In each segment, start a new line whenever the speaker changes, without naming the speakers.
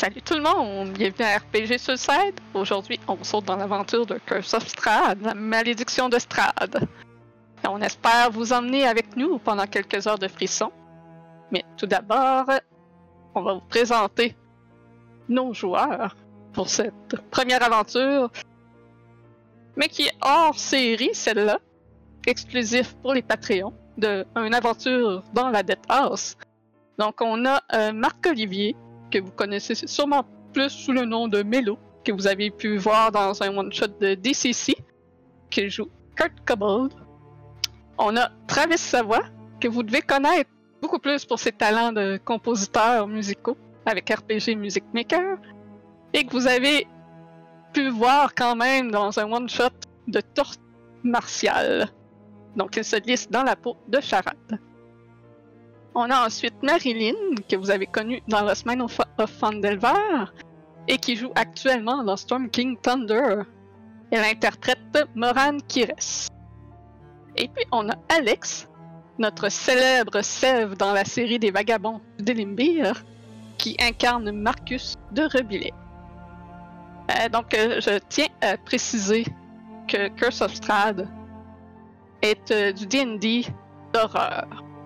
Salut tout le monde, bienvenue à RPG Suicide. Aujourd'hui, on saute dans l'aventure de Curse of Strahd, la malédiction de Strahd. Et on espère vous emmener avec nous pendant quelques heures de frisson. Mais tout d'abord, on va vous présenter nos joueurs pour cette première aventure, mais qui est hors série, celle-là, exclusif pour les Patreons, de une aventure dans la Death House. Donc on a Marc-Olivier, que vous connaissez sûrement plus sous le nom de Melo, que vous avez pu voir dans un one-shot de DCC, qui joue Kurt Kobold. On a Travis Savoie, que vous devez connaître beaucoup plus pour ses talents de compositeur musicaux avec RPG Music Maker, et que vous avez pu voir quand même dans un one-shot de Torte Martial. Donc il se glisse dans la peau de Charade. On a ensuite Marilyn, que vous avez connue dans Lost Mine of Phandelver, et qui joue actuellement dans Storm King Thunder. Elle interprète Moran Kires. Et puis on a Alex, notre célèbre Sève dans la série des Vagabonds d'Elimbir, qui incarne Marcus de Rebillet. Donc je tiens à préciser que Curse of Strahd est du D&D d'horreur.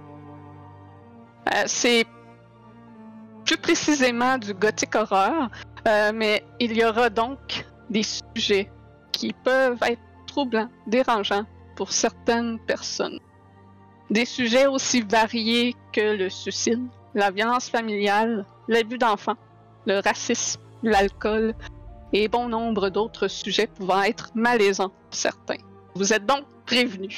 C'est plus précisément du gothic horror, mais il y aura donc des sujets qui peuvent être troublants, dérangeants pour certaines personnes. Des sujets aussi variés que le suicide, la violence familiale, l'abus d'enfants, le racisme, l'alcool et bon nombre d'autres sujets pouvant être malaisants pour certains. Vous êtes donc prévenus.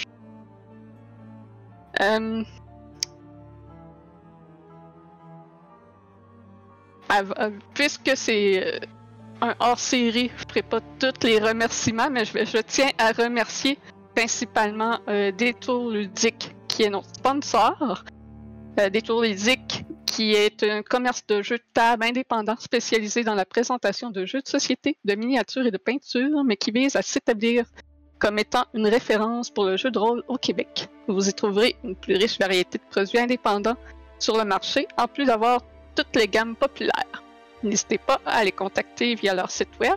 Puisque c'est un hors-série, je ne ferai pas tous les remerciements, mais je tiens à remercier principalement Détour Ludique, qui est notre sponsor. Détour Ludique, qui est un commerce de jeux de table indépendant spécialisé dans la présentation de jeux de société, de miniatures et de peinture, mais qui vise à s'établir comme étant une référence pour le jeu de rôle au Québec. Vous y trouverez une plus riche variété de produits indépendants sur le marché, en plus d'avoir toutes les gammes populaires. N'hésitez pas à les contacter via leur site web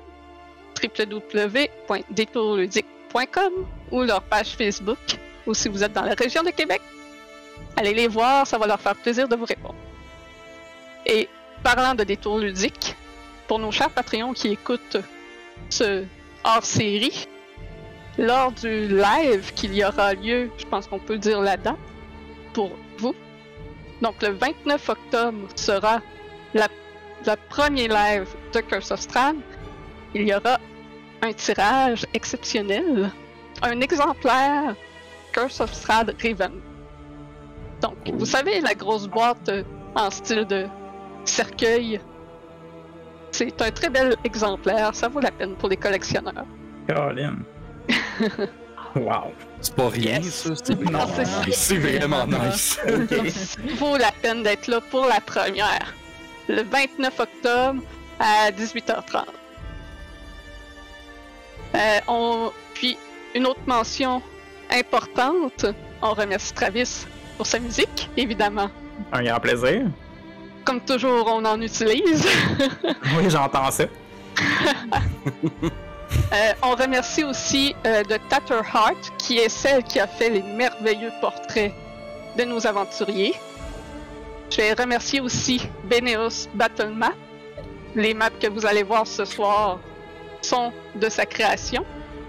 www.detourludique.com ou leur page Facebook, ou si vous êtes dans la région de Québec, allez les voir, ça va leur faire plaisir de vous répondre. Et parlant de Détour Ludique, pour nos chers Patreons qui écoutent ce hors-série, lors du live qu'il y aura lieu, je pense qu'on peut dire la date pour vous. Donc le 29 octobre sera la premier live de Curse of Strahd. Il y aura un tirage exceptionnel, un exemplaire Curse of Strahd Riven. Donc vous savez, la grosse boîte en style de cercueil, c'est un très bel exemplaire, ça vaut la peine pour les collectionneurs.
Caroline. Wow.
C'est pas rien,
Yes.
ça. C'est vraiment nice.
Okay. Ça vaut la peine d'être là pour la première. Le 29 octobre à 18h30. Puis, une autre mention importante, on remercie Travis pour sa musique, évidemment.
Un grand plaisir.
Comme toujours, on en utilise.
Oui, j'entends ça.
On remercie aussi de Tatterheart, qui est celle qui a fait les merveilleux portraits de nos aventuriers. Je vais remercier aussi Beneos Battle Map. Les maps que vous allez voir ce soir sont de sa création.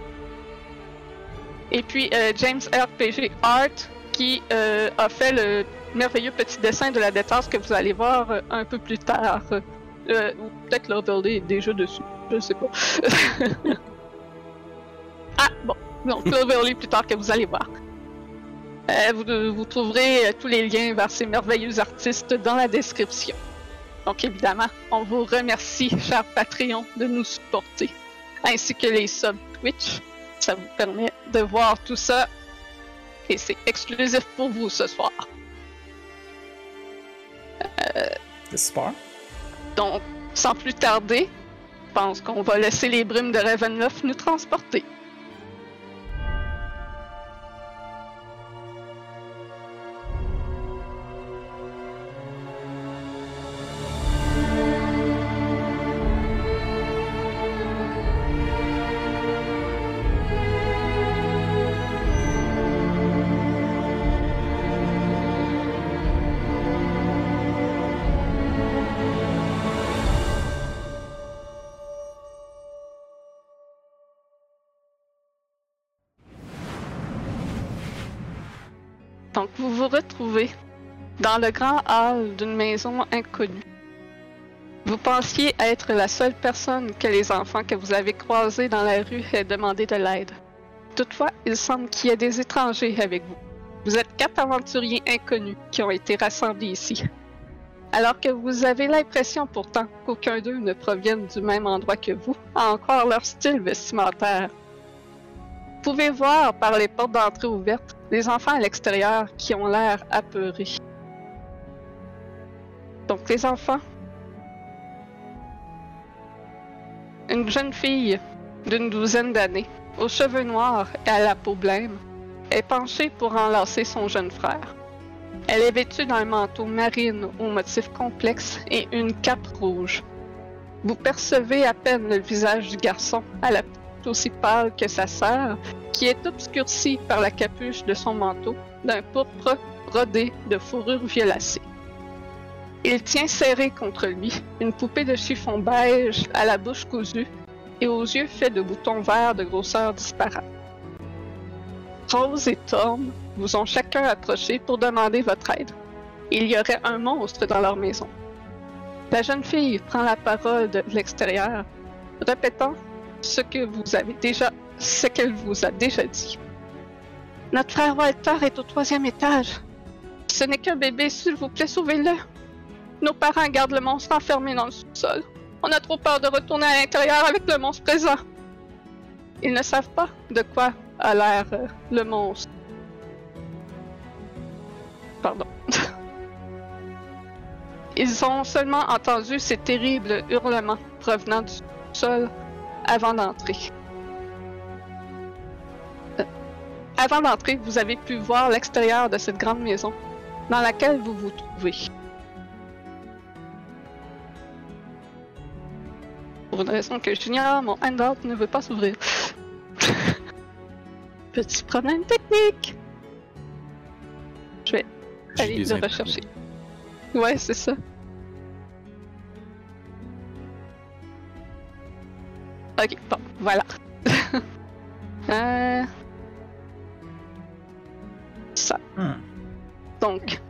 Et puis James RPG Art, qui a fait le merveilleux petit dessin de la Death House que vous allez voir un peu plus tard. Ou peut-être l'overlay est déjà dessus. Je sais pas. Ah, bon. Donc, l'overlay plus tard que vous allez voir. Vous trouverez tous les liens vers ces merveilleux artistes dans la description. Donc, évidemment, on vous remercie, chers Patreons, de nous supporter. Ainsi que les subs Twitch. Ça vous permet de voir tout ça. Et c'est exclusif pour vous ce soir.
C'est super.
Donc, sans plus tarder, je pense qu'on va laisser les brumes de Ravenloft nous transporter. Donc, vous vous retrouvez dans le grand hall d'une maison inconnue. Vous pensiez être la seule personne que les enfants que vous avez croisés dans la rue aient demandé de l'aide. Toutefois, il semble qu'il y ait des étrangers avec vous. Vous êtes 4 aventuriers inconnus qui ont été rassemblés ici. Alors que vous avez l'impression pourtant qu'aucun d'eux ne provienne du même endroit que vous, à en croire leur style vestimentaire. Vous pouvez voir par les portes d'entrée ouvertes des enfants à l'extérieur qui ont l'air apeurés. Donc les enfants, une jeune fille d'une 12aine d'années, aux cheveux noirs et à la peau blême, est penchée pour enlacer son jeune frère. Elle est vêtue d'un manteau marine au motif complexe et une cape rouge. Vous percevez à peine le visage du garçon, à la peau aussi pâle que sa sœur, qui est obscurcie par la capuche de son manteau, d'un pourpre brodé de fourrure violacée. Il tient serré contre lui une poupée de chiffon beige à la bouche cousue et aux yeux faits de boutons verts de grosseur disparate. Rose et Tom vous ont chacun approché pour demander votre aide. Il y aurait un monstre dans leur maison. La jeune fille prend la parole de l'extérieur, répétant ce qu'elle vous a déjà dit. Notre frère Walter est au 3e étage. Ce n'est qu'un bébé, s'il vous plaît, sauvez-le. Nos parents gardent le monstre enfermé dans le sous-sol. On a trop peur de retourner à l'intérieur avec le monstre présent. Ils ne savent pas de quoi a l'air le monstre. Pardon. Ils ont seulement entendu ces terribles hurlements provenant du sol avant d'entrer. Avant d'entrer, vous avez pu voir l'extérieur de cette grande maison dans laquelle vous vous trouvez. Pour une raison que j'ignore, mon handout ne veut pas s'ouvrir. Petit problème technique. Je vais aller le rechercher. Ouais, c'est ça. Ok, bon, voilà. Ça. Donc,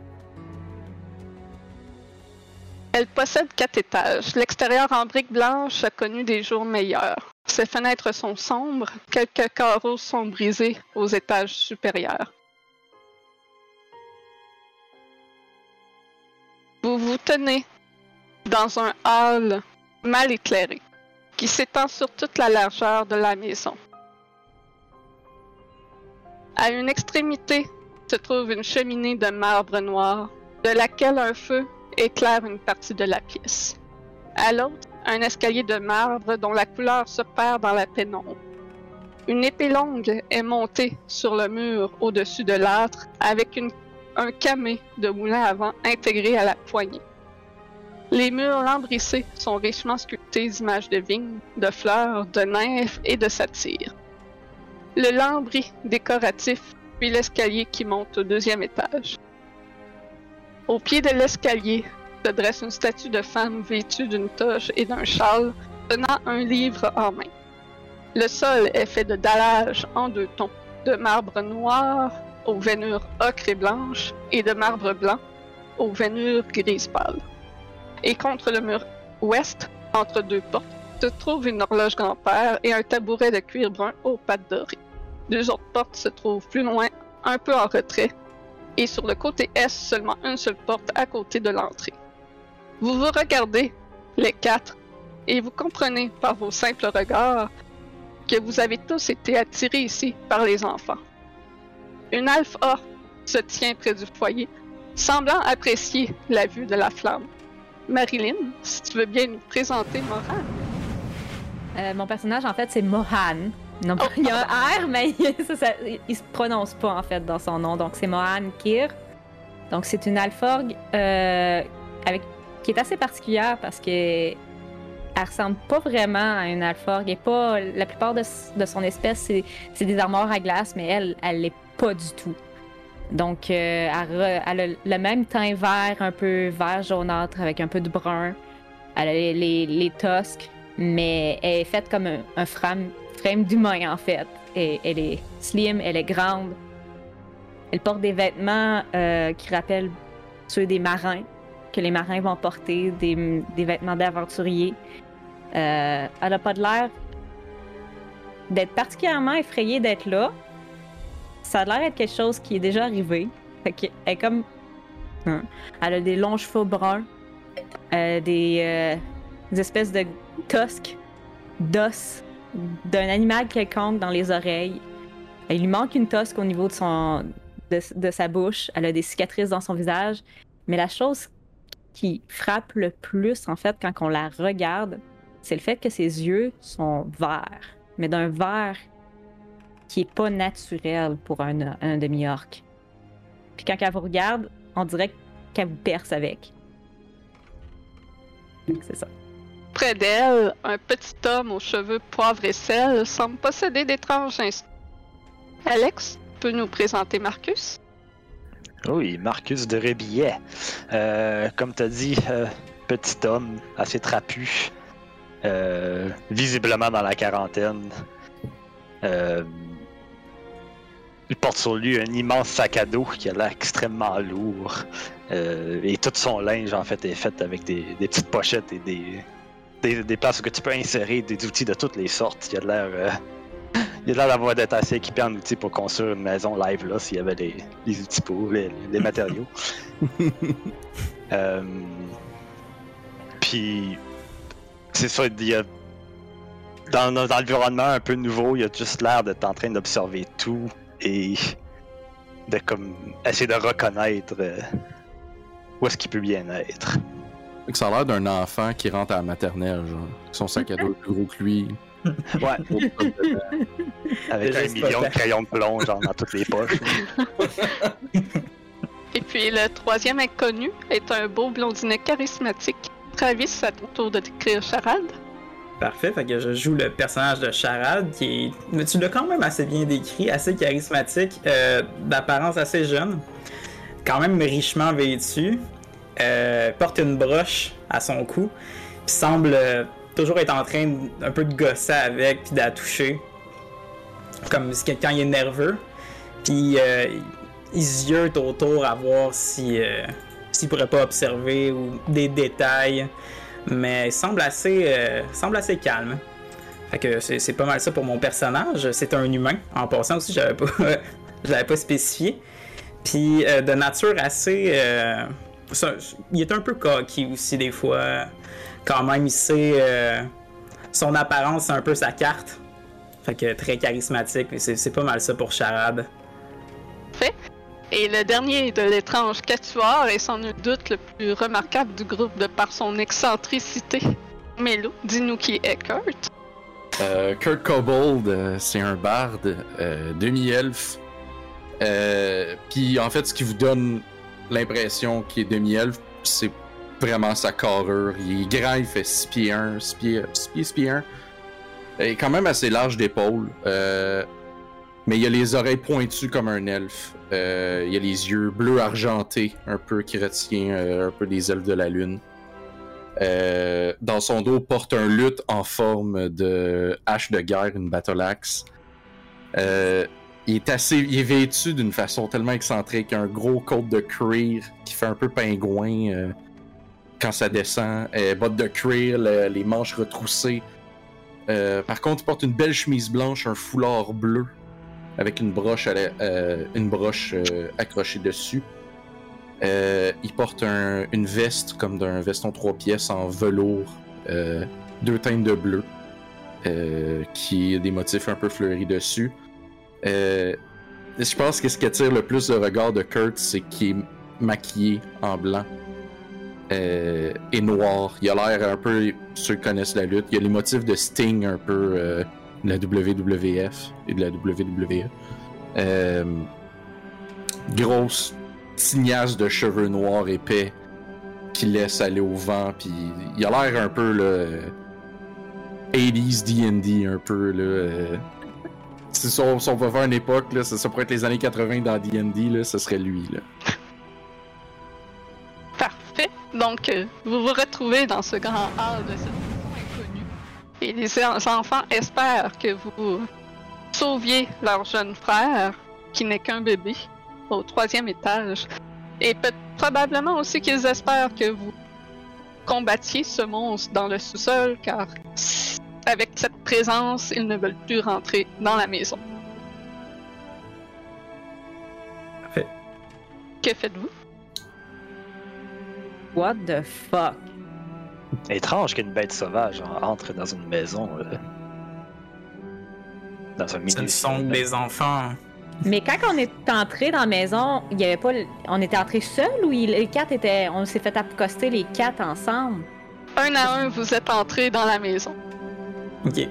elle possède 4 étages. L'extérieur en briques blanches a connu des jours meilleurs. Ses fenêtres sont sombres, quelques carreaux sont brisés aux étages supérieurs. Vous vous tenez dans un hall mal éclairé qui s'étend sur toute la largeur de la maison. À une extrémité se trouve une cheminée de marbre noir, de laquelle un feu éclaire une partie de la pièce. À l'autre, un escalier de marbre dont la couleur se perd dans la pénombre. Une épée longue est montée sur le mur au-dessus de l'âtre avec un camé de moulin à vent intégré à la poignée. Les murs lambrissés sont richement sculptés d'images de vignes, de fleurs, de nymphes et de satyres. Le lambris décoratif puis l'escalier qui monte au 2e étage. Au pied de l'escalier se dresse une statue de femme vêtue d'une toge et d'un châle, tenant un livre en main. Le sol est fait de dallage en 2 tons, de marbre noir aux veinures ocre et blanche et de marbre blanc aux veinures grise pâle. Et contre le mur ouest, entre 2 portes, se trouve une horloge grand-père et un tabouret de cuir brun aux pattes dorées. 2 autres portes se trouvent plus loin, un peu en retrait, et sur le côté est seulement une seule porte à côté de l'entrée. Vous vous regardez, les 4, et vous comprenez par vos simples regards que vous avez tous été attirés ici par les enfants. Une alpha se tient près du foyer, semblant apprécier la vue de la flamme. Marilyn, si tu veux bien nous présenter Mohan.
Mon personnage, en fait, c'est Mohan. Non, il y a un R, mais il se prononce pas, en fait, dans son nom. Donc, c'est Mohan Kir. Donc, c'est une alforgue qui est assez particulière parce qu'elle ressemble pas vraiment à une alforgue. Et pas, la plupart de son espèce, c'est des armoires à glace, mais elle l'est pas du tout. Donc, elle a le même teint vert, un peu vert jaunâtre avec un peu de brun. Elle a les tosques, mais elle est faite comme un frame d'humain, en fait. Et elle est slim, elle est grande. Elle porte des vêtements qui rappellent ceux des marins, que les marins vont porter, des vêtements d'aventuriers. Elle n'a pas de l'air d'être particulièrement effrayée d'être là. Ça a l'air d'être quelque chose qui est déjà arrivé. Fait qu'elle est comme... Elle a des longs cheveux bruns, des espèces de tosques d'os d'un animal quelconque dans les oreilles. Il lui manque une tosque au niveau de sa bouche. Elle a des cicatrices dans son visage. Mais la chose qui frappe le plus, en fait, quand on la regarde, c'est le fait que ses yeux sont verts. Mais d'un vert qui est pas naturel pour un demi-orc. Puis quand elle vous regarde, on dirait qu'elle vous perce avec. C'est ça.
Près d'elle, un petit homme aux cheveux poivre et sel semble posséder d'étranges instincts. Alex, peux nous présenter Marcus?
Oui, Marcus de Rebillet. Comme tu as dit, petit homme, assez trapu, visiblement dans la quarantaine. Il porte sur lui un immense sac à dos qui a l'air extrêmement lourd. Et tout son linge, en fait, est fait avec des petites pochettes et des places où tu peux insérer des outils de toutes les sortes. Il a l'air d'avoir d'être assez équipé en outils pour construire une maison live là, s'il y avait les outils pour les matériaux. Puis, c'est ça, il y a dans l'environnement un peu nouveau, il a juste l'air d'être en train d'observer tout et de comme essayer de reconnaître où est-ce qu'il peut bien être.
Ça a l'air d'un enfant qui rentre à la maternelle, genre. Son sac à dos est plus gros que lui.
Ouais. Avec 1 million de crayons de plomb, genre dans toutes les poches.
Et puis le troisième inconnu est un beau blondinet charismatique. Travis, c'est à ton tour de décrire Charade.
Parfait, fait que je joue le personnage de Charade qui est... Mais tu l'as quand même assez bien décrit, assez charismatique, d'apparence assez jeune, quand même richement vêtu, porte une broche à son cou, puis semble toujours être en train un peu de gosser avec, puis de la toucher, comme quand il est nerveux, puis il ziote autour à voir s'il pourrait pas observer ou des détails. Mais il semble assez calme. Fait que c'est pas mal ça pour mon personnage. C'est un humain. En passant aussi, je l'avais pas spécifié. Puis de nature assez... il est un peu cocky aussi des fois. Quand même, il sait... son apparence, c'est un peu sa carte. Fait que très charismatique. C'est pas mal ça pour Charade.
Fait. Et le dernier de l'étrange quatuor est sans nul doute le plus remarquable du groupe de par son excentricité. Melo, dis-nous qui est Kurt.
Kurt Kobold, c'est un barde, demi-elfe. Puis en fait, ce qui vous donne l'impression qu'il est demi-elfe, c'est vraiment sa carrure. Il est grand, il fait 6 pieds 1, 6 pieds 1. Il est quand même assez large d'épaule. Mais il a les oreilles pointues comme un elfe. Il a les yeux bleus argentés, un peu qui retient un peu des elfes de la lune. Dans son dos, porte un luth en forme de hache de guerre, une battle axe. Il est vêtu d'une façon tellement excentrique, un gros coat de cuir qui fait un peu pingouin quand ça descend, bottes de cuir, les manches retroussées. Par contre, il porte une belle chemise blanche, un foulard bleu avec une broche, accrochée dessus. Il porte une veste comme d'un veston 3 pièces en velours, 2 teintes de bleu, qui a des motifs un peu fleuris dessus. Je pense que ce qui attire le plus le regard de Kurt, c'est qu'il est maquillé en blanc et noir. Il a l'air un peu, ceux qui connaissent la lutte, il y a les motifs de Sting un peu de la WWF et de la WWE. Grosse tignasse de cheveux noirs épais qui laisse aller au vent, puis il a l'air un peu là, 80s D&D un peu là. Si on va faire une époque là, ça pourrait être les années 80 dans D&D là, ce serait lui là.
Parfait. Donc vous vous retrouvez dans ce grand hall de cette maison inconnue. Et les enfants espèrent que vous sauviez leur jeune frère, qui n'est qu'un bébé, au 3e étage. Et probablement aussi qu'ils espèrent que vous combattiez ce monstre dans le sous-sol, car avec cette présence, ils ne veulent plus rentrer dans la maison.
Parfait.
Que faites-vous?
What the fuck?
Étrange qu'une bête sauvage entre dans une maison. Dans un milieu.
Ce ne sont que des enfants.
Mais quand on est entré dans la maison, il y avait pas. On était entré seul ou les quatre étaient. On s'est fait accoster les quatre ensemble?
Un à un, vous êtes entrés dans la maison.
Ok.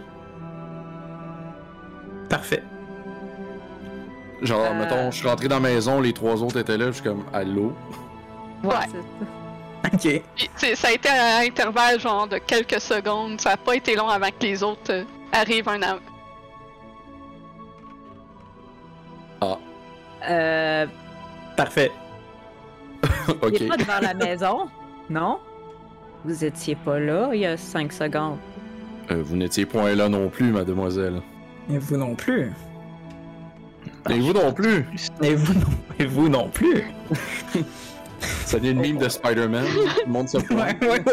Parfait.
Genre, mettons, je suis rentré dans la maison, les 3 autres étaient là, je suis comme, allô?
Ouais.
Ok.
Puis, ça a été à intervalle genre de quelques secondes. Ça n'a pas été long avant que les autres arrivent un à un.
Parfait.
Il
Ok.
est pas devant la maison? Non? Vous étiez pas là il y a 5 secondes.
Vous n'étiez point là non plus, mademoiselle.
Et vous non plus.
Et vous non plus!
Et vous non plus.
Ça devient une mime de Spider-Man. Le monde se pointe.
Ouais.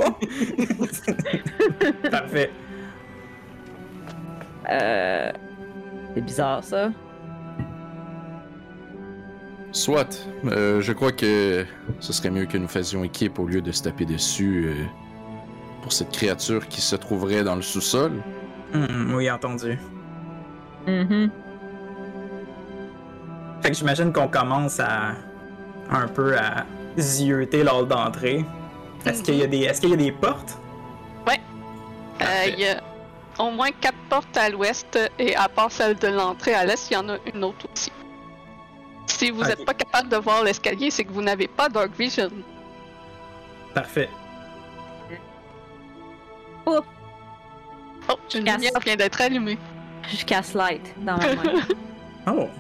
Parfait.
C'est bizarre ça.
Soit, je crois que ce serait mieux que nous faisions équipe au lieu de se taper dessus pour cette créature qui se trouverait dans le sous-sol.
Oui, entendu.
Mhm.
Fait que j'imagine qu'on commence à un peu à zioter l'hall d'entrée. Est-ce qu'il y a des portes?
Il y a au moins 4 portes à l'ouest et à part celle de l'entrée à l'est, il y en a une autre aussi. Si vous n'êtes pas capable de voir l'escalier, c'est que vous n'avez pas Dark Vision.
Parfait.
Oh, une lumière vient d'être allumée.
Je casse light dans ma main.
Oh.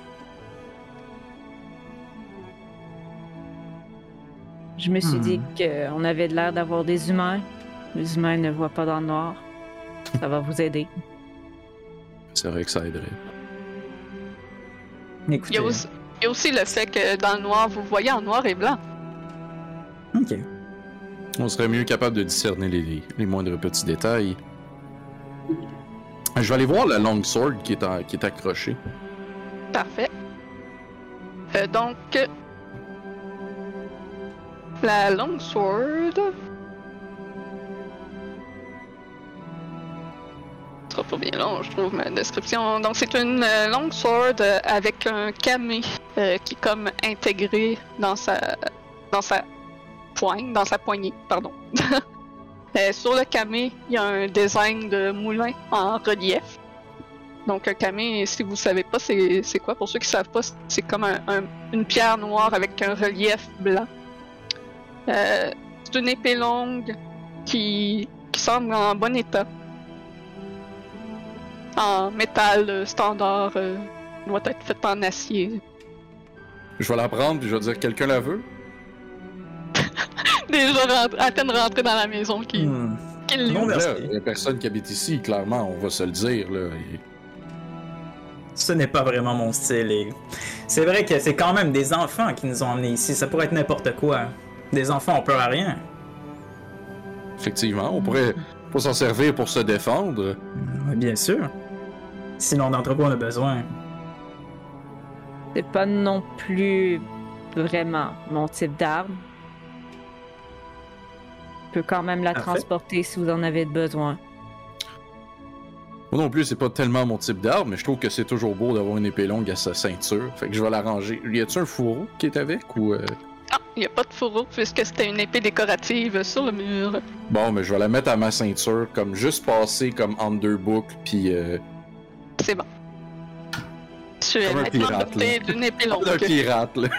Je me suis dit qu'on avait l'air d'avoir des humains. Les humains ne voient pas dans le noir. Ça va vous aider.
C'est vrai que ça aiderait.
Écoutez.
Il y a aussi le fait que dans le noir, vous voyez en noir et blanc.
Ok.
On serait mieux capable de discerner les moindres petits détails. Je vais aller voir la long sword qui est accrochée.
Parfait. Donc, la longsword. Ce sera pas bien long, je trouve, ma description. Donc, c'est une longsword avec un camé qui est comme intégré dans sa poignée, pardon. Sur le camé, il y a un design de moulin en relief. Donc, un camé, si vous savez pas c'est quoi, pour ceux qui savent pas, c'est comme une pierre noire avec un relief blanc. C'est une épée longue qui semble en bon état. En métal standard, doit être faite en acier.
Je vais la prendre puis je vais dire quelqu'un la veut.
Déjà à peine rentré dans la maison qui le
Non,
loue.
merci.
Il y a personne qui habite ici, clairement, on va se le dire. Là.
Ce n'est pas vraiment mon style. Et c'est vrai que c'est quand même des enfants qui nous ont emmenés ici. Ça pourrait être n'importe quoi. Des enfants ont peur à rien.
Effectivement, on pourrait s'en servir pour se défendre.
Oui, bien sûr. Sinon, d'entre quoi on a besoin?
C'est pas non plus vraiment mon type d'arme. Je peux quand même la
Parfait.
transporter si vous en avez besoin.
Moi non plus, c'est pas tellement mon type d'arme, mais je trouve que c'est toujours beau d'avoir une épée longue à sa ceinture. Fait que je vais la ranger. Y a-tu un fourreau qui est avec ou.
Ah, il n'y a pas de fourreau puisque c'était une épée décorative sur le mur.
Bon, mais je vais la mettre à ma ceinture, comme juste passer comme entre deux boucles, puis.
C'est bon. Tu es
Comme un
maintenant
pirate,
doté
là.
d'une épée
Comme
longue.
un pirate, là.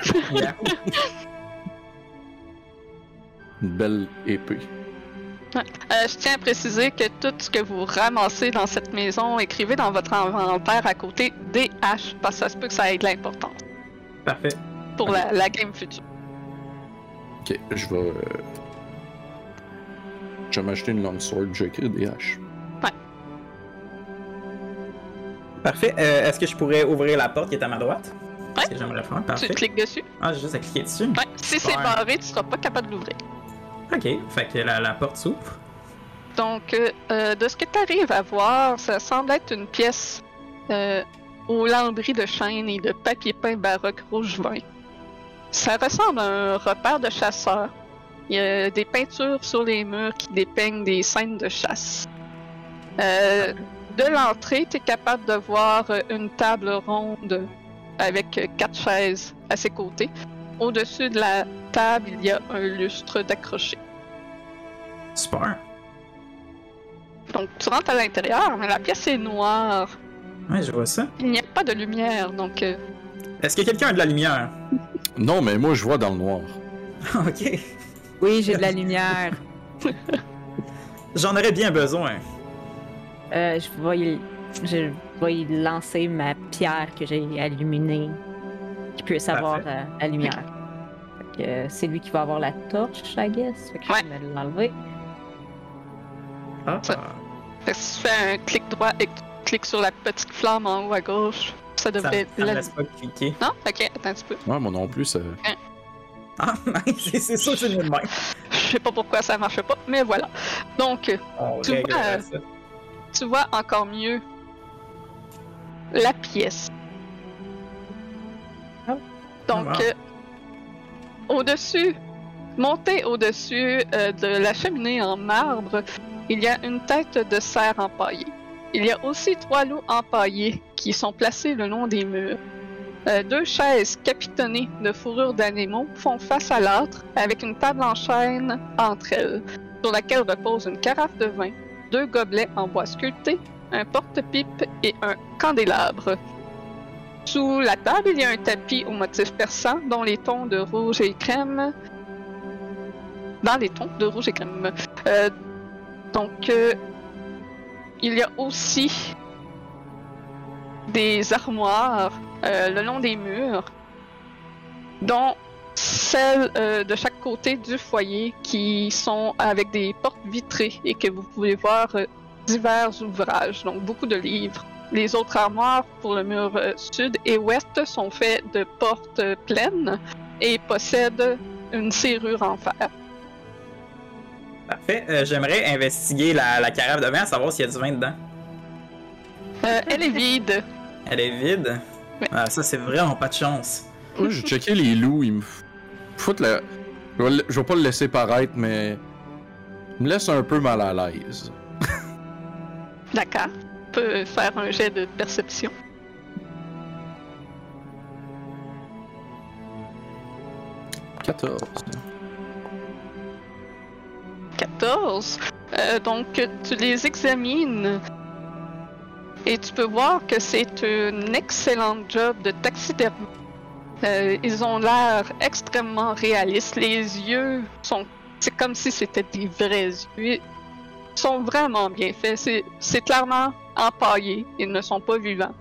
Une belle épée.
Je tiens à préciser que tout ce que vous ramassez dans cette maison, écrivez dans votre inventaire à côté DH, parce que ça se peut que ça ait de l'importance
Parfait.
pour la game future.
Ok, je vais m'acheter une longsword, je vais écrire DH.
Parfait. Est-ce que je pourrais ouvrir la porte qui est à ma droite?
Ouais.
que j'aimerais faire.
Tu
Parfait.
cliques dessus.
Ah, j'ai juste à cliquer dessus.
Ouais. Si c'est
Super.
barré, tu seras pas capable de l'ouvrir.
Ok, fait que la porte s'ouvre.
Donc, de ce que tu arrives à voir, ça semble être une pièce aux lambris de chêne et de papier peint baroque rouge vin. Ça ressemble à un repère de chasseurs. Il y a des peintures sur les murs qui dépeignent des scènes de chasse. De l'entrée, tu es capable de voir une table ronde avec 4 chaises à ses côtés. Au-dessus de la table, il y a un lustre d'accroché.
Super.
Donc, tu rentres à l'intérieur, mais la pièce est noire.
Ouais, je vois ça.
Il n'y a pas de lumière, donc...
Est-ce que quelqu'un a de la lumière?
Non, mais moi, je vois dans le noir.
Ok.
Oui, j'ai de la lumière.
J'en aurais bien besoin.
Je vais y lancer ma pierre que j'ai illuminée, qui puisse avoir la lumière. Fait que, c'est lui qui va avoir la torche, I guess. Fait que je vais me l'enlever.
Ah.
Fait que si tu fais un clic droit et que tu cliques sur la petite flamme en haut à gauche, ça devrait...
Ça me laisse pas cliquer.
Non? Ok, attends un petit peu.
Ouais, moi non plus, ça...
Ah, c'est sûr que c'est mieux de même.
Je sais pas pourquoi ça marche pas, mais voilà. Donc,
On
Tu
réglera
vois,
ça.
tu vois encore mieux la pièce. Donc,
Ah,
au-dessus, monté au-dessus de la cheminée en marbre, il y a une tête de cerf empaillée. Il y a aussi 3 loups empaillés qui sont placés le long des murs. 2 chaises capitonnées de fourrures d'animaux font face à l'autre avec une table en chêne entre elles, sur laquelle repose une carafe de vin, 2 gobelets en bois sculpté, un porte-pipe et un candélabre. Sous la table, il y a un tapis au motif persan dont les tons de rouge et crème. Dans les tons de rouge et crème. Donc, il y a aussi des armoires le long des murs, dont celles de chaque côté du foyer qui sont avec des portes vitrées et que vous pouvez voir divers ouvrages, donc beaucoup de livres. Les autres armoires pour le mur sud et ouest sont faites de portes pleines et possèdent une serrure en fer.
Parfait. J'aimerais investiguer la carafe de vin, savoir s'il y a du vin dedans.
Elle est vide.
Elle est vide.
Ouais.
Ah, ça, c'est vraiment pas de chance.
Oui, j'ai checké les loups, ils me foutent la... Je vais pas le laisser paraître, mais... Il me laisse un peu mal à l'aise.
D'accord. Tu peux faire un jet de perception. «
14.
14. Donc, tu les examines et tu peux voir que c'est un excellent job de taxidermie. Ils ont l'air extrêmement réalistes. Les yeux sont... C'est comme si c'était des vrais yeux. Ils sont vraiment bien faits. C'est clairement empaillé. Ils ne sont pas vivants.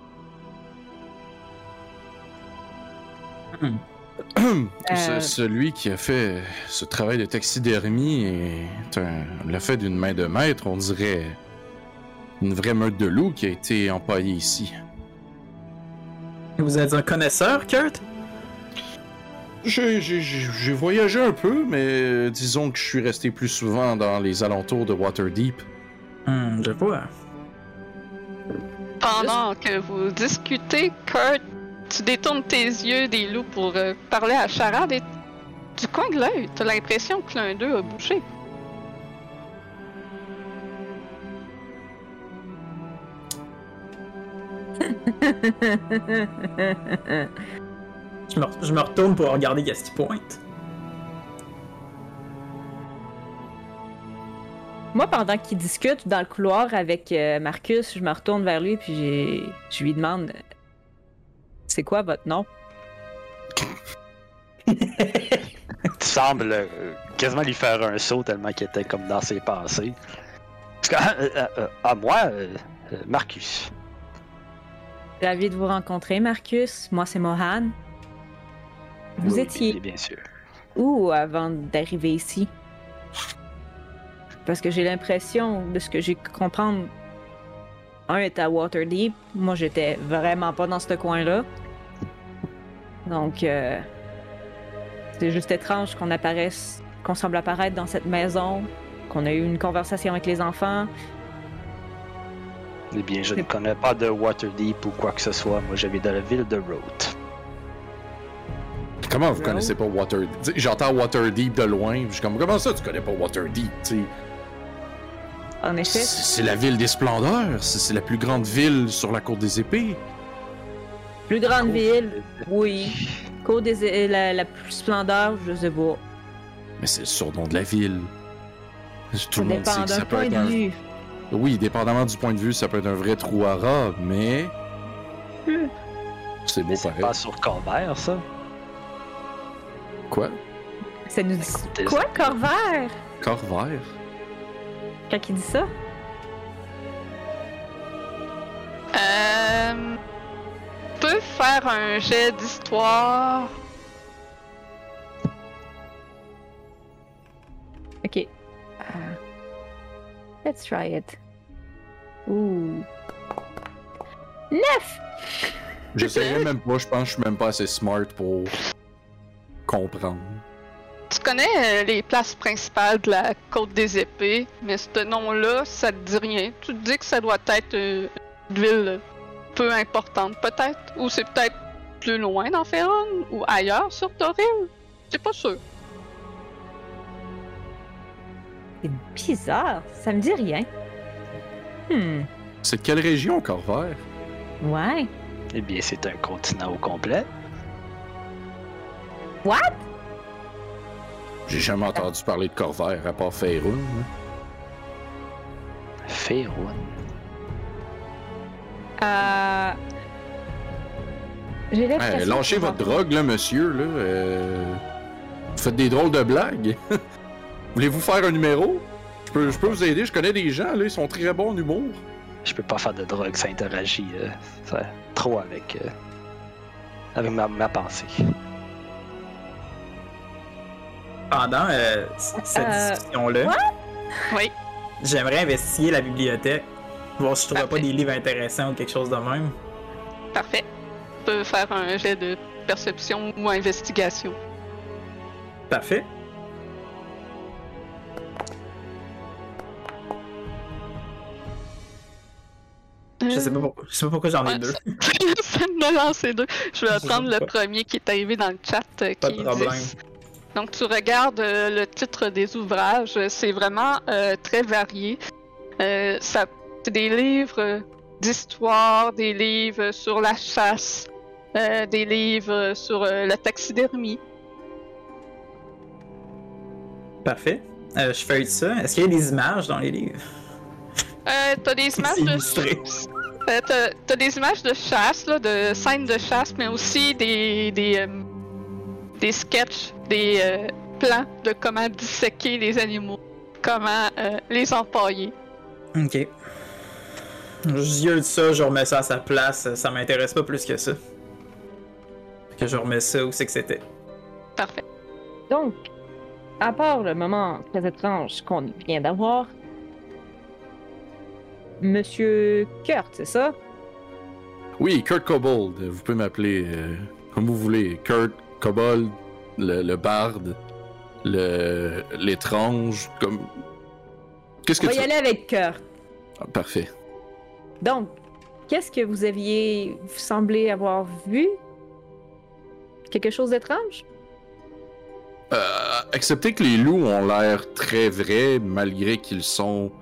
Celui qui a fait ce travail de taxidermie l'a fait d'une main de maître, on dirait une vraie meute de loups qui a été empaillée ici.
Vous êtes un connaisseur, Kurt?
J'ai voyagé un peu, mais disons que je suis resté plus souvent dans les alentours de Waterdeep.
Je vois.
Pendant que vous discutez, Kurt, tu détournes tes yeux des loups pour parler à Charade et du coin de l'œil, t'as l'impression que l'un d'eux a bougé.
Je me retourne pour regarder qu'est-ce qu'il pointe.
Moi, pendant qu'il discute dans le couloir avec Marcus, je me retourne vers lui puis je lui demande c'est quoi votre nom?
Tu sembles quasiment lui faire un saut tellement qu'il était comme dans ses pensées. Moi, Marcus.
Ravi de vous rencontrer, Marcus. Moi, c'est Mohan. Vous
Oui,
étiez
bien sûr.
où avant d'arriver ici? Parce que j'ai l'impression, de ce que j'ai pu comprendre, un était à Waterdeep. Moi, j'étais vraiment pas dans ce coin-là. Donc, c'est juste étrange qu'on semble apparaître dans cette maison, qu'on a eu une conversation avec les enfants.
Eh bien, je ne connais pas de Waterdeep ou quoi que ce soit. Moi, j'habite dans la ville de Roth.
Comment vous connaissez pas Waterdeep? J'entends Waterdeep de loin, je suis comme, comment ça tu connais pas Waterdeep, tu sais?
En effet.
C'est la ville des splendeurs, c'est la plus grande ville sur la Côte des Épées.
Plus grande ville, oui. Côte des la plus splendeur, je sais pas.
Mais c'est le surnom de la ville. Tout le monde sait
Dépend
que
d'un
ça peut
point
être
de
un...
vue.
Oui, dépendamment du point de vue, ça peut être un vrai trou à rats, mais... C'est beau
Mais c'est
pareil.
pas sur Corvair, ça?
Quoi?
Ça nous dit
Écoutez,
quoi, Corvair?
Corvair?
Quand il dit ça?
Peut faire un jet d'histoire.
Ok. Let's try it. Ouh. 9!
J'essayerais même pas, je pense que je suis même pas assez smart pour comprendre.
Tu connais les places principales de la Côte des Épées, mais ce nom-là, ça te dit rien. Tu te dis que ça doit être une ville peu importante, peut-être, ou c'est peut-être plus loin dans Ferron, ou ailleurs sur Toril. C'est pas sûr.
C'est bizarre, ça me dit rien.
C'est de quelle région, Corvair?
Ouais.
Eh bien, c'est un continent au complet.
What?
J'ai jamais entendu parler de Corvair, à part Faerun.
Faerun.
J'ai l'impression.
Hey, lâchez
que-
votre drogue, là, monsieur, là. Vous faites des drôles de blagues. Voulez-vous faire un numéro? Je peux vous aider, je connais des gens, là, ils sont très bons en humour.
Je peux pas faire de drogue, ça interagit trop avec ma pensée.
Pendant cette discussion-là,
Oui.
j'aimerais investiguer la bibliothèque, voir si je trouverais pas
Parfait.
des livres intéressants ou quelque chose de même.
Parfait. Tu peux faire un jet de perception ou investigation.
Parfait. Je sais pas pourquoi j'en ai
Ouais,
deux.
Ça me lancer deux. Je vais
Je
prendre
sais
le
pas.
premier qui est arrivé dans le chat.
Pas
Qui
de
est
problème.
10. Donc, tu regardes le titre des ouvrages. C'est vraiment très varié. C'est des livres d'histoire, des livres sur la chasse, des livres sur la taxidermie.
Parfait. Je feuille ça. Est-ce qu'il y a des images dans les livres?
T'as des images
C'est illustré.
t'as des images de chasse, là, de scènes de chasse, mais aussi des sketchs, des plans de comment disséquer les animaux, comment les empailler.
Ok. Je gueule ça, je remets ça à sa place. Ça m'intéresse pas plus que ça. Que je remets ça où c'est que c'était.
Parfait.
Donc, à part le moment très étrange qu'on vient d'avoir, Monsieur Kurt, c'est ça?
Oui, Kurt Kobold, vous pouvez m'appeler comme vous voulez. Kurt Kobold, le barde, l'étrange, comme... Qu'est-ce
On
que
va y
tu...
aller avec Kurt.
Ah, parfait.
Donc, qu'est-ce que vous semblez avoir vu? Quelque chose d'étrange?
Acceptez que les loups ont l'air très vrais, malgré qu'ils sont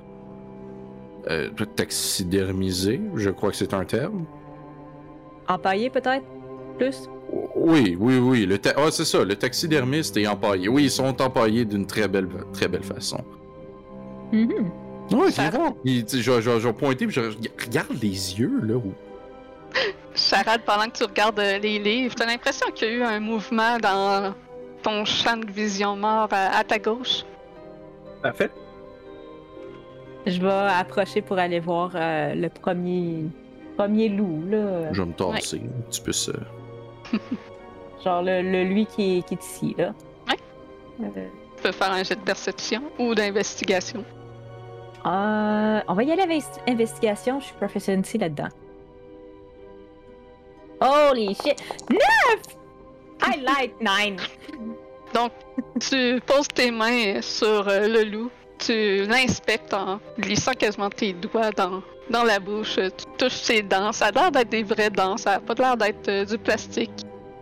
taxidermisés, je crois que c'est un terme.
Empaillé peut-être? Plus?
Oui. C'est ça, le taxidermiste est empaillé. Oui, ils sont empaillés d'une très belle façon.
Mhm.
Ouais,
Ça-
c'est bon. Je vais pointer, puis je regarde les yeux, là.
Charade, pendant que tu regardes les livres, t'as l'impression qu'il y a eu un mouvement dans ton champ de vision mort à ta gauche.
Parfait.
Je vais approcher pour aller voir le premier loup, là.
Je vais me tasser, tu peux ça.
Genre lui qui est ici, là.
Ouais. Tu peux faire un jet de perception ou d'investigation.
On va y aller avec investigation, je suis proficiency là-dedans. Holy shit! 9! I like 9.
Donc, tu poses tes mains sur le loup, tu l'inspectes en glissant quasiment tes doigts dans la bouche, tu touches ses dents, ça a l'air d'être des vraies dents, ça a pas l'air d'être du plastique.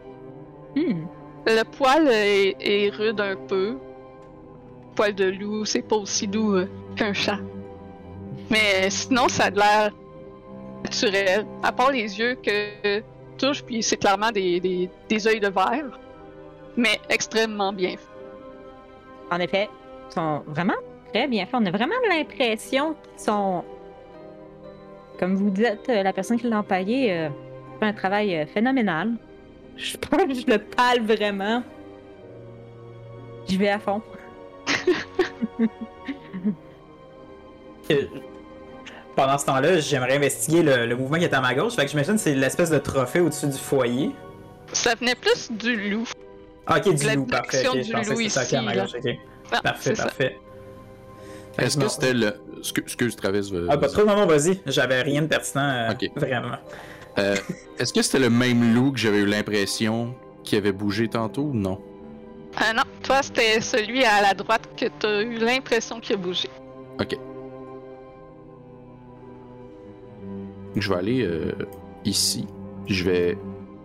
Le poil est rude un peu. Le poil de loup, c'est pas aussi doux qu'un chat. Mais sinon, ça a l'air naturel, à part les yeux que tu touches, puis c'est clairement des œils de verre, mais extrêmement bien faits.
En effet, ils sont vraiment très bien faits. On a vraiment l'impression qu'ils sont... Comme vous dites, la personne qui l'a empaillé fait un travail phénoménal. Je pense que je le parle vraiment. Je vais à fond.
Pendant ce temps-là, j'aimerais investiguer le mouvement qui est à ma gauche. Fait que j'imagine que c'est l'espèce de trophée au-dessus du foyer.
Ça venait plus du loup.
Ah, ok, du
La
loup, parfait.
direction
Ok,
du
je pensais que
loup
c'était ça qui est à ma
ici,
gauche. Ok.
Ah,
Parfait,
c'est
parfait.
Est-ce que c'était le. Excuse, Travis.
Ah, pas trop, non, vas-y. J'avais rien de pertinent,
Ok.
vraiment.
Est-ce que c'était le même loup que j'avais eu l'impression qu'il avait bougé tantôt ou non?
Non, toi, c'était celui à la droite que t'as eu l'impression qu'il a bougé.
Ok. Je vais aller ici. Je vais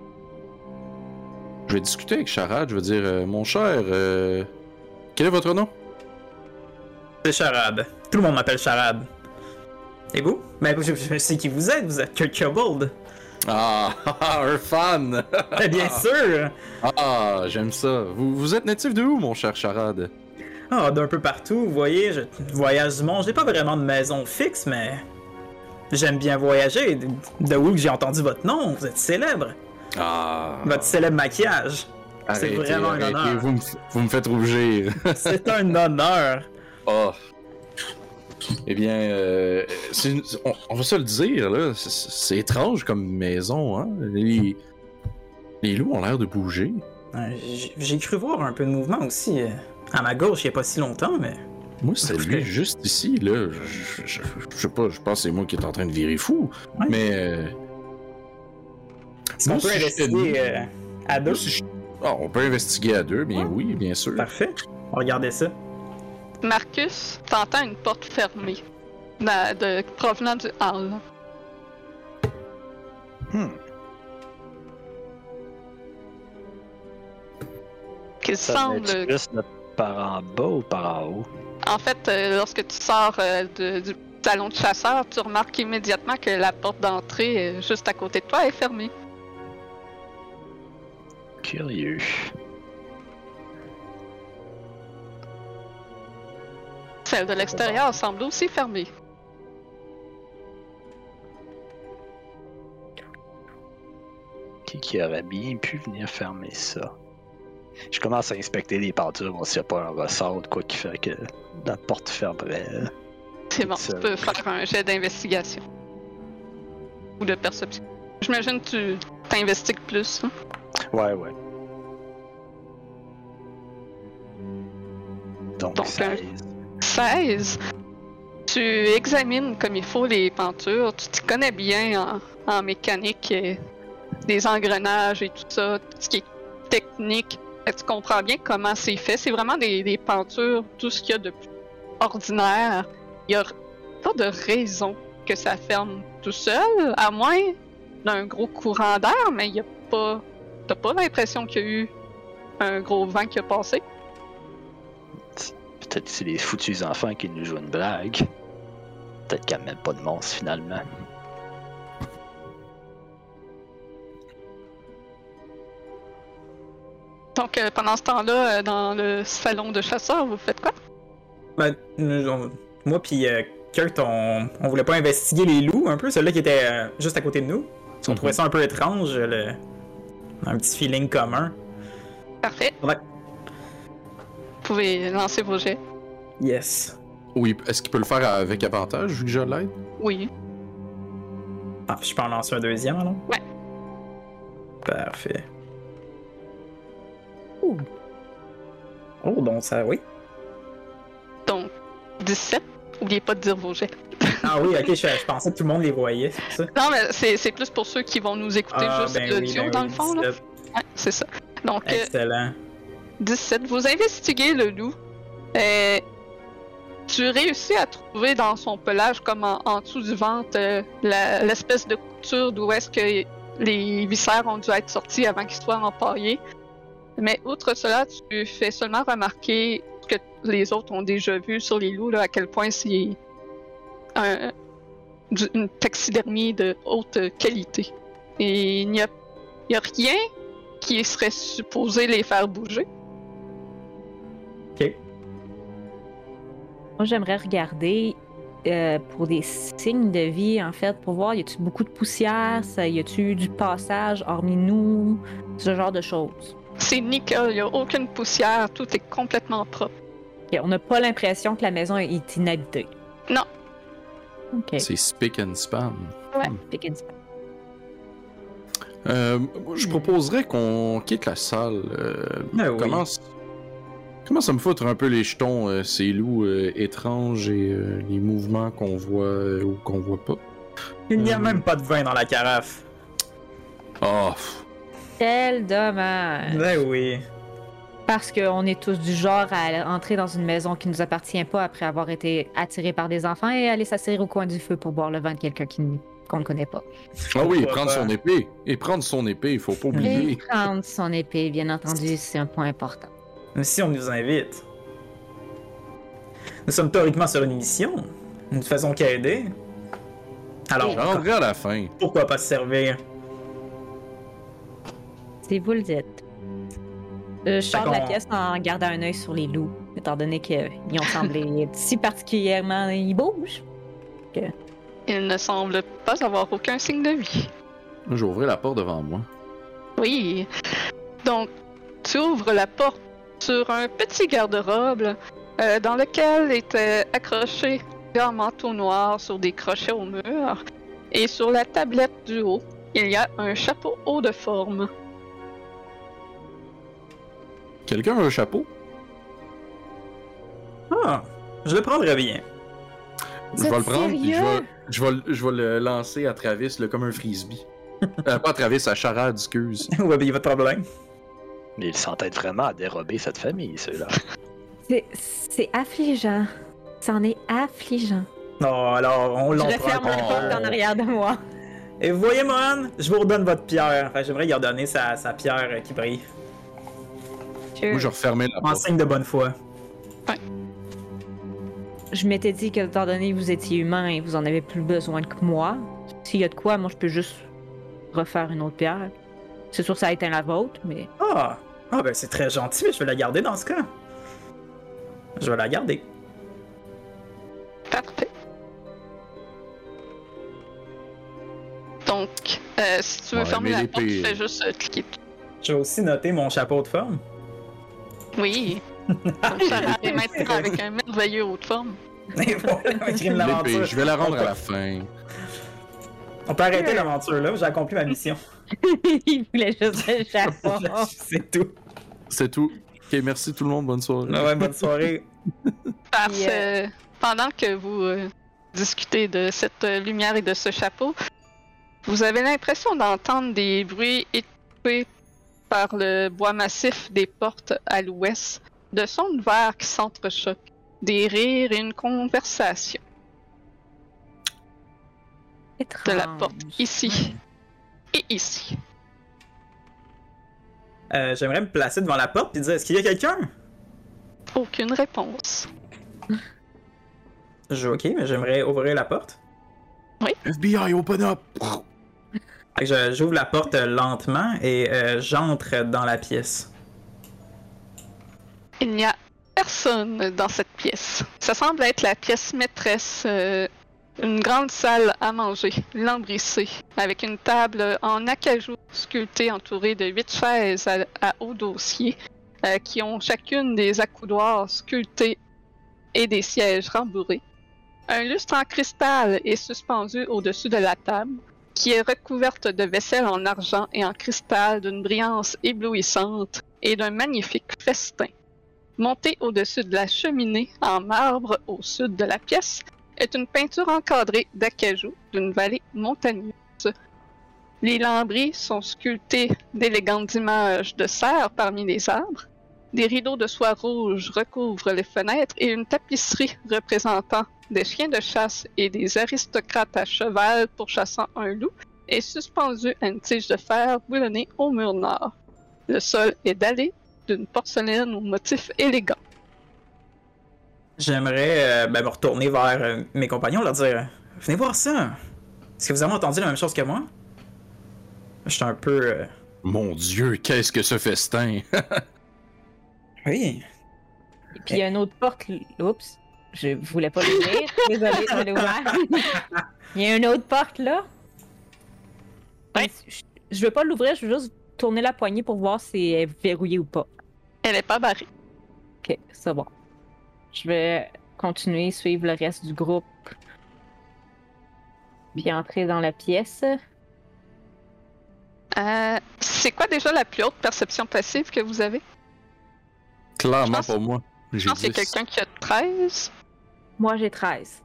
discuter avec Charade. Je vais dire, mon cher, quel est votre nom?
C'est Charade. Tout le monde m'appelle Charade. Et vous? Ben, je sais qui vous êtes Kurt Kobold.
Ah, un fan!
Ben, bien sûr!
Ah, j'aime ça. Vous êtes natif de où, mon cher Charade?
Ah, d'un peu partout, vous voyez, je voyage du monde. J'ai pas vraiment de maison fixe, mais j'aime bien voyager. De où que j'ai entendu votre nom? Vous êtes célèbre.
Ah.
Votre célèbre maquillage. C'est vraiment un honneur.
Vous me faites rougir.
C'est un honneur.
Oh. Eh bien, on va se le dire, là. C'est étrange comme maison, hein. Les loups ont l'air de bouger.
J'ai cru voir un peu de mouvement aussi. À ma gauche, il y a pas si longtemps, mais...
Moi, c'est lui juste ici, là. Je sais pas, je pense que c'est moi qui est en train de virer fou. Ouais. Mais...
Est-ce qu'on peut investiguer à deux?
On peut investiguer à deux, bien oui, bien sûr.
Parfait. On va regarder ça.
Marcus, t'entends une porte fermée provenant du hall. Qu'il semble...
Plus par en bas ou par en haut?
En fait, lorsque tu sors du salon de chasseur, tu remarques immédiatement que la porte d'entrée juste à côté de toi est fermée.
Curieux.
Celle de l'extérieur semble aussi fermée.
Qui aurait bien pu venir fermer ça? Je commence à inspecter les peintures, voir s'il n'y a pas un ressort ou quoi qui fait que la porte fermerait.
C'est bon, tu peux faire un jet d'investigation. Ou de perception. J'imagine que tu t'investigues plus. Hein?
Ouais. Donc 16.
16. Tu examines comme il faut les peintures, tu t'y connais bien en mécanique, des engrenages et tout ça, tout ce qui est technique. Tu comprends bien comment c'est fait. C'est vraiment des peintures, tout ce qu'il y a de plus ordinaire. Il n'y a pas de raison que ça ferme tout seul, à moins d'un gros courant d'air, mais il y a pas... T'as pas l'impression qu'il y a eu un gros vent qui a passé?
Peut-être que c'est les foutus enfants qui nous jouent une blague. Peut-être qu'il n'y a même pas de monstre finalement.
Donc pendant ce temps-là, dans le salon de chasseurs, vous faites quoi?
Ben, moi pis Kurt, on voulait pas investiguer les loups un peu, celui-là qui était juste à côté de nous. On trouvait ça un peu étrange, un petit feeling commun.
Parfait.
Ouais.
Vous pouvez lancer vos jets.
Yes.
Oui, est-ce qu'il peut le faire avec avantage vu que je l'aide?
Oui.
Ah, je peux en lancer un deuxième alors?
Ouais.
Parfait. Oh, donc ça, oui.
Donc, 17. Oubliez pas de dire vos jets.
Ah oui, ok, je pensais que tout le monde les voyait, c'est ça?
Non, mais c'est plus pour ceux qui vont nous écouter juste l'audio, dans le fond. Là. Ouais, c'est ça. Donc,
Excellent.
17. Vous investiguez le loup. Tu réussis à trouver dans son pelage, comme en dessous du ventre, l'espèce de couture d'où est-ce que les viscères ont dû être sortis avant qu'ils soient empaillés. Mais outre cela, tu fais seulement remarquer ce que les autres ont déjà vu sur les loups, là, à quel point c'est une taxidermie de haute qualité. Et il n'y a rien qui serait supposé les faire bouger.
Ok.
Moi, j'aimerais regarder pour des signes de vie, en fait, pour voir, y a-tu beaucoup de poussière, y a-tu du passage hormis nous, ce genre de choses.
C'est nickel, il n'y a aucune poussière, tout est complètement propre.
Okay, on n'a pas l'impression que la maison est inhabitée.
Non.
OK.
C'est spick and span.
Ouais.
Pick and span.
Je proposerais qu'on quitte la salle.
Ah oui.
Commence à me foutre un peu les jetons, ces loups étranges et les mouvements qu'on voit ou qu'on voit pas.
Il n'y a même pas de vin dans la carafe.
Oh,
Quel dommage!
Ben oui.
Parce qu'on est tous du genre à entrer dans une maison qui nous appartient pas après avoir été attirés par des enfants et aller s'asseoir au coin du feu pour boire le vin de quelqu'un qu'on ne connaît pas.
Ah oui,
Pourquoi
prendre
pas?
son épée. Et prendre son épée, il faut pas oublier.
Et prendre son épée, bien entendu, c'est un point important.
Mais si on nous invite. Nous sommes théoriquement sur une mission. Nous ne faisons qu'à aider. Alors,
Je rendrai à la fin.
pourquoi pas se servir?
Si vous le dites. Je sors de la
qu'on-
pièce en gardant un œil sur les loups, étant donné qu'ils ont semblé si particulièrement... Ils bougent.
Il ne semble pas avoir aucun signe de vie.
Je vais ouvrir la porte devant moi.
Oui. Donc, tu ouvres la porte sur un petit garde-robe dans lequel était accroché un manteau noir sur des crochets au mur. Et sur la tablette du haut, il y a un chapeau haut de forme.
Quelqu'un a un chapeau?
Ah, je le prendrais bien.
Je vais le prendre, puis je vais le lancer à Travis là, comme un frisbee. Pas à Travis, à Charade, excuse.
Ouais, ben, il y a pas de problème.
Mais ils s'entêtent vraiment à dérober cette famille, ceux-là.
C'est affligeant. C'en est affligeant.
Non, alors, on
Je
l'emprunte.
referme la porte en arrière de moi.
Et vous voyez, Mohan, je vous redonne votre pierre. Enfin, j'aimerais lui redonner sa pierre qui brille.
Moi, je refermais la
En
porte.
signe de bonne foi.
Je m'étais dit que, étant donné que vous étiez humain et vous en avez plus besoin que moi, s'il y a de quoi, moi, je peux juste refaire une autre pierre. C'est sûr que ça a éteint la vôtre, mais...
Ah, ben c'est très gentil, mais je vais la garder dans ce cas. Je vais la garder.
Parfait. Donc, si tu veux
Ouais,
fermer
mais
la porte,
l'épée-
tu fais juste cliquer.
Je vais aussi noter mon chapeau de forme.
Oui. Donc, ça est maintenant avec un merveilleux haut de forme.
Et voilà, écrit
L'épée,
l'aventure.
je vais la rendre à la fin.
On peut arrêter l'aventure là, j'ai accompli ma mission.
Il voulait juste le chapeau.
C'est tout.
C'est tout. Ok, merci tout le monde, bonne soirée.
Ah ouais, bonne soirée.
Parce pendant que vous discutez de cette lumière et de ce chapeau, vous avez l'impression d'entendre des bruits étouffés par le bois massif des portes à l'ouest, de sons de verre qui s'entrechoquent, des rires et une conversation de la porte ici et ici.
J'aimerais me placer devant la porte et dire, est-ce qu'il y a quelqu'un?
Aucune réponse.
Ok, mais j'aimerais ouvrir la porte.
FBI, open up!
Fait que j'ouvre la porte lentement et j'entre dans la pièce.
Il n'y a personne dans cette pièce. Ça semble être la pièce maîtresse, une grande salle à manger, lambrissée, avec une table en acajou sculptée entourée de 8 chaises à haut dossier, qui ont chacune des accoudoirs sculptés et des sièges rembourrés. Un lustre en cristal est suspendu au-dessus de la table, qui est recouverte de vaisselle en argent et en cristal d'une brillance éblouissante et d'un magnifique festin. Montée au-dessus de la cheminée en marbre au sud de la pièce est une peinture encadrée d'acajou d'une vallée montagneuse. Les lambris sont sculptés d'élégantes images de cerfs parmi les arbres. Des rideaux de soie rouge recouvrent les fenêtres et une tapisserie représentant des chiens de chasse et des aristocrates à cheval pourchassant un loup est suspendue à une tige de fer boulonnée au mur nord. Le sol est dallé d'une porcelaine au motif élégant.
J'aimerais me retourner vers mes compagnons, leur dire venez voir ça. Est-ce que vous avez entendu la même chose que moi? Je suis un peu.
Mon Dieu, qu'est-ce que ce festin!
Oui.
Et puis il y a une autre porte. Oups, je voulais pas l'ouvrir. Désolée, je l'ai ouvert. Il y a une autre porte là.
Ouais.
Je veux pas l'ouvrir, je veux juste tourner la poignée pour voir si elle est verrouillée ou pas.
Elle est pas barrée.
Ok, c'est bon. Je vais continuer, suivre le reste du groupe. Puis entrer dans la pièce.
C'est quoi déjà la plus haute perception passive que vous avez?
Clairement
Je pense-
pas moi.
Je
J'ai
pense qu'il y a
10.
quelqu'un qui a 13.
Moi, j'ai 13.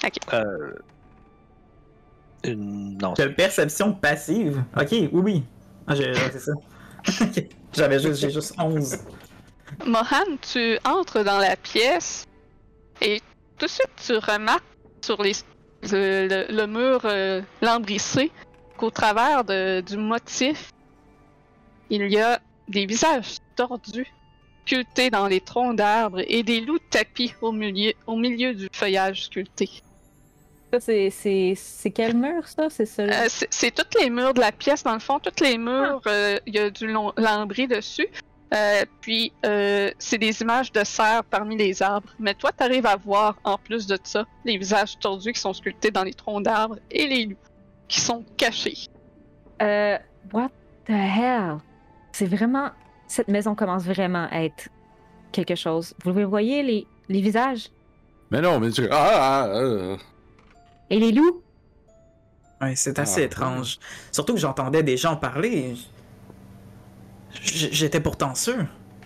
Non.
Quelle perception passive. Ok, oui. Ah, c'est ça. Ok. J'ai juste 11.
Mohan, tu entres dans la pièce et tout de suite tu remarques sur le mur lambrissé qu'au travers du motif, il y a des visages tordus, sculptés dans les troncs d'arbres et des loups tapis au milieu du feuillage sculpté.
Ça, c'est quel mur, ça? C'est celui
C'est tous les murs de la pièce, dans le fond. Tous les murs, il y a du lambris dessus. Puis, c'est des images de cerfs parmi les arbres. Mais toi, tu arrives à voir, en plus de ça, les visages tordus qui sont sculptés dans les troncs d'arbres et les loups qui sont cachés.
What the hell? C'est vraiment... Cette maison commence vraiment à être quelque chose. Vous voyez les visages?
Mais non, mais tu.
Et les loups?
Ouais, c'est assez étrange. Surtout que j'entendais des gens parler. J'étais pourtant sûr.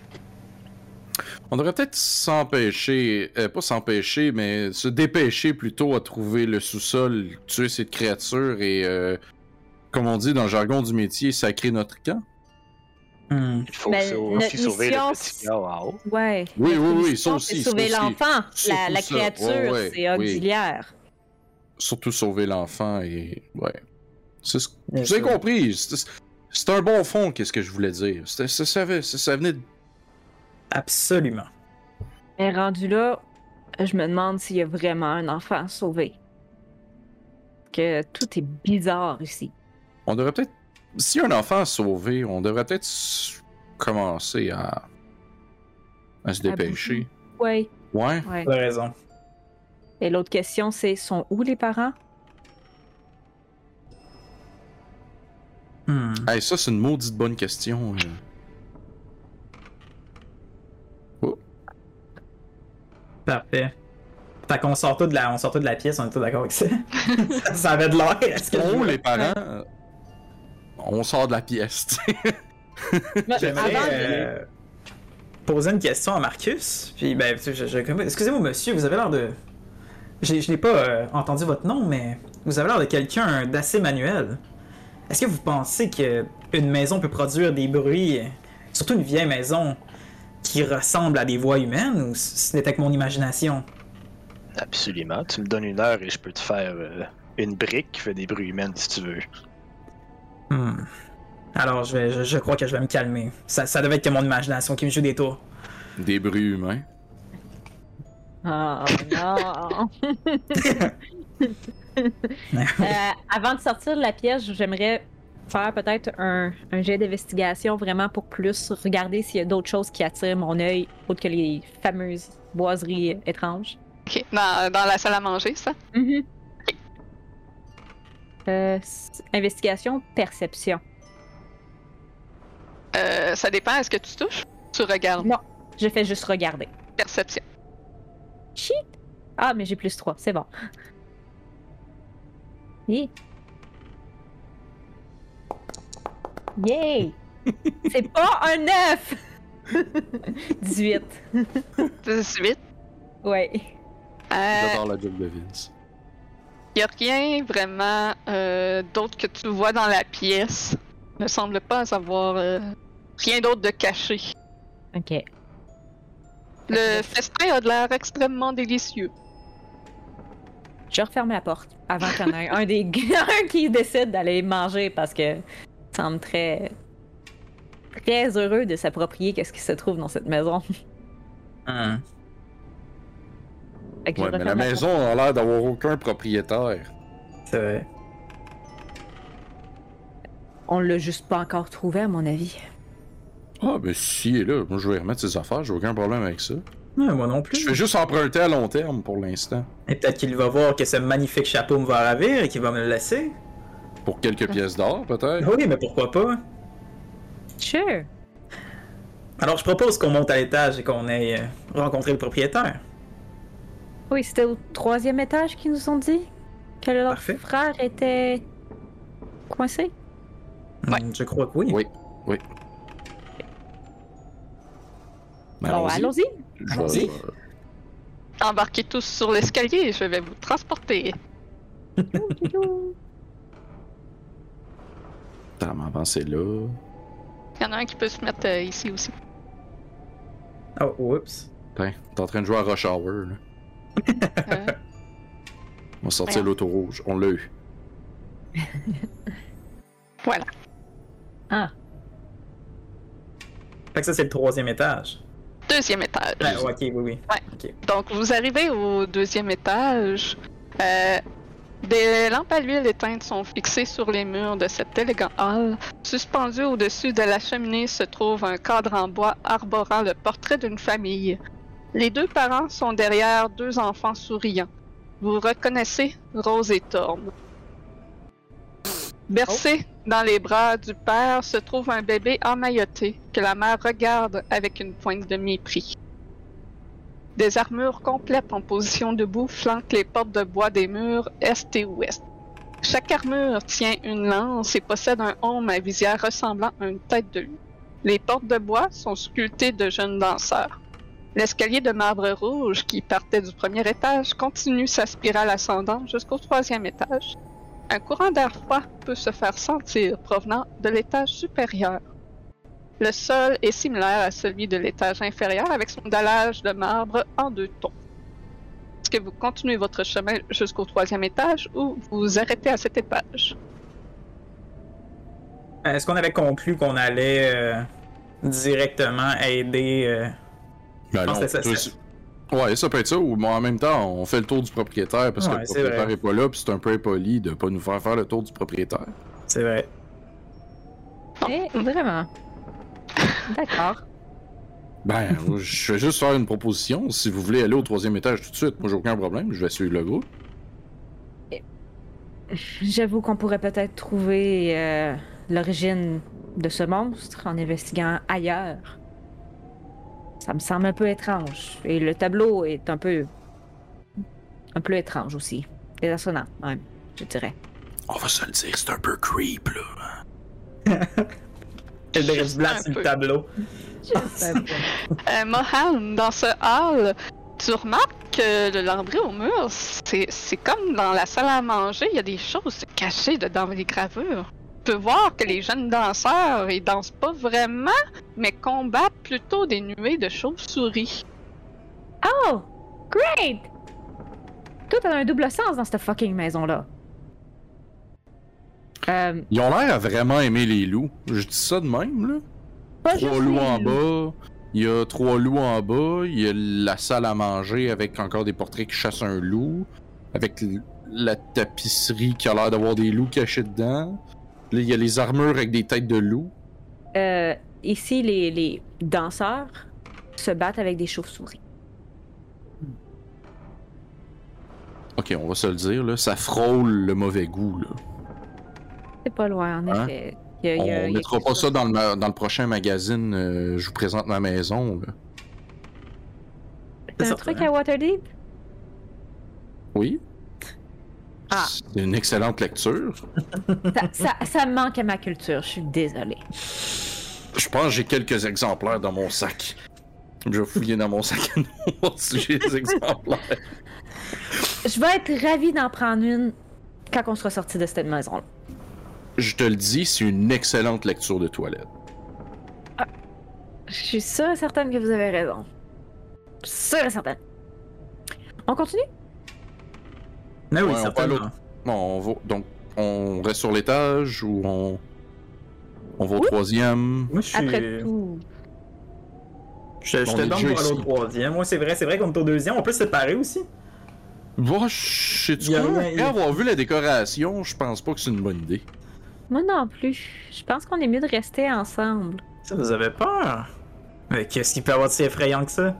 On devrait peut-être s'empêcher, pas s'empêcher, mais se dépêcher plutôt à trouver le sous-sol, tuer cette créature et, comme on dit dans le jargon du métier, sacrer notre camp.
Il faut
Mais
aussi
notre
sauver
mission,
le petit gars en haut.
Ouais.
Oui,
Notre
oui, oui,
mission,
ça
c'est
aussi,
sauver
ça aussi.
l'enfant.
Surtout
La
ça.
créature,
Ouais,
c'est
oui.
auxiliaire.
Surtout sauver l'enfant et. Ouais.
Bien
Vous avez
sûr.
compris. C'est un bon fond, qu'est-ce que je voulais dire. Ça venait de.
Absolument.
Mais rendu là, je me demande s'il y a vraiment un enfant à sauver. Que tout est bizarre ici.
On devrait peut-être. Si un enfant à sauver, on devrait peut-être commencer à se dépêcher.
Ouais.
Ouais.
Ouais.
Tu as raison.
Et l'autre question, c'est sont où les parents?
Hey, ça, c'est une maudite bonne question.
Parfait. Fait qu'on sort tout de la pièce, on est tous d'accord avec ça. Ça avait de l'air. Est-ce que
Oh, les parents, on sort de la pièce, tu sais.
J'aimerais
Avant
poser une question à Marcus. Puis, ben, excusez-moi, monsieur, vous avez l'air de. Je n'ai pas entendu votre nom, mais vous avez l'air de quelqu'un d'assez manuel. Est-ce que vous pensez qu'une maison peut produire des bruits, surtout une vieille maison, qui ressemble à des voix humaines, ou ce n'était que mon imagination?
Absolument. Tu me donnes 1 heure et je peux te faire une brique qui fait des bruits humains si tu veux.
Alors, je crois que je vais me calmer. Ça devait être que mon imagination qui me joue des tours.
Des bruits humains.
Oh non! Avant de sortir de la pièce, j'aimerais faire peut-être un jet d'investigation vraiment pour plus regarder s'il y a d'autres choses qui attirent mon œil autre que les fameuses boiseries étranges.
Ok, dans la salle à manger, ça?
Investigation, perception.
Ça dépend, est-ce que tu touches? Tu regardes.
Non, je fais juste regarder.
Perception.
Shit! Ah, mais j'ai plus 3, c'est bon. Yeah! Yay! C'est pas un 9! 18.
18.
Ouais.
J'adore la joke de Vince.
Il n'y a rien vraiment d'autre que tu vois dans la pièce. Il ne semble pas avoir rien d'autre de caché.
Ok.
Le festin a de l'air extrêmement délicieux.
Je referme la porte avant qu'il y en ait un des un qui décide d'aller manger parce que il semble très heureux de s'approprier qu'est-ce qui se trouve dans cette maison. Fait que je
Ouais, mais la
referme
maison a l'air d'avoir aucun propriétaire.
C'est vrai.
On l'a juste pas encore trouvé, à mon avis.
Ah, ben si il est là, moi je vais remettre ses affaires, j'ai aucun problème avec ça.
Ouais, moi non plus.
Je vais juste emprunter à long terme pour l'instant.
Et peut-être qu'il va voir que ce magnifique chapeau me va ravir et qu'il va me le laisser.
Pour quelques pièces d'or, peut-être.
Oui, mais pourquoi pas?
Sure.
Alors je propose qu'on monte à l'étage et qu'on aille rencontrer le propriétaire.
Oui, c'était au 3e étage qu'ils nous ont dit que leur
Parfait.
frère était coincé.
Ouais.
Je crois que oui.
Oui. Ben,
Bon, allons-y.
Allons-y.
Embarquez tous sur l'escalier, je vais vous transporter.
T'as avancé là.
Il y en a un qui peut se mettre ici aussi.
Oh, oups.
Putain, t'es en train de jouer à Rush Hour, là.
Euh,
On va sortir
Ouais.
l'auto rouge, on l'a eu.
voilà.
Ah,
Fait que ça, c'est le 3e étage.
2e étage.
Ok, oui.
Donc, vous arrivez au 2e étage. Des lampes à l'huile éteintes sont fixées sur les murs de cet élégant hall. Suspendu au-dessus de la cheminée se trouve un cadre en bois arborant le portrait d'une famille. Les 2 parents sont derrière 2 enfants souriants. Vous reconnaissez Rose et Thorne. Bercé dans les bras du père se trouve un bébé emmailloté que la mère regarde avec une pointe de mépris. Des armures complètes en position debout flanquent les portes de bois des murs est et ouest. Chaque armure tient une lance et possède un aume à visière ressemblant à une tête de loup. Les portes de bois sont sculptées de jeunes danseurs. L'escalier de marbre rouge qui partait du 1er étage continue sa spirale ascendante jusqu'au 3e étage. Un courant d'air froid peut se faire sentir provenant de l'étage supérieur. Le sol est similaire à celui de l'étage inférieur avec son dallage de marbre en 2 tons. Est-ce que vous continuez votre chemin jusqu'au 3e étage ou vous vous arrêtez à cet étage?
Est-ce qu'on avait conclu qu'on allait directement aider...
Ben
Ah,
non,
c'est ça.
Ouais, ça peut être ça, ou en même temps, on fait le tour du propriétaire parce que
Ouais,
le
c'est
propriétaire
vrai.
est pas là, puis c'est un peu impoli de pas nous faire le tour du propriétaire.
C'est vrai.
vraiment. D'accord.
Ben, je vais juste faire une proposition. Si vous voulez aller au 3e étage tout de suite, moi j'ai aucun problème, je vais suivre le groupe.
J'avoue qu'on pourrait peut-être trouver l'origine de ce monstre en investiguant ailleurs. Ça me semble un peu étrange. Et le tableau est un peu étrange aussi. Désassonnant, même, je dirais.
On va se le dire, c'est un peu creep, là.
Il y a du blanc
Un
sur
peu.
le tableau.
Mohan, dans ce hall, tu remarques que le lambris au mur, c'est comme dans la salle à manger, il y a des choses cachées dedans les gravures. Tu peux voir que les jeunes danseurs, ils dansent pas vraiment, mais combattent plutôt des nuées de chauves-souris.
Oh! Great! Tout a un double sens dans cette fucking maison-là.
Ils ont l'air à vraiment aimer les loups. Je dis ça de même, là.
Pas
3
juste
loups
les
en
loups.
bas. Il y a 3 loups en bas. Il y a la salle à manger avec encore des portraits qui chassent un loup. Avec la tapisserie qui a l'air d'avoir des loups cachés dedans. Là, il y a les armures avec des têtes de loups.
Ici, les danseurs se battent avec des chauves-souris.
Ok, on va se le dire, là. Ça frôle le mauvais goût, là.
C'est pas loin, en
Hein?
effet.
On mettra pas ça dans le prochain magazine. Je vous présente ma maison, là.
T'as un
C'est
truc
certain.
à Waterdeep?
Oui.
Ah.
C'est une excellente lecture.
Ça manque à ma culture, je suis désolée.
Je pense que j'ai quelques exemplaires dans mon sac. Je vais fouiller dans mon sac à voir si j'ai des exemplaires.
Je vais être ravie d'en prendre une quand on sera sorti de cette maison-là.
Je te le dis, c'est une excellente lecture de toilette.
Je suis sûre et certaine que vous avez raison. Sûre et certaine. On continue?
Mais oui,
Ouais, on va à
certainement.
l'autre. Bon, donc, on reste sur l'étage ou on va au troisième?
Moi, je suis.
Après tout.
Je
On
te
est
donne
déjà
pour aller au
ici.
troisième. Moi, c'est vrai qu'on est au deuxième. On peut se séparer aussi.
Bon, sais-tu
Il y a
quoi?
rien-
Après avoir vu la décoration, je pense pas que c'est une bonne idée.
Moi non plus. Je pense qu'on est mieux de rester ensemble.
Ça, vous avez peur? Mais qu'est-ce qui peut avoir de si effrayant que ça?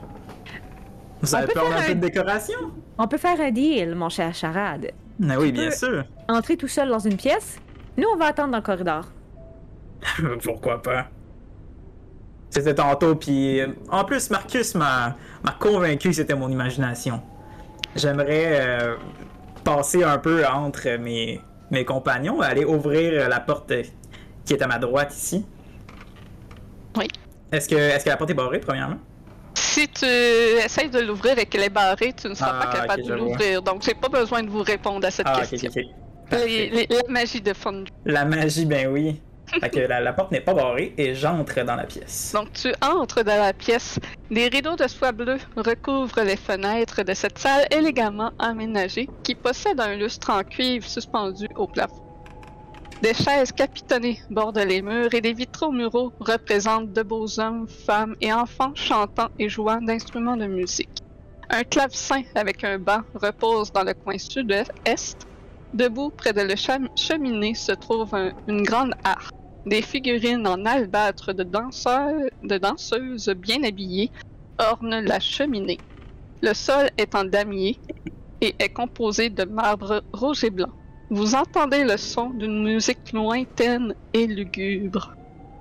Vous
On
avez
peut
peur
faire
d'un peu
un-
de décoration?
On peut faire un deal, mon cher Charade.
Mais oui,
Tu
bien
peux-
sûr.
Entrer tout seul dans une pièce. Nous, on va attendre dans le corridor.
Pourquoi pas? C'était tantôt, puis en plus, Marcus m'a convaincu que c'était mon imagination. J'aimerais passer un peu entre mes compagnons, aller ouvrir la porte qui est à ma droite ici.
Oui.
Est-ce que la porte est barrée, premièrement?
Si tu essayes de l'ouvrir et qu'elle est barrée, tu ne seras pas capable
ok,
de
je vois.
l'ouvrir. Donc, j'ai pas besoin de vous répondre à cette
Ah, ok,
question.
ok. Parfait.
La magie de Fondu.
La magie, ben oui. Fait que la porte n'est pas barrée et j'entre dans la pièce.
Donc, tu entres dans la pièce. Des rideaux de soie bleue recouvrent les fenêtres de cette salle élégamment aménagée qui possède un lustre en cuivre suspendu au plafond. Des chaises capitonnées bordent les murs et des vitraux muraux représentent de beaux hommes, femmes et enfants chantant et jouant d'instruments de musique. Un clavecin avec un banc repose dans le coin sud-est. Debout près de la cheminée se trouve une grande harpe. Des figurines en albâtre de danseuses bien habillées ornent la cheminée. Le sol est en damier et est composé de marbre rouge et blanc. Vous entendez le son d'une musique lointaine et lugubre.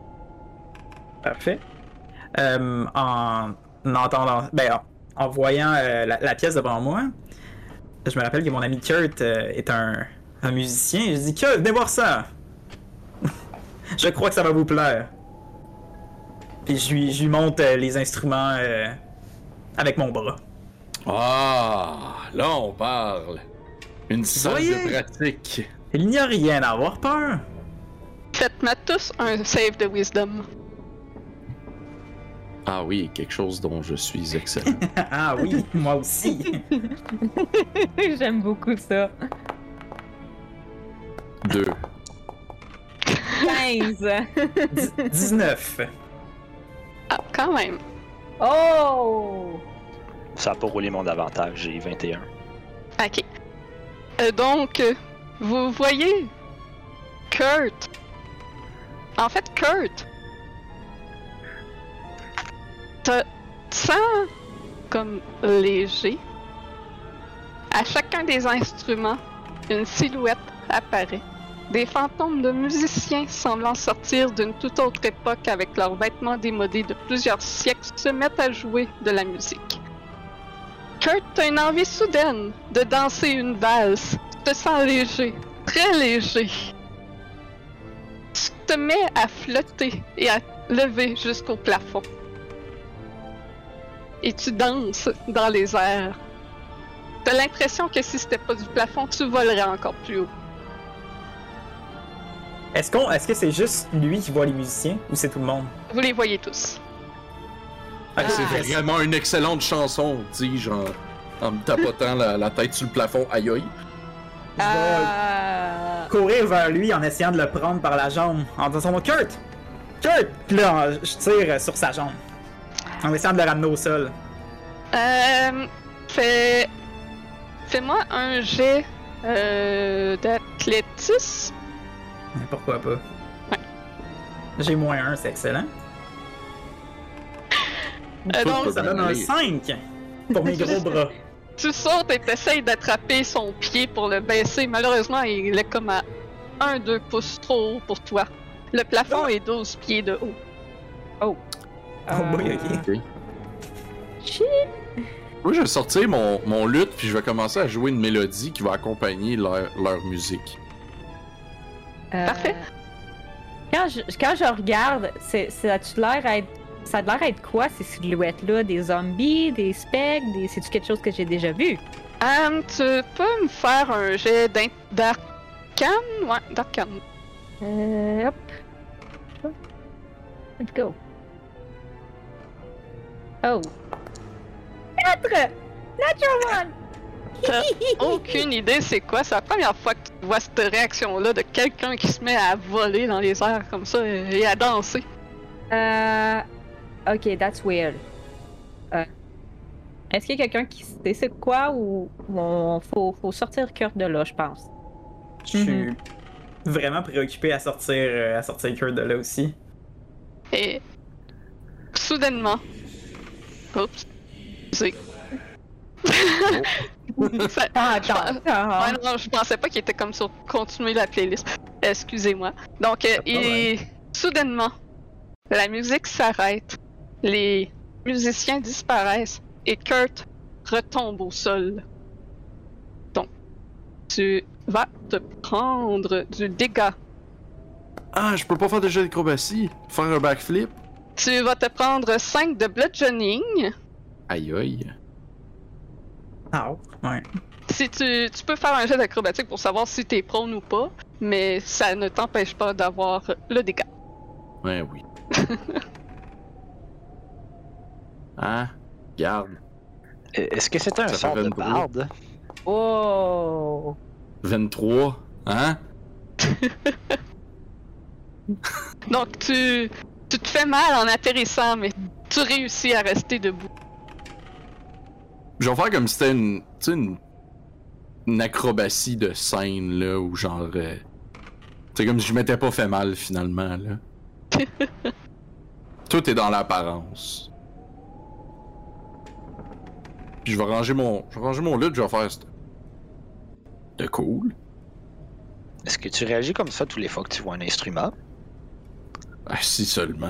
Parfait. En entendant, en voyant la pièce devant moi, je me rappelle que mon ami Kurt est un musicien. Et je dis Kurt, venez voir ça. Je crois que ça va vous plaire. Puis je lui montre les instruments avec mon bras.
Ah, là on parle. Une salle
Voyez.
de pratique.
Il n'y a rien à avoir peur.
Faites-moi tous un save de wisdom.
Ah oui, quelque chose dont je suis excellent.
Ah oui, moi aussi.
J'aime beaucoup ça.
2.
15.
19.
Ah, quand même.
Oh!
Ça a pas roulé mon avantage, j'ai 21.
Ok. Donc, vous voyez Kurt. En fait, Kurt, te sens comme léger. À chacun des instruments, une silhouette apparaît. Des fantômes de musiciens semblant sortir d'une toute autre époque avec leurs vêtements démodés de plusieurs siècles se mettent à jouer de la musique. Kurt, t'as une envie soudaine de danser une valse. Tu te sens léger, très léger. Tu te mets à flotter et à lever jusqu'au plafond. Et tu danses dans les airs. T'as l'impression que si c'était pas du plafond, tu volerais encore plus haut.
Est-ce que c'est juste lui qui voit les musiciens ou c'est tout le monde?
Vous les voyez tous.
Ok,
C'est vraiment une excellente chanson, dis-je, en me tapotant la tête sur le plafond. Aïe aïe.
Je vais courir vers lui en essayant de le prendre par la jambe, en disant son nom, Kurt! Kurt! Puis là, je tire sur sa jambe, en essayant de le ramener au sol.
Fais-moi un jet d'athlétisme.
Mais pourquoi pas?
Ouais.
J'ai -1, c'est excellent.
Donc,
Ça donne un 5 pour mes gros bras.
tu sautes et t'essayes d'attraper son pied pour le baisser. Malheureusement, il est comme à 1-2 pouces trop haut pour toi. Le plafond est 12 pieds de haut.
Oh boy, ok.
Shit.
Moi, je vais sortir mon luth, puis je vais commencer à jouer une mélodie qui va accompagner leur musique.
Parfait.
Quand je regarde, ça a l'air être quoi ces silhouettes-là? Des zombies, des spectres, c'est-tu quelque chose que j'ai déjà vu?
Tu peux me faire un jet d'arcane? Ouais, d'arcane.
Hop. Let's go. Oh. 4! Natural one!
T'as aucune idée c'est quoi? C'est la première fois que tu vois cette réaction-là de quelqu'un qui se met à voler dans les airs comme ça et à danser.
Ok, that's weird. Est-ce qu'il y a quelqu'un qui sait c'est quoi ou faut sortir Kurt de là, je pense?
Je suis vraiment préoccupé à sortir Kurt de là aussi.
Et soudainement, oups, c'est.
Attends.
Ouais, non, je pensais pas qu'il était comme sur continuer la playlist. Excusez-moi. Donc, soudainement, la musique s'arrête, les musiciens disparaissent et Kurt retombe au sol. Donc, tu vas te prendre du dégât.
Ah, je peux pas faire de jet d'acrobatie? Faire un backflip?
Tu vas te prendre 5 de bludgeoning.
Aïe aïe.
Ah, ouais.
Si tu peux faire un jet d'acrobatique pour savoir si t'es prone ou pas, mais ça ne t'empêche pas d'avoir le dégât.
Ouais, oui. Hein? Garde.
Est-ce que c'était un
Ça
sort
fait
de
23.
barde?
Oh!
23. Hein?
Donc tu te fais mal en atterrissant, mais tu réussis à rester debout.
Je vais faire comme si c'était une acrobatie de scène, là, ou genre... c'est comme si je m'étais pas fait mal, finalement, là. Tout est dans l'apparence. Puis je vais ranger mon loot, je vais faire... De cool.
Est-ce que tu réagis comme ça tous les fois que tu vois un instrument?
Ah, si seulement.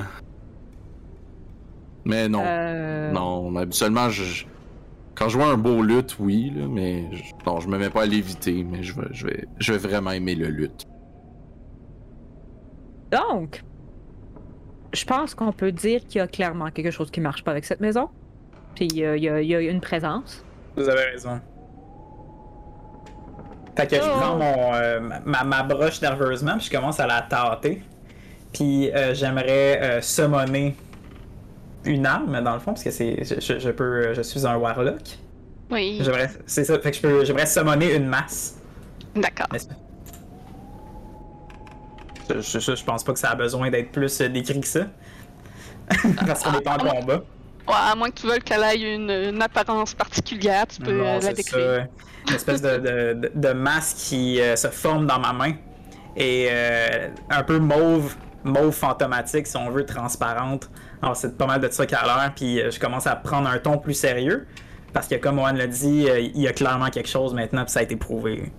Mais non. Non, habituellement, quand je vois un beau lutte, oui, là, mais non, je me mets pas à l'éviter, mais je vais vraiment aimer le lutte.
Donc, je pense qu'on peut dire qu'il y a clairement quelque chose qui marche pas avec cette maison. Puis il y a une présence.
Vous avez raison. Fait que je prends ma broche nerveusement, puis je commence à la tâter. Puis j'aimerais summoner une arme, dans le fond, parce que je suis un warlock.
Oui.
C'est ça, fait que j'aimerais summoner une masse.
D'accord.
Je pense pas que ça a besoin d'être plus décrit que ça. Parce qu'on est en combat.
Ouais, à moins que tu veuilles qu'elle ait une apparence particulière, tu peux la décrire.
Ça. Une espèce de masse qui se forme dans ma main. Et un peu mauve fantomatique, si on veut, transparente. Alors, c'est pas mal de ça qui a l'air. Puis je commence à prendre un ton plus sérieux. Parce que, comme Owen l'a dit, il y a clairement quelque chose maintenant, puis ça a été prouvé.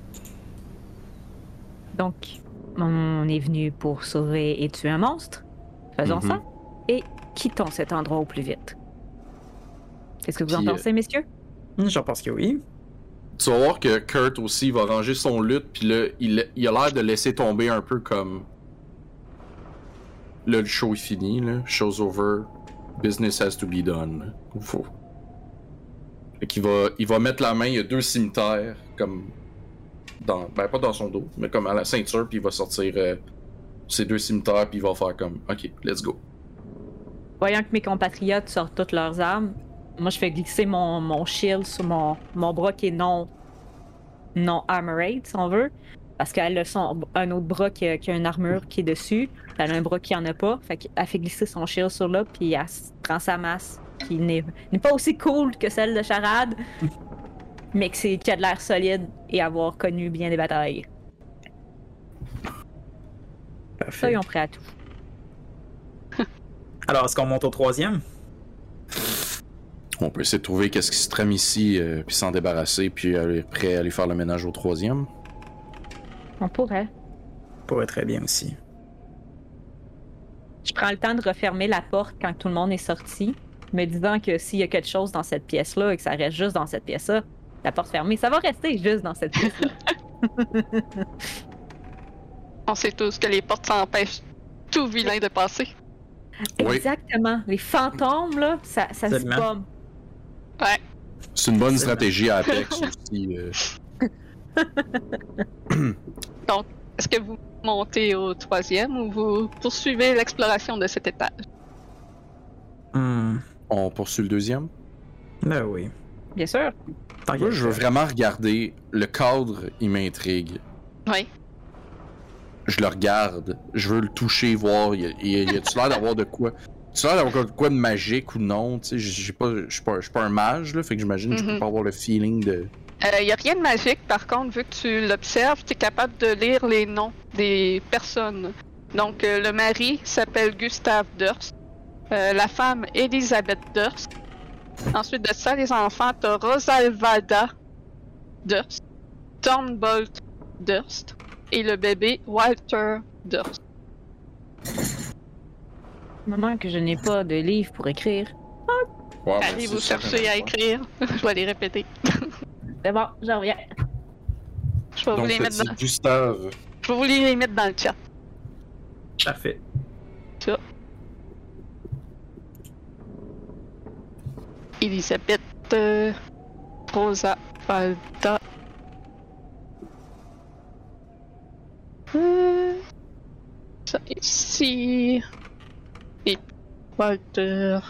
Donc, on est venu pour sauver et tuer un monstre. Faisons ça. Et quittons cet endroit au plus vite. Qu'est-ce que vous en pensez, messieurs?
Je pense que oui.
Tu vas voir que Kurt aussi va ranger son lutte, puis là, il a l'air de laisser tomber un peu comme... Là, le show est fini, là. Show's over. Business has to be done. Faut... Fait qu'il va mettre la main, il y a 2 cimetières, comme... pas dans son dos, mais comme à la ceinture, puis il va sortir ces 2 cimetières, puis il va faire comme... Ok, let's go.
Voyant que mes compatriotes sortent toutes leurs armes, moi je fais glisser mon shield sur mon bras qui est non armorate, si on veut. Parce qu'elle a un autre bras qui a une armure qui est dessus. Elle a un bras qui en a pas. Fait qu'elle fait glisser son shield sur là, puis elle prend sa masse, qui n'est pas aussi cool que celle de Charade, mais qui a de l'air solide et avoir connu bien des batailles.
Parfait.
Soyons prêts à tout.
Alors, est-ce qu'on monte au 3e?
On peut essayer de trouver qu'est-ce qui se trame ici, puis s'en débarrasser, puis après aller faire le ménage au 3e.
On pourrait.
Pourrait très bien aussi.
Je prends le temps de refermer la porte quand tout le monde est sorti, me disant que s'il y a quelque chose dans cette pièce-là et que ça reste juste dans cette pièce-là, la porte fermée, ça va rester juste dans cette pièce-là.
On sait tous que les portes empêchent tout vilain de passer.
Oui.
Exactement. Les fantômes, là, ça se
Absolument.
bombe.
Ouais.
C'est une bonne stratégie à Apex aussi.
Donc, est-ce que vous montez au 3e ou vous poursuivez l'exploration de cet étage?
On poursuit le 2e?
Ben oui.
Bien sûr.
Moi, je veux vraiment regarder. Le cadre, il m'intrigue.
Oui.
Je le regarde. Je veux le toucher, voir. Y a-tu l'air d'avoir de quoi? Tu l'air d'avoir de quoi de magique ou non? Tu sais, je suis pas un mage, là, fait que j'imagine que je peux pas avoir le feeling de.
Y a rien de magique, par contre, vu que tu l'observes, tu es capable de lire les noms des personnes. Donc, le mari s'appelle Gustave Durst. La femme, Elisabeth Durst. Ensuite de ça, les enfants, t'as Rosalvada Durst, Thornbolt Durst et le bébé Walter Durst.
Maman, que je n'ai pas de livre pour écrire.
Ouais,
Allez vous chercher à écrire. Je vais les répéter.
C'est bon, je reviens.
Je vais vous les mettre dans...
Gustave.
Je vais vous les mettre dans le chat.
Parfait.
Ça. Elisabeth, Rosa, Valda. Ça ici. Et Walter.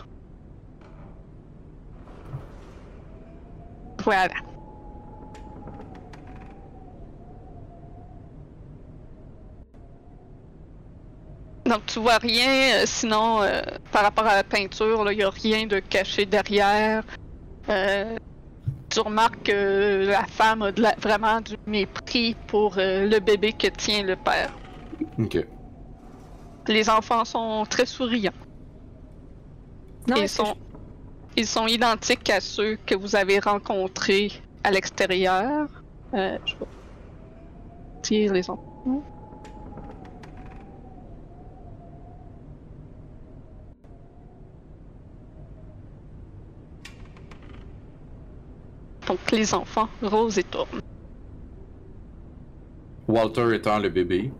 Voilà. Donc tu vois rien, sinon par rapport à la peinture, il n'y a rien de caché derrière. Tu remarques que la femme a vraiment du mépris pour le bébé que tient le père.
Ok.
Les enfants sont très souriants.
Non,
Ils sont identiques à ceux que vous avez rencontrés à l'extérieur. Je vais dire les enfants. Donc les enfants, Rose et Tourne.
Walter étant le bébé.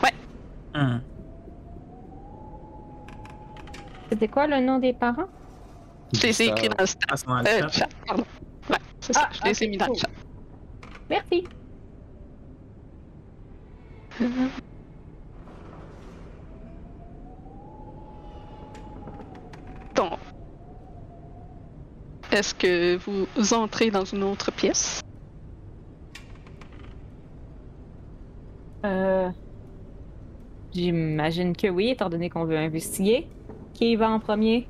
C'était quoi le nom des parents?
Je les ai écrits dans le chat.
Ah, c'est dans le chat.
Pardon. Ouais, c'est ça, je les ai mis dans le chat.
Merci.
Donc, est-ce que vous entrez dans une autre pièce?
J'imagine que oui, étant donné qu'on veut investiguer. Qui va en premier?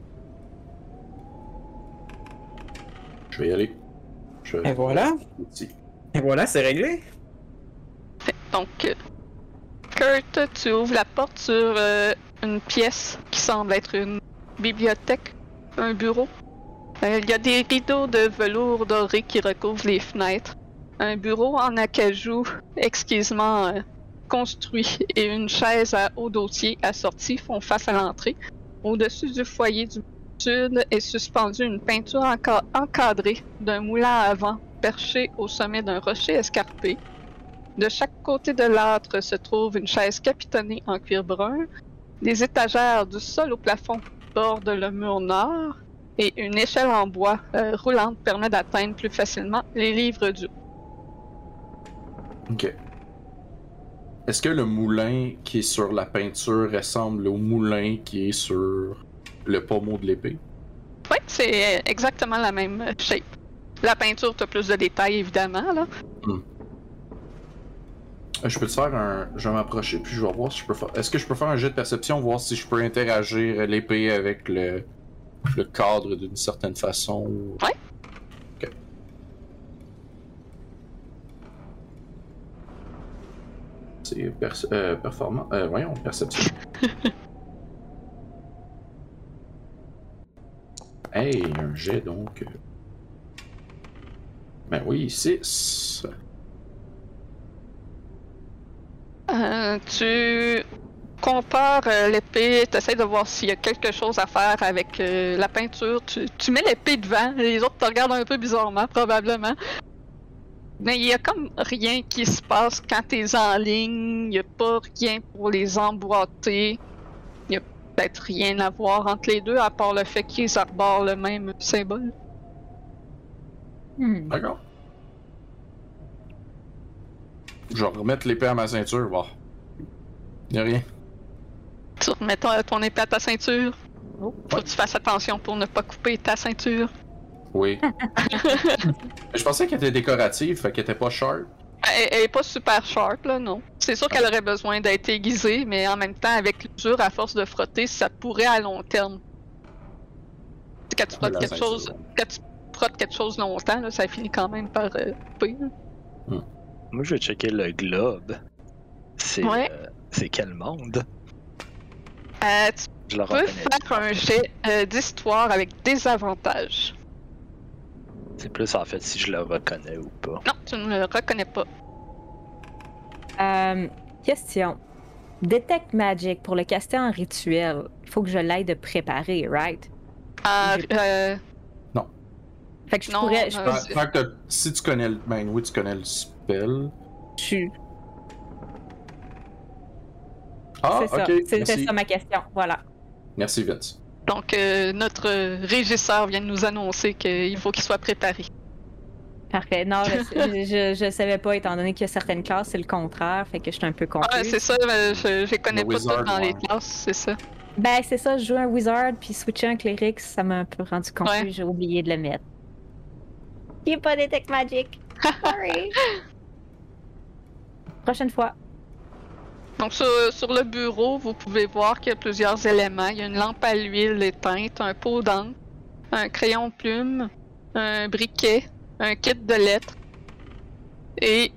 Je vais y aller.
Et voilà.
Ici.
Et voilà, c'est réglé.
Donc, Kurt, tu ouvres la porte sur une pièce qui semble être une bibliothèque, un bureau. Il y a des rideaux de velours doré qui recouvrent les fenêtres. Un bureau en acajou exquisement construit et une chaise à haut dossier assortie font face à l'entrée. Au-dessus du foyer du sud est suspendue une peinture encadrée d'un moulin à vent perché au sommet d'un rocher escarpé. De chaque côté de l'âtre se trouve une chaise capitonnée en cuir brun. Des étagères du sol au plafond bordent le mur nord et une échelle en bois roulante permet d'atteindre plus facilement les livres du haut.
Ok. Est-ce que le moulin qui est sur la peinture ressemble au moulin qui est sur le pommeau de l'épée?
Oui, c'est exactement la même shape. La peinture, t'as plus de détails, évidemment, là.
Je peux te faire un... Je vais m'approcher, puis je vais voir si je peux faire... Est-ce que je peux faire un jet de perception, voir si je peux interagir l'épée avec le cadre d'une certaine façon?
Ouais.
Ok. C'est performant... voyons, perception. Hey, un jet, donc... Ben oui, 6.
Tu compares l'épée, tu essaies de voir s'il y a quelque chose à faire avec la peinture. Tu mets l'épée devant, les autres te regardent un peu bizarrement, probablement. Mais il y a comme rien qui se passe quand tu es en ligne, il n'y a pas rien pour les emboîter. Il n'y a peut-être rien à voir entre les deux, à part le fait qu'ils arborent le même symbole.
D'accord. Je vais remettre l'épée à ma ceinture, bon. Y'a rien.
Tu remets ton épée à ta ceinture.
Oh.
Faut que tu fasses attention pour ne pas couper ta ceinture.
Oui. Je pensais qu'elle était décorative, fait qu'elle était pas sharp.
Elle est pas super sharp, là, non. C'est sûr qu'elle aurait besoin d'être aiguisée, mais en même temps, avec l'usure, à force de frotter, ça pourrait à long terme. Quand tu frottes quelque chose, quand tu frottes quelque chose longtemps, là, ça finit quand même par couper.
Moi, je vais checker le globe. C'est quel monde?
Tu peux faire un jet d'histoire avec des avantages.
C'est plus en fait si je le reconnais ou pas.
Non, tu ne le reconnais pas.
Question. Detect Magic, pour le caster en rituel, il faut que je l'aille de préparer, right?
Non.
Fait que je
Non,
pourrais...
Fait que si tu connais le... Ben oui, tu connais le spell. Ah,
c'est ça.
ok.
C'était ça ma question, voilà.
Merci, Vince.
Donc, notre régisseur vient de nous annoncer qu'il faut qu'il soit préparé.
Parfait. Non, je savais pas, étant donné qu'il y a certaines classes, c'est le contraire, fait que je suis un peu confuse.
Ah, c'est ça, je les connais pas
wizard,
toutes dans les
ouais.
classes, c'est ça.
Ben, c'est ça, je joue un wizard, puis switcher un cleric, ça m'a un peu rendu confus,
Ouais.
j'ai oublié de le mettre. Il a pas Detect Magic. Sorry. Prochaine fois.
Donc, sur le bureau, vous pouvez voir qu'il y a plusieurs éléments. Il y a une lampe à l'huile éteinte, un pot d'encre, un crayon plume, un briquet, un kit de lettres et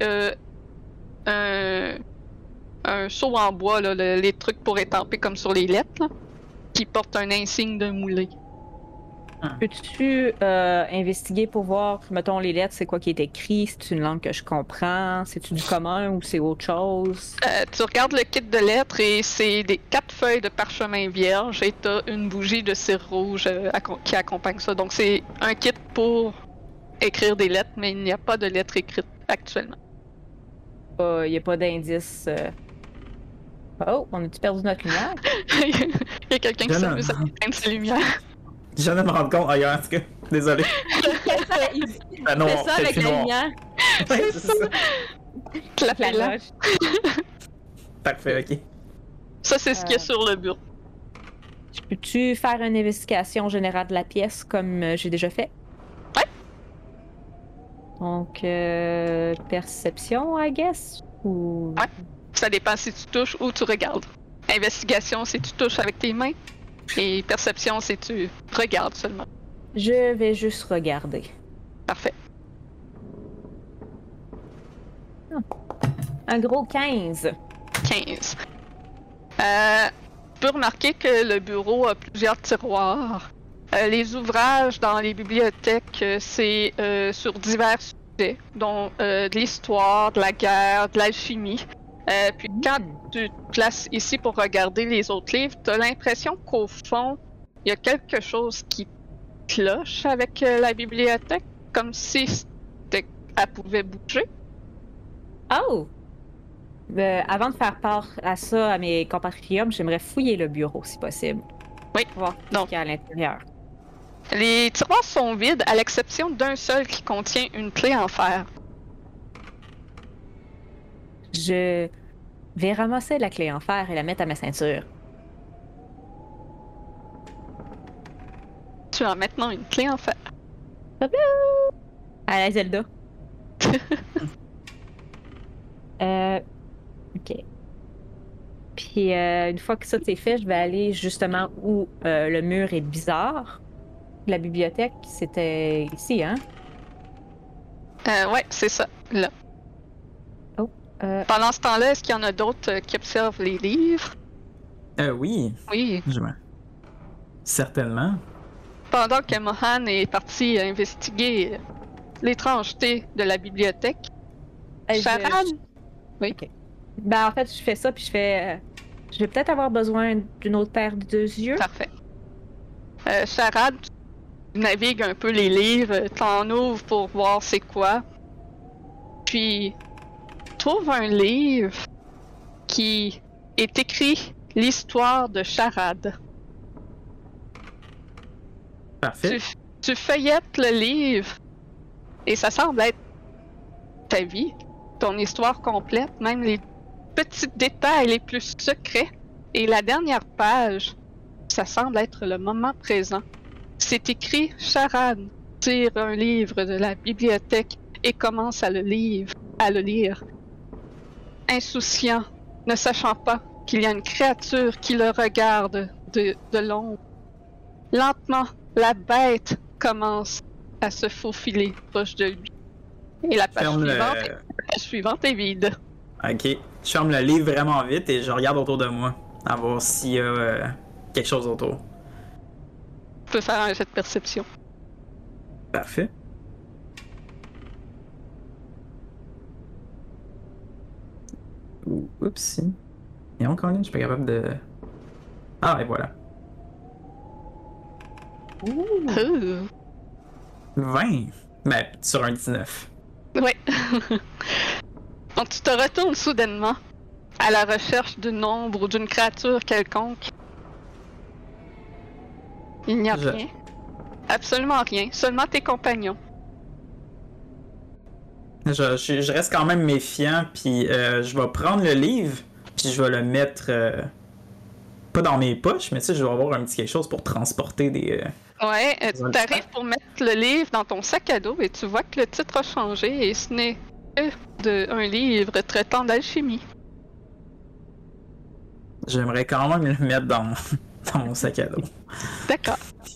un seau en bois, là, les trucs pour étamper comme sur les lettres, là, qui porte un insigne d'un moulé.
Peux-tu investiguer pour voir, mettons, les lettres, c'est quoi qui est écrit? C'est une langue que je comprends? C'est-tu du commun ou c'est autre chose?
Tu regardes le kit de lettres et c'est des 4 feuilles de parchemin vierge et t'as une bougie de cire rouge qui accompagne ça. Donc c'est un kit pour écrire des lettres, mais il n'y a pas de lettres écrites actuellement.
Il n'y a pas d'indice. Oh, on a-tu perdu notre lumière?
Il y a quelqu'un qui s'amuse à éteindre sa lumière.
Je viens de me rendre compte ailleurs, en tout cas. Désolé. Ah non,
Fais ça avec la lumière.
Ouais, c'est ça.
Clapez-la.
Parfait, ok.
Ça, c'est ce qu'il y a sur le bureau.
Peux-tu faire une investigation générale de la pièce comme j'ai déjà fait?
Ouais.
Donc, perception, I guess? Ou...
Ouais. Ça dépend si tu touches ou tu regardes. Investigation, si tu touches avec tes mains. Et perception, si tu regardes seulement.
Je vais juste regarder.
Parfait.
Un gros 15.
15. Tu peux remarquer que le bureau a plusieurs tiroirs. Les ouvrages dans les bibliothèques, c'est sur divers sujets, dont de l'histoire, de la guerre, de l'alchimie. Puis quand tu te places ici pour regarder les autres livres, tu as l'impression qu'au fond, il y a quelque chose qui cloche avec la bibliothèque, comme si elle pouvait bouger.
Oh! Avant de faire part à ça à mes compatriotes, j'aimerais fouiller le bureau si possible.
Oui.
Pour voir ce qu'il y a à l'intérieur.
Les tiroirs sont vides, à l'exception d'un seul qui contient une clé en fer.
Je vais ramasser la clé en fer et la mettre à ma ceinture.
Tu as maintenant une clé en fer.
À la Zelda. Ok. Puis une fois que ça c'est fait, je vais aller justement où le mur est bizarre. La bibliothèque, c'était ici, hein?
Ouais, c'est ça, là. Pendant ce temps-là, est-ce qu'il y en a d'autres qui observent les livres?
Oui.
Oui.
Certainement.
Pendant que Mohan est parti investiguer l'étrangeté de la bibliothèque, Charade? Oui.
Ok. Ben, en fait, je fais ça, puis je fais... je vais peut-être avoir besoin d'une autre paire de yeux.
Parfait. Charade, tu navigues un peu les livres, t'en ouvres pour voir c'est quoi. Puis, trouve un livre qui est écrit l'histoire de Charade.
Parfait.
Tu feuillettes le livre Et ça semble être ta vie, ton histoire complète, même les petits détails les plus secrets. Et la dernière page, ça semble être le moment présent. C'est écrit Charade tire un livre de la bibliothèque et commence à le lire. Insouciant, ne sachant pas qu'il y a une créature qui le regarde de l'ombre. Lentement, la bête commence à se faufiler proche de lui. Et la page suivante est vide.
Ok. Je ferme le livre vraiment vite et je regarde autour de moi. À voir s'il y a quelque chose autour.
Tu peux faire un jet de perception.
Parfait. Oups. Et encore une, je suis pas capable de... Ah, et voilà.
Ouh.
20. Ben, sur un 19.
Ouais. Donc tu te retournes soudainement à la recherche d'une ombre ou d'une créature quelconque. Il n'y a rien. Absolument rien. Seulement tes compagnons.
Je reste quand même méfiant, puis je vais prendre le livre, puis je vais le mettre... pas dans mes poches, mais tu sais, je vais avoir un petit quelque chose pour transporter des...
Ouais, tu arrives pour mettre le livre dans ton sac à dos et tu vois que le titre a changé et ce n'est que un livre traitant d'alchimie.
J'aimerais quand même le mettre dans mon sac à dos.
D'accord.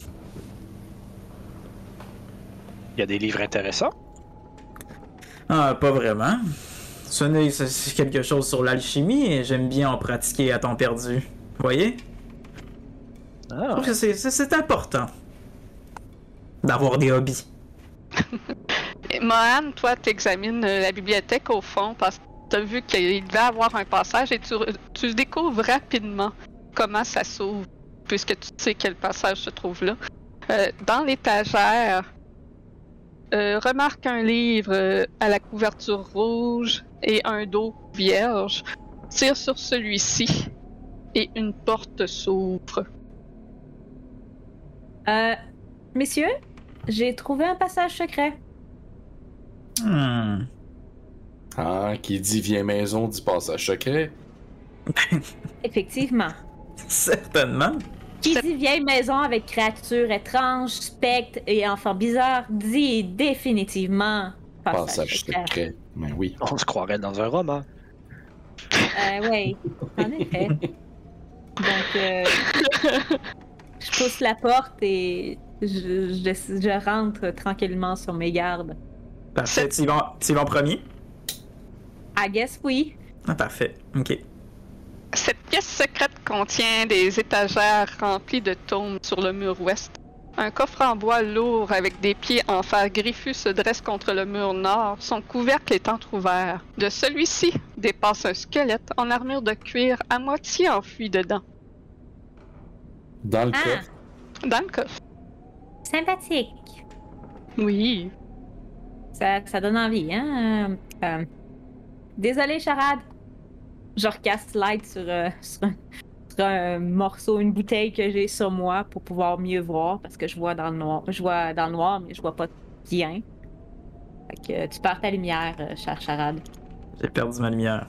Il y a des livres intéressants.
Ah, pas vraiment. C'est quelque chose sur l'alchimie et j'aime bien en pratiquer à temps perdu. Vous voyez? Je trouve que c'est important d'avoir des hobbies.
Mohan, toi, tu examines la bibliothèque au fond parce que tu as vu qu'il devait avoir un passage et tu découvres rapidement comment ça s'ouvre, puisque tu sais quel passage se trouve là. Dans l'étagère, remarque un livre à la couverture rouge et un dos vierge. Tire sur celui-ci et une porte s'ouvre.
Messieurs, j'ai trouvé un passage secret.
Ah, qui dit vieille maison dit passage secret.
Effectivement.
Certainement.
Qui dit vieille maison avec créatures étranges, spectres et enfants bizarres dit définitivement
Passage secret. Mais oui.
On se croirait dans un roman.
Oui, en effet. Donc, je pousse la porte et je rentre tranquillement sur mes gardes.
Parfait. Tu y vas en premier?
I guess oui.
Ah, parfait. Ok.
Cette pièce secrète contient des étagères remplies de tomes sur le mur ouest. Un coffre en bois lourd avec des pieds en fer griffu se dresse contre le mur nord, son couvercle est entrouvert. De celui-ci dépasse un squelette en armure de cuir à moitié enfui dedans.
Dans le coffre.
Dans le coffre.
Sympathique.
Oui.
Ça donne envie, hein? Désolé, Charade. Je recasse light sur un morceau, une bouteille que j'ai sur moi pour pouvoir mieux voir parce que je vois dans le noir. Je vois dans le noir, mais je vois pas bien. Fait que tu perds ta lumière, cher Charade.
J'ai perdu ma lumière.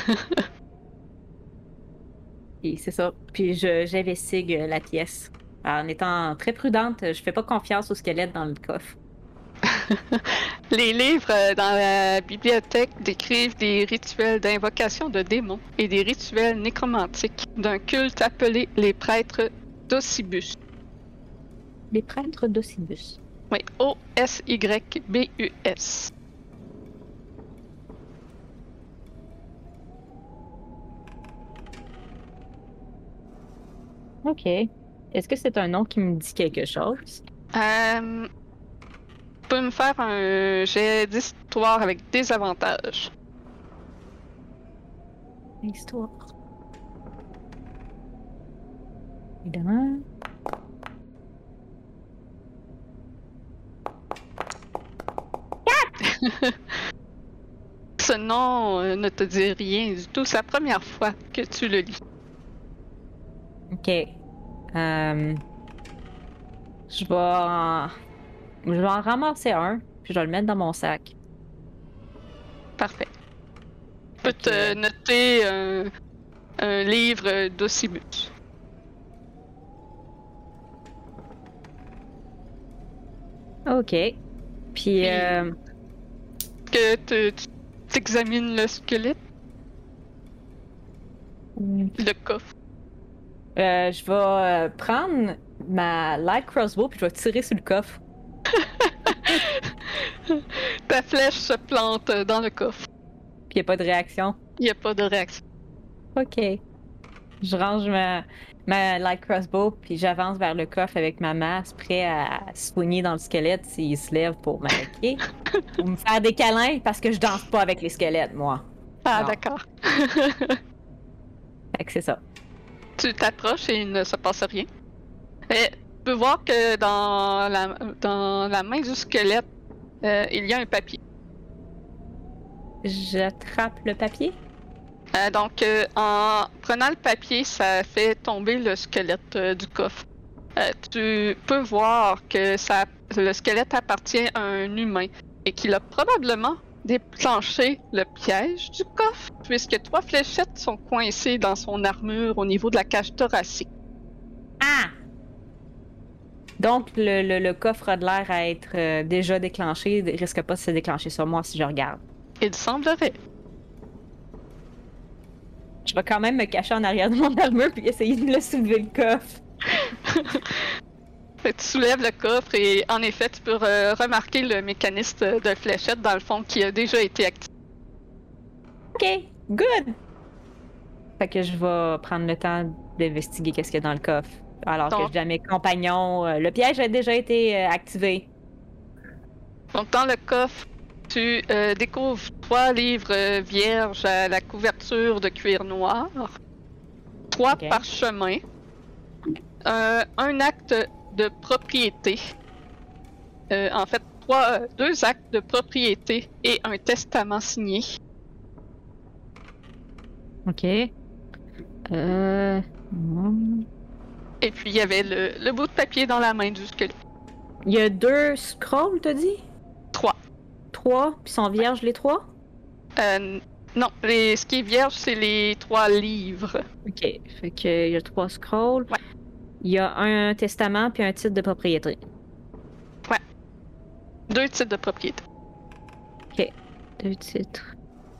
Et c'est ça. Puis j'investigue la pièce. En étant très prudente, je fais pas confiance au squelette dans le coffre.
Les livres dans la bibliothèque décrivent des rituels d'invocation de démons et des rituels nécromantiques d'un culte appelé les prêtres d'Ossibus.
Les prêtres d'Ossibus.
Oui, O-S-Y-B-U-S.
OK. Est-ce que c'est un nom qui me dit quelque chose?
Tu peux me faire un jet d'histoire avec des avantages.
Histoire. Évidemment.
Ce nom ne te dit rien du tout. C'est la première fois que tu le lis.
OK. Je vais en ramasser un. puis je vais le mettre dans mon sac.
Parfait. Je peux te noter un livre d'Ossimus.
OK. Puis,
Que tu t'examines le squelette, le coffre.
je vais prendre ma light crossbow puis je vais tirer sur le coffre.
Ta flèche se plante dans le coffre.
Puis il n'y a pas de réaction.
Il n'y a pas de réaction.
OK. Je range ma light crossbow puis j'avance vers le coffre avec ma masse, prêt à soigner dans le squelette s'il se lève pour m'attaquer. Ou me faire des câlins parce que je danse pas avec les squelettes, moi.
Ah,
Non.
d'accord.
Fait que c'est ça.
Tu t'approches et il ne se passe rien. Et tu peux voir que dans la main du squelette, il y a un papier.
J'attrape le papier.
Donc, en prenant le papier, ça fait tomber le squelette du coffre. Tu peux voir que le squelette appartient à un humain et qu'il a probablement déclenché le piège du coffre, puisque 3 fléchettes sont coincées dans son armure au niveau de la cage thoracique.
Ah! Donc, le coffre a de l'air à être déjà déclenché. Il risque pas de se déclencher sur moi si je regarde.
Il semblerait.
Je vais quand même me cacher en arrière de mon armure puis essayer de le soulever le coffre.
Tu soulèves le coffre et en effet, tu peux remarquer le mécanisme de fléchette dans le fond qui a déjà été activé.
OK, good! Fait que je vais prendre le temps d'investiguer qu'est-ce qu'il y a dans le coffre. Alors que je dis à mes compagnons, le piège a déjà été activé.
Donc, dans le coffre, tu découvres 3 livres vierges à la couverture de cuir noir, 3
Ok.
parchemins, un acte de propriété, en fait, 2 actes de propriété et un testament signé.
OK.
Et puis, il y avait le bout de papier dans la main du squelette.
Il y a 2 scrolls, t'as dit?
3.
3, puis sont vierges les 3?
Non, ce qui est vierge, c'est les 3 livres.
OK. Fait que il y a 3 scrolls.
Ouais.
Il y a un testament puis un titre de propriété.
2 titres de propriété.
2 titres.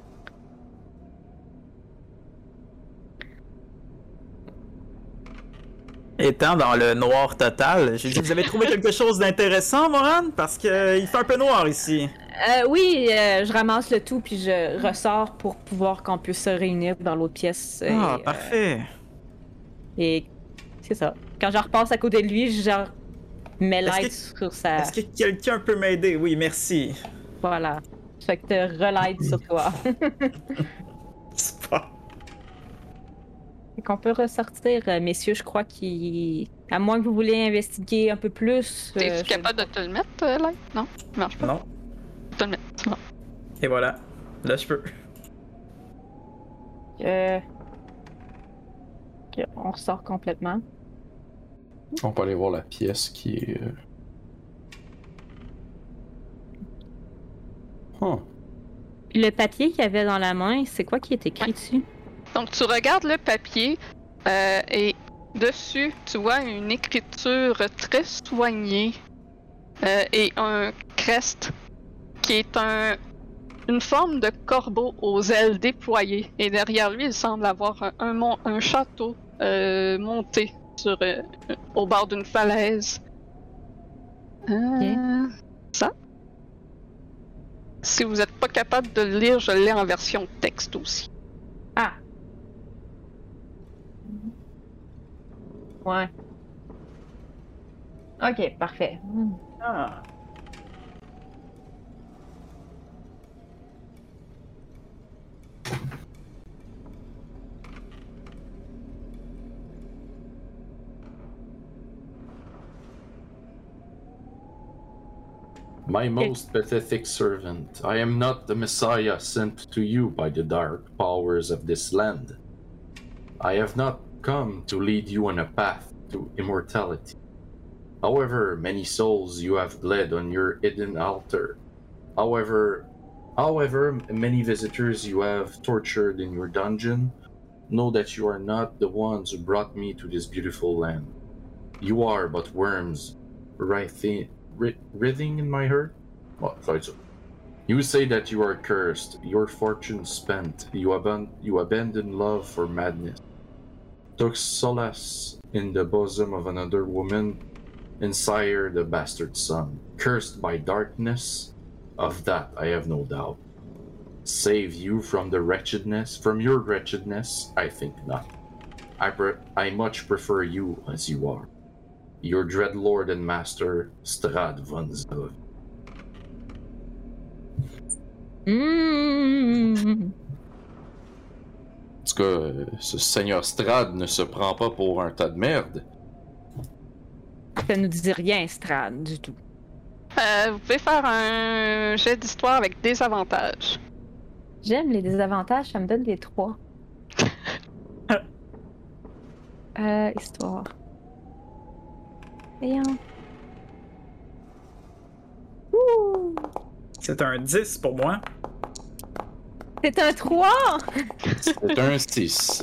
Étant dans le noir total, j'ai dit, vous avez trouvé quelque chose d'intéressant, Moran? Parce qu'il fait un peu noir ici.
Oui, je ramasse le tout puis je ressors pour pouvoir qu'on puisse se réunir dans l'autre pièce.
Ah, parfait.
Et c'est ça. Quand je repasse à côté de lui, je mets
Est-ce
l'aide sur sa...
Est-ce que quelqu'un peut m'aider? Oui, merci.
Voilà. Fait que te relaide sur toi.
C'est pas...
Fait qu'on peut ressortir, messieurs, je crois qu'il... À moins que vous voulez investiguer un peu plus...
Es-tu capable de te le mettre, là? Non? Ça marche pas.
Non.
Te le mettre, c'est bon.
Et voilà. Là, je peux.
On ressort complètement.
On peut aller voir la pièce qui est. Huh.
Le papier qu'il y avait dans la main, c'est quoi qui est écrit dessus?
Donc, tu regardes le papier et dessus, tu vois une écriture très soignée et un crest qui est une forme de corbeau aux ailes déployées. Et derrière lui, il semble avoir un château monté au bord d'une falaise. Ça. Si vous n'êtes pas capable de le lire, je l'ai en version texte aussi.
Ah! Ouais. Ok, parfait.
Ah.
My most pathetic servant, I am not the Messiah sent to you by the dark powers of this land. I have not come to lead you on a path to immortality. However many souls you have bled on your hidden altar, However, many visitors you have tortured in your dungeon know that you are not the ones who brought me to this beautiful land. You are but worms writhing in my hurt. You say that you are cursed, your fortune spent, you abandon love for madness, took solace in the bosom of another woman, and sire the bastard son, cursed by darkness. Of that I have no doubt. Save you from your wretchedness, I think not. I much prefer you as you are. Your dread lord and master, Strahd von Zav. En tout cas, ce seigneur Strahd ne se prend pas pour un tas de merde.
Ça nous dit rien, Strahd, du tout.
Vous pouvez faire un jet d'histoire avec des avantages.
J'aime les désavantages, ça me donne des 3. Histoire. Voyons. Ouh!
C'est un 10 pour moi.
C'est un 3!
C'est un 6.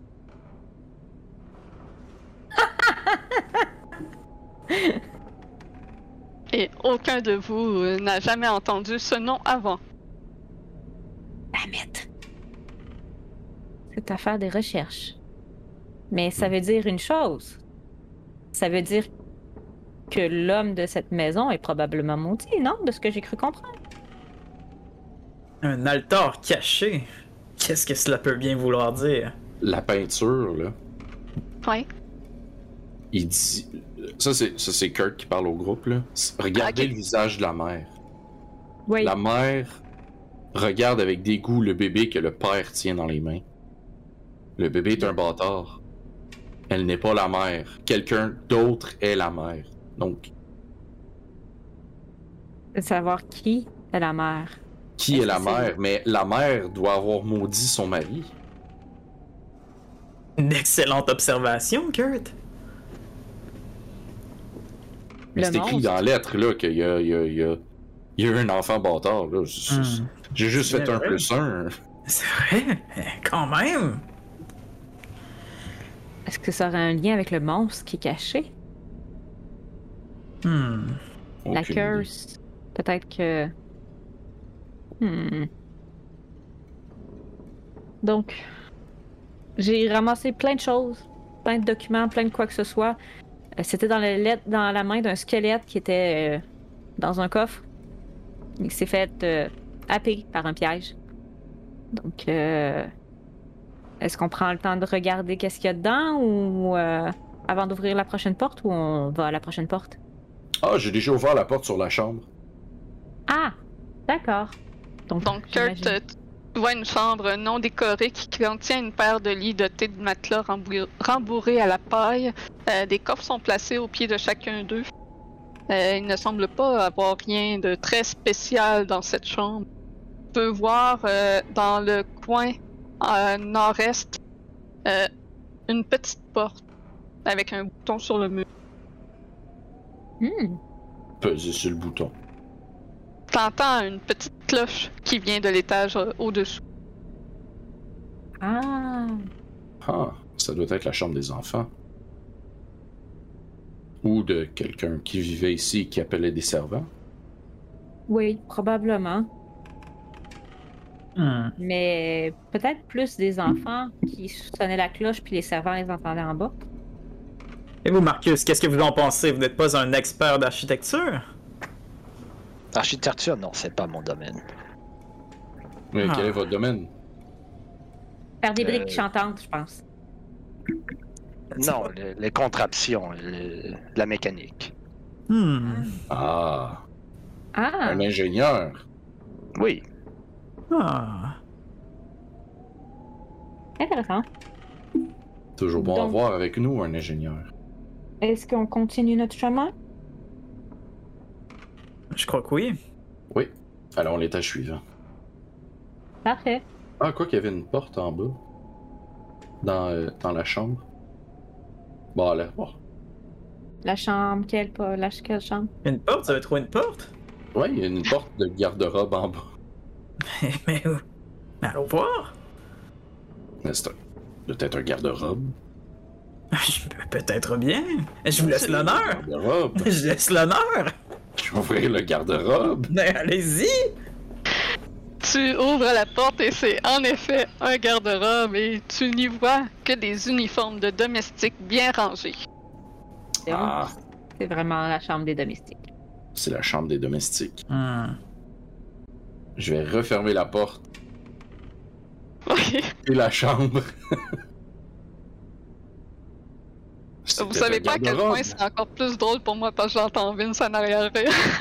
Et aucun de vous n'a jamais entendu ce nom avant.
Dammit. C'est à faire des recherches. Mais ça veut dire une chose. Ça veut dire que l'homme de cette maison est probablement maudit, non? De ce que j'ai cru comprendre.
Un altar caché. Qu'est-ce que cela peut bien vouloir dire?
La peinture, là.
Ouais.
Il dit. Ça, c'est Kurt qui parle au groupe, là. Regardez le visage de la mère.
Oui.
La mère regarde avec dégoût le bébé que le père tient dans les mains. Le bébé est un bâtard. Elle n'est pas la mère. Quelqu'un d'autre est la mère. Donc.
De savoir qui est la mère.
Qui est la mère? Mais la mère doit avoir maudit son mari.
Une excellente observation, Kurt.
Mais c'est écrit dans la lettre là qu'il y a eu un enfant bâtard. Là. J'ai juste fait un
vrai.
plus un.
C'est vrai, quand même.
Est-ce que ça aurait un lien avec le monstre qui est caché? La
Aucune
curse. Peut-être que... Donc, j'ai ramassé plein de choses, plein de documents, plein de quoi que ce soit. C'était dans la main d'un squelette qui était dans un coffre. Il s'est fait happer par un piège. Donc, est-ce qu'on prend le temps de regarder qu'est-ce qu'il y a dedans ou avant d'ouvrir la prochaine porte ou on va à la prochaine porte?
Ah, j'ai déjà ouvert la porte sur la chambre.
Ah, d'accord.
Donc Kurt, tu vois une chambre non décorée qui contient une paire de lits dotés de matelas rembourrés à la paille. Des coffres sont placés au pied de chacun d'eux. Il ne semble pas avoir rien de très spécial dans cette chambre. Tu peux voir dans le coin nord-est une petite porte avec un bouton sur le mur.
Pesez sur le bouton.
T'entends une petite cloche qui vient de l'étage au-dessous.
Ah,
Ah, ça doit être la chambre des enfants. Ou de quelqu'un qui vivait ici et qui appelait des servants.
oui, probablement. Mais peut-être plus des enfants qui sonnaient la cloche puis les servants les entendaient en bas.
Et vous, Marcus, qu'est-ce que vous en pensez? Vous n'êtes pas un expert d'architecture?
Architecture, non, c'est pas mon domaine.
Mais quel est votre domaine?
Faire des briques chantantes, je pense.
Non, les contraptions, la mécanique.
Ah,
Ah,
un ingénieur.
Oui.
intéressant.
Toujours bon à
Donc-
voir avec nous, un ingénieur.
Est-ce qu'on continue notre chemin?
Je crois que oui.
Oui. Allons à l'étage suivant.
Parfait.
Ah, quoi qu'il y avait une porte en bas. Dans la chambre. Bon, allez, voir.
La chambre, quelle chambre?
Une porte? Vous avez trouvé une porte?
Ouais, il y a une porte de garde-robe en bas.
Mais où? Allons voir.
C'est peut-être un garde-robe.
Peut-être bien. Je vous laisse l'honneur.
Garde-robe.
Je laisse l'honneur.
Je vais ouvrir le garde-robe.
Ben, allez-y.
Tu ouvres la porte et c'est en effet un garde-robe et tu n'y vois que des uniformes de domestiques bien rangés.
C'est
Ah,
c'est vraiment la chambre des domestiques.
c'est la chambre des domestiques.
Hmm.
Je vais refermer la porte
Ok.
et la chambre.
Vous savez pas à quel point c'est encore plus drôle pour moi parce que j'entends Vince en arrière.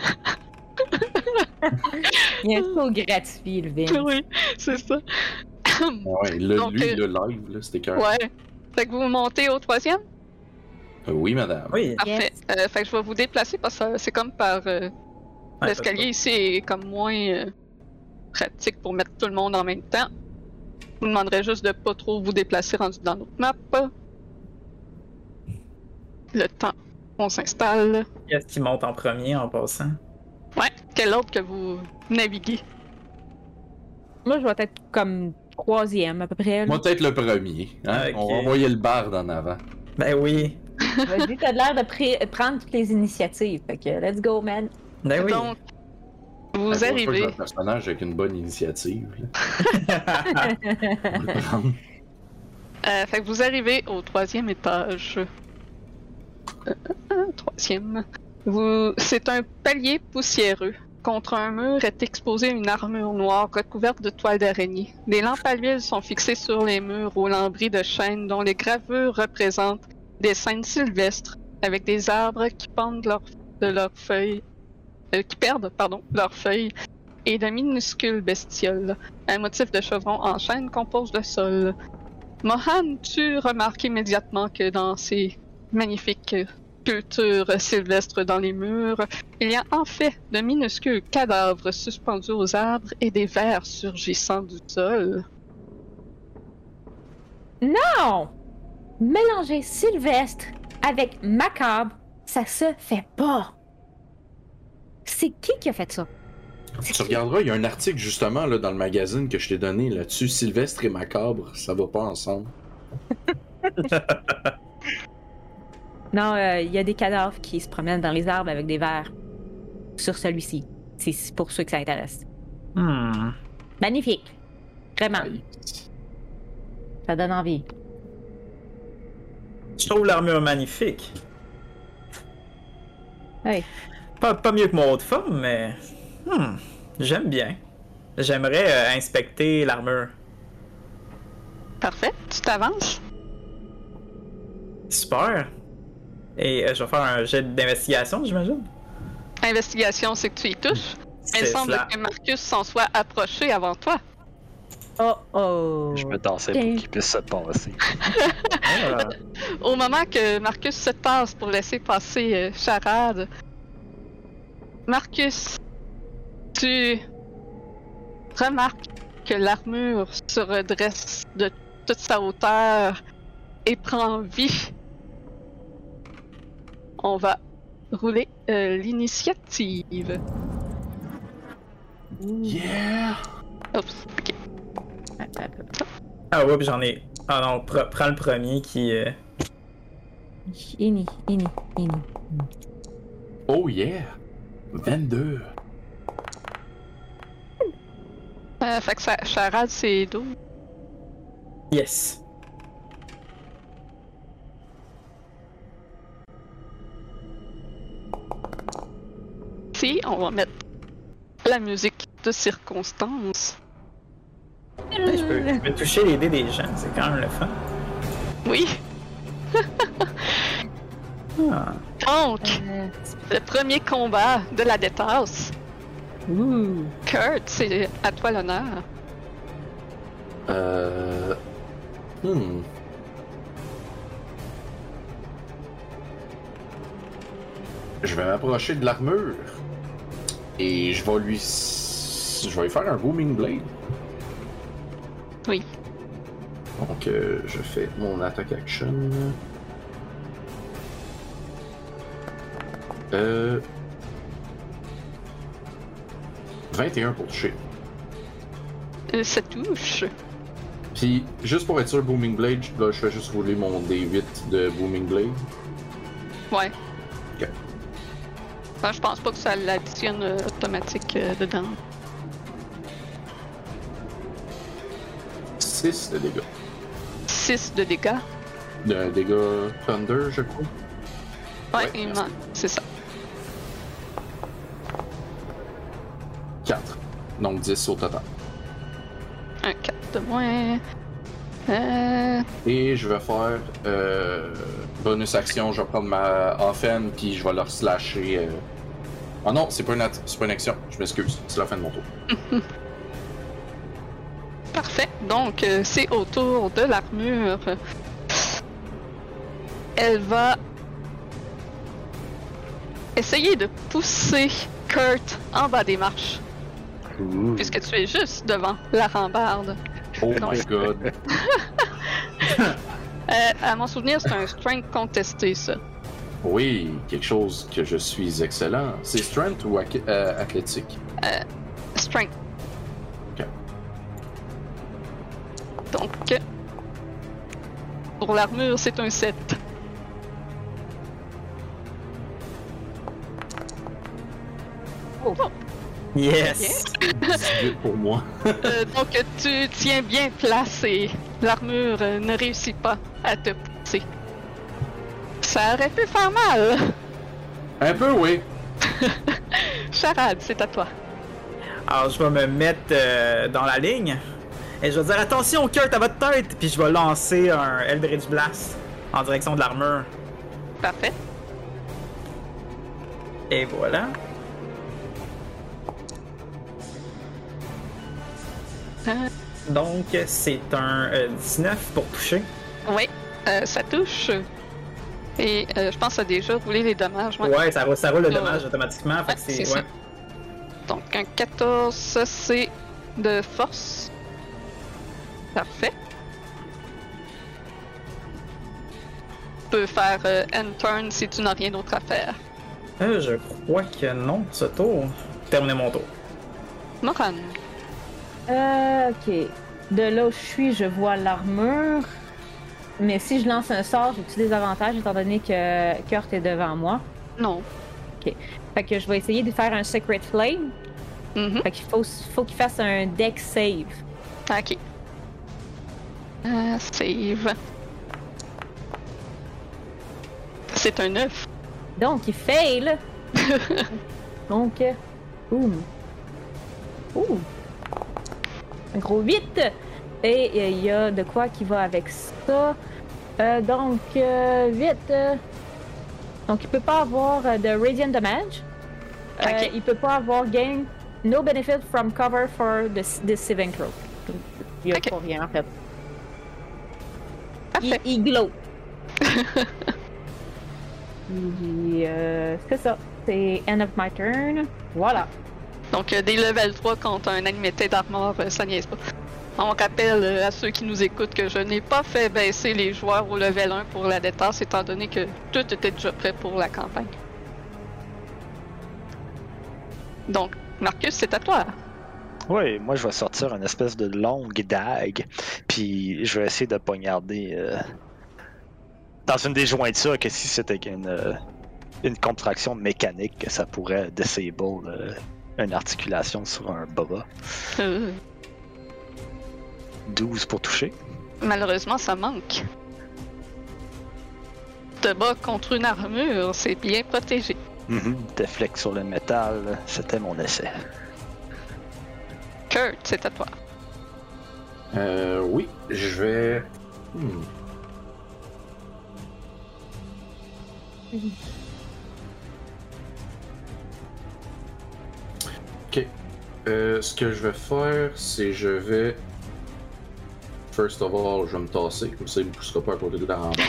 Il y a un saut gratuit, le Vince.
Oui, c'est ça.
Ouais,
Donc,
lui, le live, là, c'était cœur.
Ouais. Fait que vous montez au troisième?
Oui, madame.
Oui.
Parfait. Fait que je vais vous déplacer parce que c'est comme par... l'escalier ici est comme moins pratique pour mettre tout le monde en même temps. Je vous demanderai juste de pas trop vous déplacer rendu dans notre map. Le temps, on s'installe.
Qu'est-ce qui monte en premier en passant?
Ouais, quel ordre que vous naviguez?
Moi, je vais être comme troisième à peu près. là.
Moi, peut-être le premier. Hein?
Ok.
On va envoyer le barde en avant.
Ben oui.
Vas-y, t'as l'air de prendre toutes les initiatives. Fait que let's go, man.
Ben oui.
Donc, vous
La première fois que
arrivez.
j'ai un personnage avec une bonne initiative. Là. On va le prendre.
Fait que vous arrivez au troisième étage. Troisième. C'est un palier poussiéreux. Contre un mur est exposée une armure noire recouverte de toiles d'araignée. Des lampes à l'huile sont fixées sur les murs aux lambris de chêne dont les gravures représentent des scènes sylvestres avec des arbres qui pendent de leurs feuilles, qui perdent leurs feuilles et de minuscules bestioles. Un motif de chevron en chêne compose le sol. Mohan, tu remarques immédiatement que dans ces magnifiques sculptures sylvestres dans les murs, il y a en fait de minuscules cadavres suspendus aux arbres et des vers surgissant du sol.
Non! Mélanger sylvestre avec macabre, ça se fait pas. C'est qui a fait ça?
Tu regarderas, il y a un article justement là, dans le magazine que je t'ai donné là-dessus. Sylvestre et macabre, ça va pas ensemble.
Non, il y a des cadavres qui se promènent dans les arbres avec des vers sur celui-ci. C'est pour ceux que ça intéresse.
Hmm.
Magnifique. Vraiment,
Aïe.
ça donne envie.
Je trouve l'armure magnifique.
Hey.
Pas mieux que mon haut de forme, mais. J'aime bien. J'aimerais inspecter l'armure.
Parfait, tu t'avances.
Super. Et je vais faire un jet d'investigation, j'imagine.
Investigation, c'est que tu y touches. Mais il
C'est
semble
cela.
que Marcus s'en soit approché avant toi.
Oh oh!
Je me tassais pour qu'il puisse se passer.
Voilà.
Au moment que Marcus se tasse pour laisser passer Charade, Marcus, tu remarques que l'armure se redresse de toute sa hauteur et prend vie. On va rouler l'initiative.
Yeah!
Oups, ok.
Ah ouais, puis j'en ai. Ah non, prends le premier qui.
Ini.
Oh yeah! 22!
Fait que Charade, c'est 12.
Yes.
Ici, on va mettre la musique de circonstance.
Je peux toucher les dés des gens, c'est quand même le fun.
Oui.
Ah.
Donc, le premier combat de la détasse.
Ouh.
Kurt, c'est à toi l'honneur.
Je vais m'approcher de l'armure et je vais lui faire un booming blade.
Oui.
Donc je fais mon attack action.
21 pour toucher.
Ça touche.
Puis, juste pour être sûr, Booming Blade, là, je fais juste rouler mon D8 de Booming Blade.
Ouais.
Ok.
Enfin, je pense pas que ça l'additionne automatique dedans.
6 de dégâts.
6 de dégâts.
De dégâts Thunder, je crois.
Ouais,
Ouais,
c'est ça.
4. Donc 10 au total.
Un 4 de moins.
Et je vais faire bonus action, je vais prendre ma Offen puis je vais leur slasher. Ah non, c'est pas une action, je m'excuse, c'est la fin de mon tour.
Parfait. Donc, c'est au tour de l'armure. Elle va essayer de pousser Kurt en bas des marches.
Ouh.
Puisque tu es juste devant la rambarde.
Oh
Non.
my god.
À mon souvenir, c'est un strength contesté, ça.
Oui, quelque chose que je suis excellent. C'est strength ou athlétique?
Strength.
Ok.
Donc, pour l'armure, c'est un 7. Oh.
Yes!
18 pour moi.
Donc, tu tiens bien place et l'armure ne réussit pas à te pousser. Ça aurait pu faire mal.
Un peu, oui.
Charade, c'est à toi.
Alors, je vais me mettre dans la ligne. Et je vais dire attention, Kurt, à votre tête! Puis je vais lancer un Eldritch Blast en direction de l'armure.
Parfait.
Et voilà. Donc, c'est un 19 pour toucher.
Oui, ça touche. Et je pense que ça a déjà roulé les dommages.
Ouais, ça roule le dommage automatiquement. Fait que
c'est
c'est.
ça.
Ouais.
Donc, un 14, ça c'est de force. Parfait. Tu peux faire end turn si tu n'as rien d'autre à faire.
Je crois que non, ce tour. Terminer mon tour.
Moran.
Ok. De là où je suis, je vois l'armure. Mais si je lance un sort, j'ai-tu des avantages étant donné que Kurt est devant moi?
Non.
Ok. Fait que je vais essayer de faire un Sacred Flame.
Mhm.
Fait qu'il faut qu'il fasse un Dex save.
Ok. Save. C'est un 9.
Donc, il fail. Donc, boum. Ouh. Un gros 8. Et il y a de quoi qui va avec ça. Donc, 8. Donc, il peut pas avoir de Radiant Damage.
Ok.
Il peut pas avoir Gain No benefit from cover for the saving throw. Il y a
Ok.
pas rien, en fait.
Parfait.
Il glow. C'est ça. C'est end of my turn. Voilà.
Donc, des level 3 contre un animété d'armor, ça niaise pas. On rappelle à ceux qui nous écoutent que je n'ai pas fait baisser les joueurs au level 1 pour la détasse, étant donné que tout était déjà prêt pour la campagne. Donc, Marcus, c'est à toi.
Oui, moi je vais sortir une espèce de longue dague, puis je vais essayer de poignarder dans une des jointures, que si c'était une contraction mécanique, que ça pourrait disable une articulation sur un bras. 12 pour toucher.
Malheureusement, ça manque. Te bats contre une armure, c'est bien protégé.
Déflect sur le métal, c'était mon essai.
Kurt, c'est à toi.
Oui, je vais. Ok. Ce que je vais faire, c'est je vais. First of all, je vais me tasser, comme ça il ne me poussera pas à côté de la rambarde.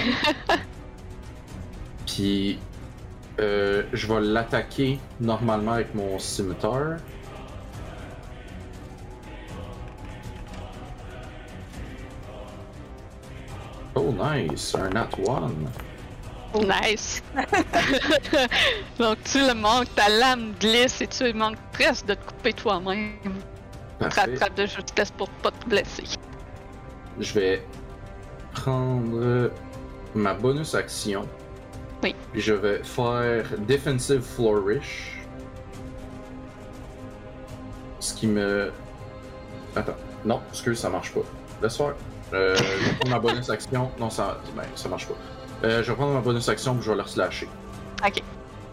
Puis, je vais l'attaquer normalement avec mon scimitar. Oh nice, un nat one.
Nice! Donc tu le manques, ta lame glisse et tu manques presque de te couper toi-même.
Parfait.
Rattrape de justesse pour pas te blesser.
Je vais prendre ma bonus action.
Oui.
Puis je vais faire Defensive Flourish. Ce qui me... Attends. Non, excuse, ça marche pas. Laisse faire. Je vais prendre ma bonus action. Non, ça marche pas. Je vais prendre ma bonus action puis je vais leur slasher.
Ok.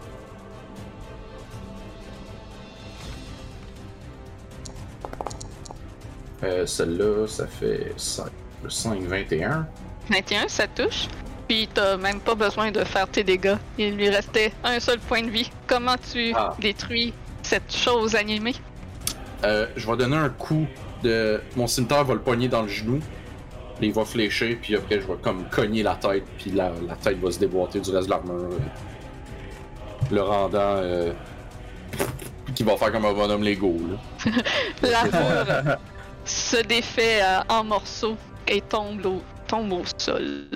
Celle-là, ça fait 5. Le 5, 21.
21, ça touche. Puis t'as même pas besoin de faire tes dégâts. Il lui restait un seul point de vie. Comment tu détruis cette chose animée?
Je vais donner un coup de... Mon cimetière va le pogner dans le genou. Il va fléchir, puis après je vais comme cogner la tête, puis la tête va se déboîter du reste de l'armure. Le rendant... qui va faire comme un bonhomme Lego, là.
L'armure se défait en morceaux et tombe au sol.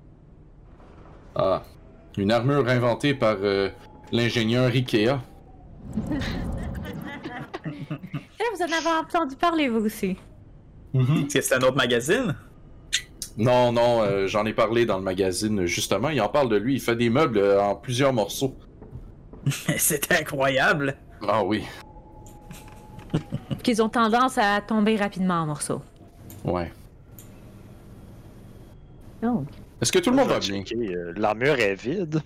Ah. Une armure inventée par l'ingénieur Ikea.
Vous en avez entendu parler, vous aussi.
Est-ce que c'est un autre magazine?
Non, j'en ai parlé dans le magazine, justement. Il en parle de lui. Il fait des meubles en plusieurs morceaux.
C'est incroyable!
Ah oui.
Qu'ils ont tendance à tomber rapidement en morceaux.
Ouais.
Donc.
Est-ce que tout le monde va bien?
L'armure est vide.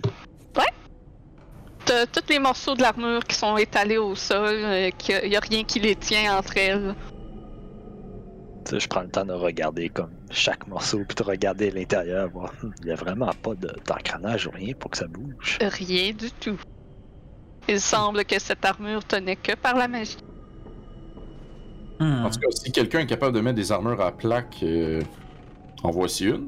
T'as tous les morceaux de l'armure qui sont étalés au sol, qu'il y a rien qui les tient entre elles.
Tu sais, je prends le temps de regarder comme chaque morceau, puis de regarder l'intérieur. Voir. Il n'y a vraiment pas d'engrenage ou rien pour que ça bouge.
Rien du tout. Il semble que cette armure tenait que par la magie.
En tout cas, si quelqu'un est capable de mettre des armures à plaque, en voici une.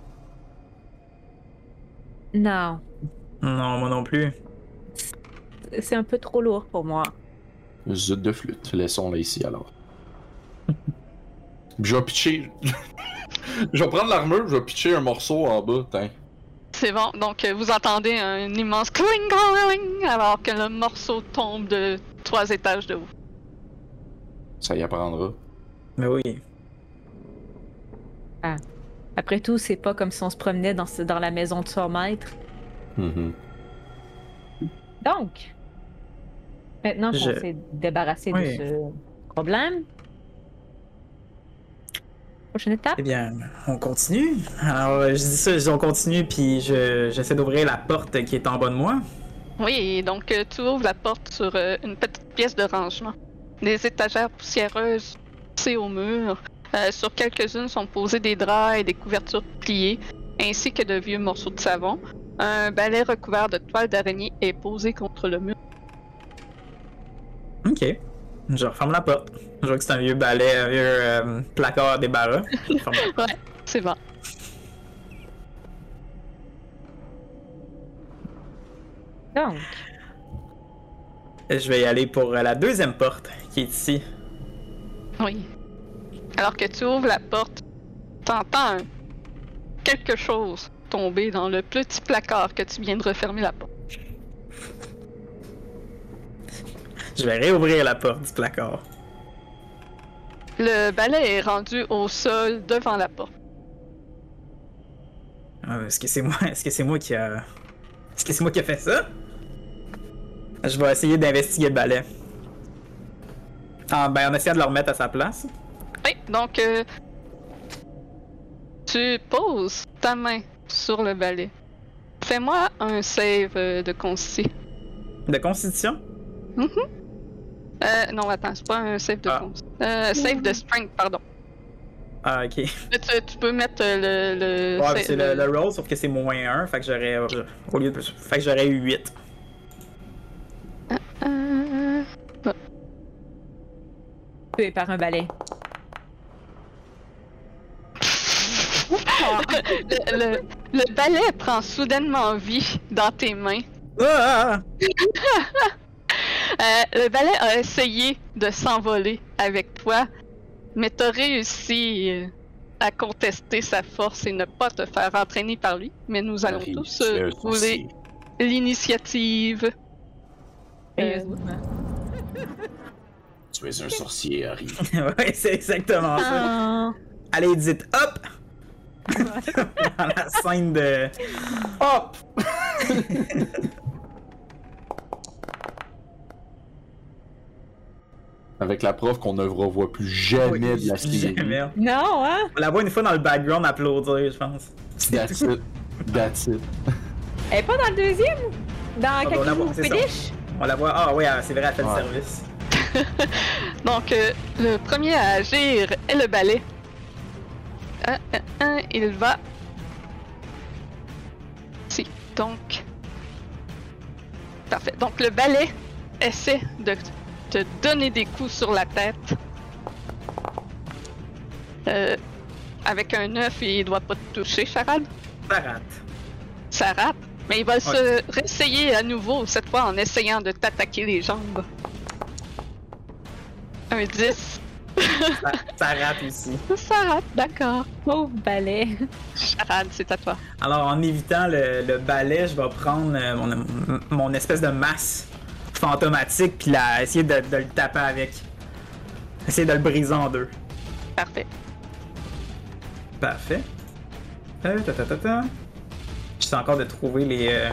Non.
Non, moi non plus.
C'est un peu trop lourd pour moi.
Zut de flûte. Laissons-la ici alors. Je vais pitcher. Je vais prendre l'armure, je vais pitcher un morceau en bas, tiens.
C'est bon, donc vous entendez un immense cling cling alors que le morceau tombe de 3 étages de haut.
Ça y apprendra.
Mais oui.
Après tout, c'est pas comme si on se promenait dans la maison de son maître. Donc, maintenant qu'on s'est débarrassé de ce problème, prochaine étape?
Eh bien, on continue. Alors, je dis ça, je dis on continue, puis j'essaie d'ouvrir la porte qui est en bas de moi.
Oui, donc tu ouvres la porte sur une petite pièce de rangement. Des étagères poussiéreuses poussées au mur. Sur quelques-unes sont posés des draps et des couvertures pliées, ainsi que de vieux morceaux de savon. Un balai recouvert de toile d'araignée est posé contre le mur.
Ok. Je referme la porte. Je vois que c'est un vieux balai, un vieux placard à débarras.
Ouais, c'est bon.
Donc,
Je vais y aller pour la deuxième porte qui est ici.
Oui. Alors que tu ouvres la porte, t'entends quelque chose tomber dans le petit placard que tu viens de refermer la porte.
Je vais réouvrir la porte du placard.
Le balai est rendu au sol devant la porte.
Est-ce que c'est moi? Est-ce que c'est moi qui a... Est-ce que c'est moi qui a fait ça? Je vais essayer d'investiguer le balai. En essayant de le remettre à sa place.
Oui, donc tu poses ta main sur le balai. Fais-moi un save de consti.
De constitution?
Non, attends, c'est pas un save de consti. Save de strength, pardon.
Ah, ok.
Tu peux mettre le
Ouais, c'est le roll, sauf que c'est moins 1, fait que j'aurais... Au lieu de... Fait que j'aurais eu 8.
tué par un balai.
le balai prend soudainement vie dans tes mains.
Ah!
Le balai a essayé de s'envoler avec toi, mais t'as réussi à contester sa force et ne pas te faire entraîner par lui, mais nous allons
Harry,
tous
tu es un
rouler
sorcier.
l'initiative.
Tu es un sorcier, Harry.
Ouais, c'est exactement ça.
Ah.
Allez, dites hop! Dans la scène de.
Hop! Avec la preuve qu'on ne revoit plus jamais de la série.
Jamais.
Non, hein?
On la voit une fois dans le background applaudir, je pense.
That's it. That's it.
Elle est pas dans le deuxième? Dans
bon, là,
Kaku
c'est ça.
Finish?
On la voit. Ah, ouais, c'est vrai, elle fait
Ouais.
le service.
Donc, le premier à agir est le balai. Il va. Si, donc. Parfait. Donc, le balai essaie de te donner des coups sur la tête. Avec un 9, il doit pas te toucher, Charade.
Ça rate.
Ça rate. Mais il va se réessayer à nouveau, cette fois en essayant de t'attaquer les jambes. Un 10.
Ça rate aussi.
Ça rate, d'accord.
Pauvre balai.
Charade, c'est à toi.
Alors, en évitant le balai, je vais prendre mon espèce de masse fantomatique puis essayer de le taper avec. Essayer de le briser en deux.
Parfait.
Parfait. J'essaie encore de trouver les.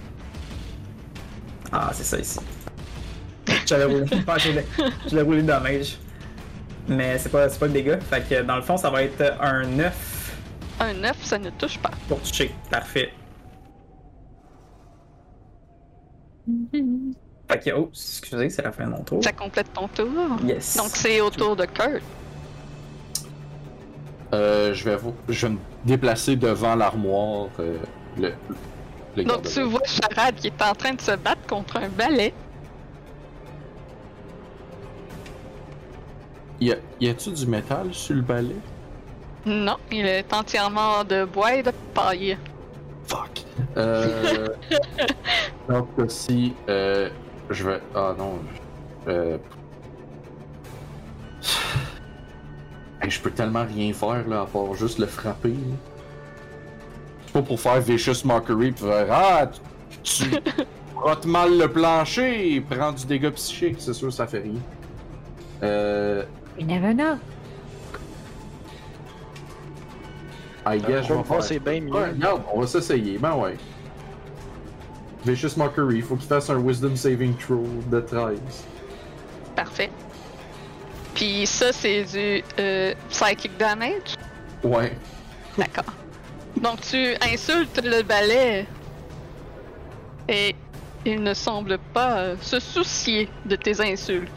Ah, c'est ça ici. J'avais roulé. Je l'ai roulé de dommage. Mais c'est pas le dégât. Fait que dans le fond, ça va être un 9
Un 9, ça ne touche pas.
pour toucher. Parfait. Fait que, oh, excusez, c'est la fin de mon tour.
Ça complète ton tour.
Yes.
Donc c'est au tour de Kurt.
Je vais me déplacer devant l'armoire. Le
Donc tu vois Charade qui est en train de se battre contre un balai.
Y a-tu du métal sur le balai?
Non, il est entièrement de bois et de paille.
Fuck. Donc aussi, je vais. Ah non. Hey, je peux tellement rien faire là, à part juste le frapper. Là. C'est pas pour faire Vicious Mockery pis faire ah, tu frottes mal le plancher, prends du dégât psychique, c'est sûr ça fait rien.
You never know.
I guess je vais faire.
C'est bien mieux.
Ouais, regarde, on va s'essayer, ben ouais. Vicious Mockery, faut qu'il fasse un Wisdom Saving Throw de 13.
Parfait. Puis ça, c'est du psychic damage.
Ouais.
D'accord. Donc tu insultes le balai et il ne semble pas se soucier de tes insultes.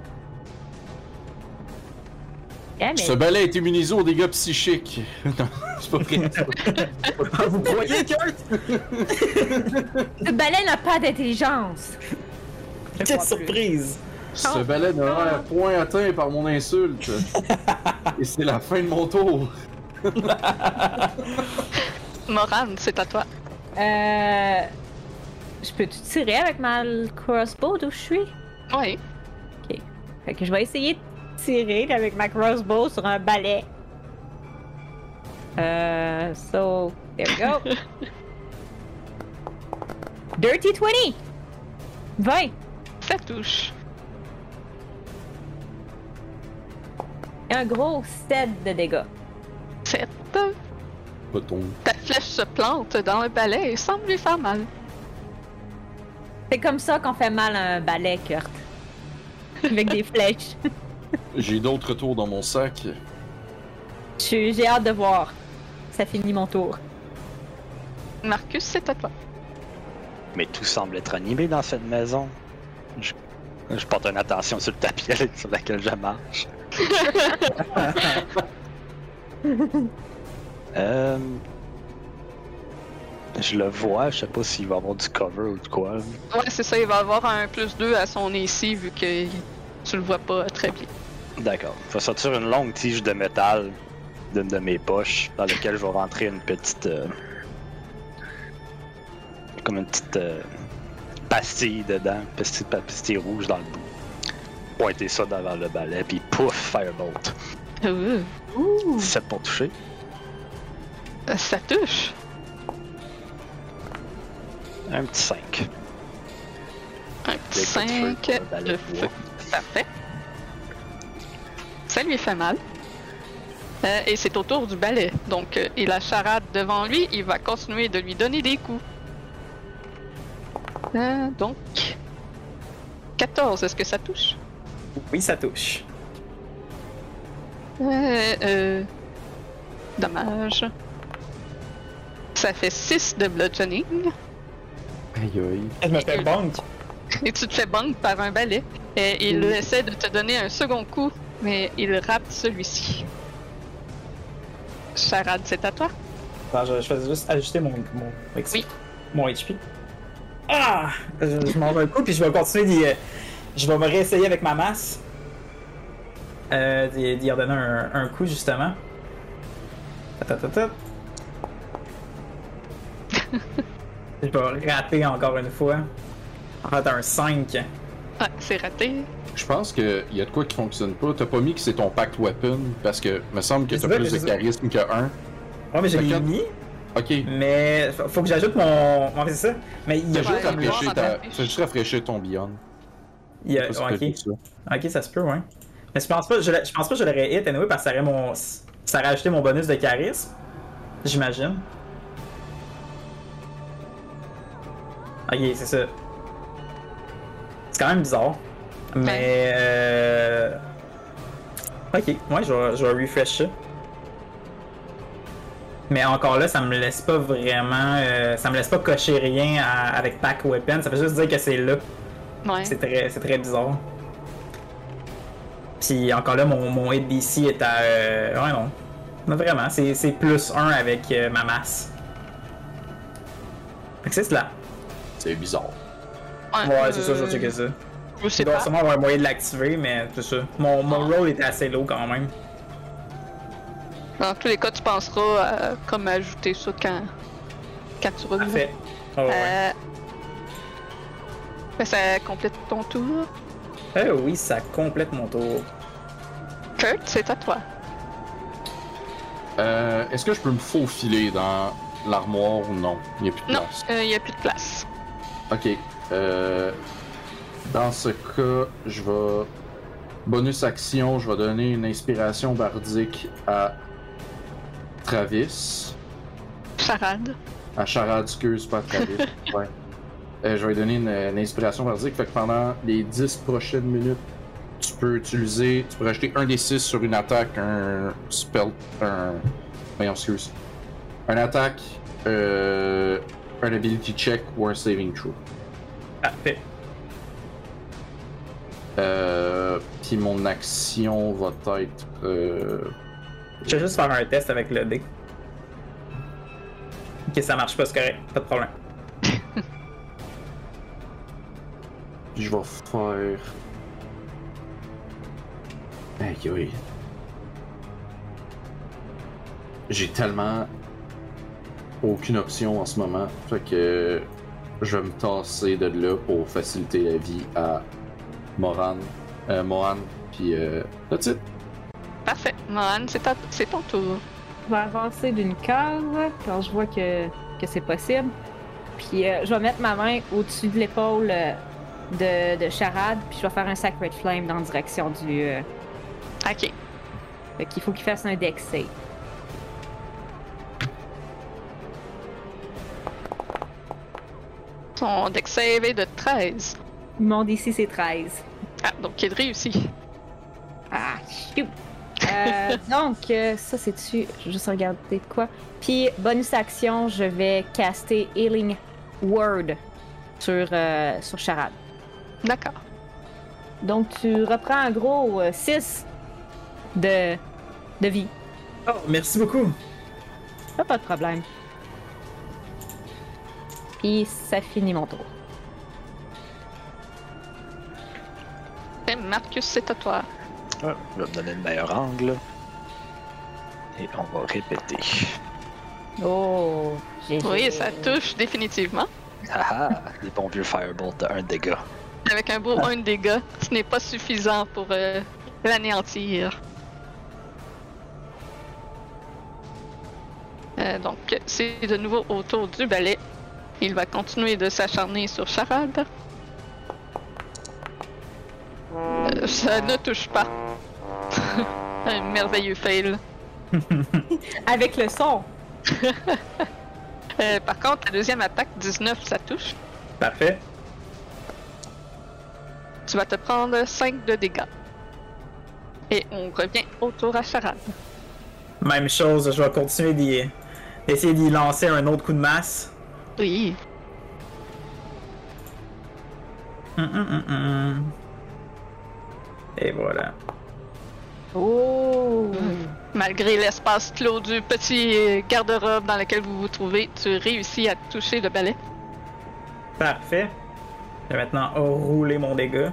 Yeah, mais
Ce balai est immunisé aux dégâts psychiques. Non, c'est pas vrai.
Ah, vous croyez, Kurt?
le balai n'a pas d'intelligence.
Quelle surprise!
Ce balai n'a un point atteint par mon insulte. Et c'est la fin de mon tour.
Morane, c'est à toi.
Je peux-tu tirer avec ma crossbow d'où je suis?
Oui.
Fait que je vais essayer de tirer avec ma crossbow sur un balai. So, there we go. Dirty 20! 20!
Ça touche.
Un gros 7 de dégâts.
7.
Bâton.
Ta flèche se plante dans le balai et semble lui faire mal.
C'est comme ça qu'on fait mal à un balai, Kurt. Avec des flèches.
J'ai d'autres tours dans mon sac.
J'ai hâte de voir. Ça finit mon tour.
Marcus, c'est à toi.
Mais tout semble être animé dans cette maison. Je porte une attention sur le tapis sur laquelle je marche. Je le vois, je sais pas s'il va avoir du cover ou de quoi.
Ouais, c'est ça, il va avoir un +2 à son AC vu que tu le vois pas très bien.
D'accord. Je vais sortir une longue tige de métal d'une de mes poches dans laquelle je vais rentrer une petite. Comme une petite pastille dedans, pastille rouge dans le bout. Pointer ça devant le balai, puis pouf, Firebolt.
Ouh.
17 pour toucher.
Ça touche.
Un petit 5.
Un petit 5 de feu. Parfait. Ça lui fait mal. Et c'est au tour du balai. Donc, il a Charade devant lui. Il va continuer de lui donner des coups. Donc, 14, est-ce que ça touche?
Oui, ça touche.
Dommage. Ça fait 6 de bludgeoning.
Aïe aïe.
Elle me fait bonk.
Et tu te fais bang par un balai. Et il essaie de te donner un second coup, mais il rate celui-ci. Charade, c'est à toi?
Attends, je faisais juste ajuster mon
Oui.
mon HP. Ah! Je m'en vais un coup, puis je vais continuer je vais me réessayer avec ma masse. D'y redonner un coup, justement. Je vais rater encore une fois. En fait, un 5.
Ah, c'est raté.
Je pense qu'il y a de quoi qui fonctionne pas. T'as pas mis que c'est ton Pact Weapon, parce que me semble que
Je
t'as
sais,
plus
je
de
sais.
charisme que 1.
Ouais, mais je l'ai
T'inquiète.
mis,
Ok.
mais faut que j'ajoute mon. Ouais, c'est ça. Mais il y a
Fais
juste
juste
Ouais,
rafraîchir
ouais,
fais juste rafraîchir ton Beyond.
Il y a...
Je sais pas si t'as
Ok.
vu ça.
Ok, ça se peut, ouais. Mais je pense pas que je l'aurais hit anyway parce que ça aurait ajouté mon bonus de charisme. J'imagine. Ok, c'est ça. C'est quand même bizarre. Mais ok, ouais, je vais refresh ça. Mais encore là, ça me laisse pas vraiment. Ça me laisse pas cocher rien avec Pack Weapon. Ça fait juste dire que c'est là.
Ouais.
C'est très bizarre. Puis encore là, mon ABC est à. Ouais, non. Non, vraiment, c'est plus 1 avec ma masse. Fait que c'est cela.
C'est bizarre.
Ouais, c'est ça, je vais checker ça.
Je sais
Il doit
pas.
sûrement avoir un moyen de l'activer, mais c'est ça. Mon roll était assez low quand même.
Dans tous les cas, tu penseras à comme ajouter ça quand tu reviens.
Parfait. Oh, ouais.
Ça complète ton tour.
Oui, ça complète mon tour.
Kurt, c'est à toi.
Est-ce que je peux me faufiler dans l'armoire ou non? Il n'y a plus de
Non,
place.
il n'y a plus de place.
Ok. Dans ce cas, je vais. Bonus action, je vais donner une inspiration bardique à Travis.
Charade.
À Charade, excuse, pas à Travis. Ouais. Je vais lui donner une inspiration bardique. Fait que pendant les 10 prochaines minutes, tu peux rajouter un des 6 sur une attaque, un spell. Voyons, excuse. Un attaque, un ability check ou un saving throw.
Parfait.
Puis mon action va être.
Je vais juste faire un test avec le dé. Ok, ça marche pas, c'est correct, pas de problème.
Je vais faire. Aïe aïe. J'ai tellement aucune option en ce moment. Fait que je vais me tasser de là pour faciliter la vie à Mohan, puis that's it.
Parfait. Mohan, c'est ton tour.
Je vais avancer d'une case quand je vois que c'est possible. Puis je vais mettre ma main au-dessus de l'épaule de Charade, puis je vais faire un Sacred Flame dans la direction du.
Ok.
Fait qu'il faut qu'il fasse un dex save.
Ton dex save est de 13.
Mon DC c'est 13.
Ah, donc il réussit.
Ah, shoot! Donc, ça c'est-tu. Je vais juste regarder de quoi. Puis, bonus action, je vais caster Healing Word sur Charade.
D'accord.
Donc, tu reprends un gros 6 de vie.
Oh, merci beaucoup.
Pas de problème. Puis, ça finit mon tour.
Et Marcus, c'est à toi.
Ah, je vais me donner le meilleur angle. Et on va répéter.
Oh, j'ai.
Oui, ça touche définitivement.
Haha, les bons vieux Firebolt de 1 dégât.
Avec un beau 1 de dégâts, ce n'est pas suffisant pour l'anéantir. Donc, c'est de nouveau au tour du balai. Il va continuer de s'acharner sur Charade. Ça ne touche pas. Un merveilleux fail.
Avec le son.
Par contre, la deuxième attaque, 19, ça touche.
Parfait.
Tu vas te prendre 5 de dégâts. Et on revient au tour à Charade.
Même chose, je vais continuer d'essayer d'y lancer un autre coup de masse.
Oui.
Et voilà.
Oh!
Malgré l'espace clos du petit garde-robe dans lequel vous vous trouvez, tu réussis à toucher le balai.
Parfait. Je vais maintenant rouler mon dégât.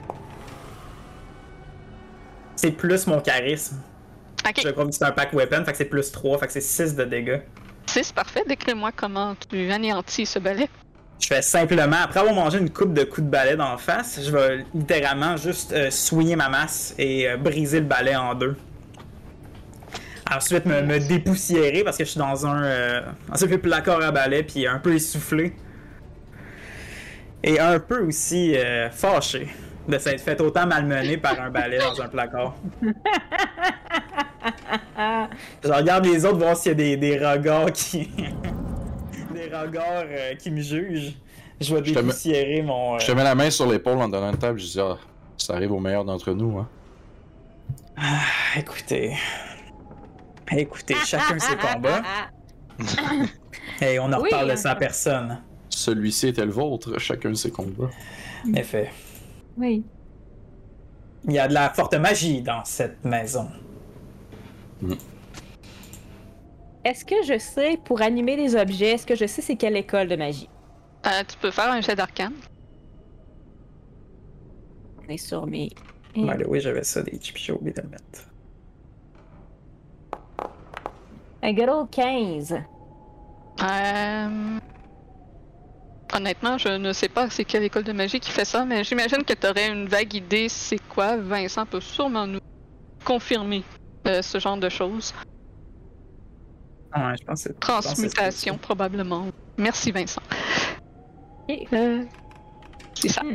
C'est plus mon charisme.
Ok,
Je crois que c'est un pack weapon, fait que c'est plus 3, fait que c'est 6 de dégâts.
6, parfait. Décris-moi comment tu anéantis ce balai.
Je fais simplement, après avoir mangé une coupe de coups de balai d'en face, je vais littéralement juste souiller ma masse et briser le balai en deux. Ensuite, me dépoussiérer parce que je suis dans un placard à balai puis un peu essoufflé. Et un peu aussi fâché de s'être fait autant malmener par un balai dans un placard. Je regarde les autres voir s'il y a des regards qui... des regards qui me jugent. Je vais dépoussiérer mon...
Je te mets la main sur l'épaule en donnant une table, je dis ça arrive au meilleur d'entre nous, hein.
Écoutez, chacun ses combats. Et on en reparle de ça à personne.
Celui-ci était le vôtre, chacun ses combats.
En effet.
Oui.
Il y a de la forte magie dans cette maison.
Est-ce que je sais, pour animer les objets, est-ce que je sais c'est quelle école de magie?
Tu peux faire un jet d'arcane.
On est sur mes...
Oui, j'avais ça des chips, j'ai oublié de le mettre.
Un good old 15.
Honnêtement, je ne sais pas c'est quelle école de magie qui fait ça, mais j'imagine que tu aurais une vague idée c'est quoi. Vincent peut sûrement nous confirmer ce genre de choses.
Ouais, je pense que c'est...
Transmutation, probablement. Merci, Vincent. C'est ça.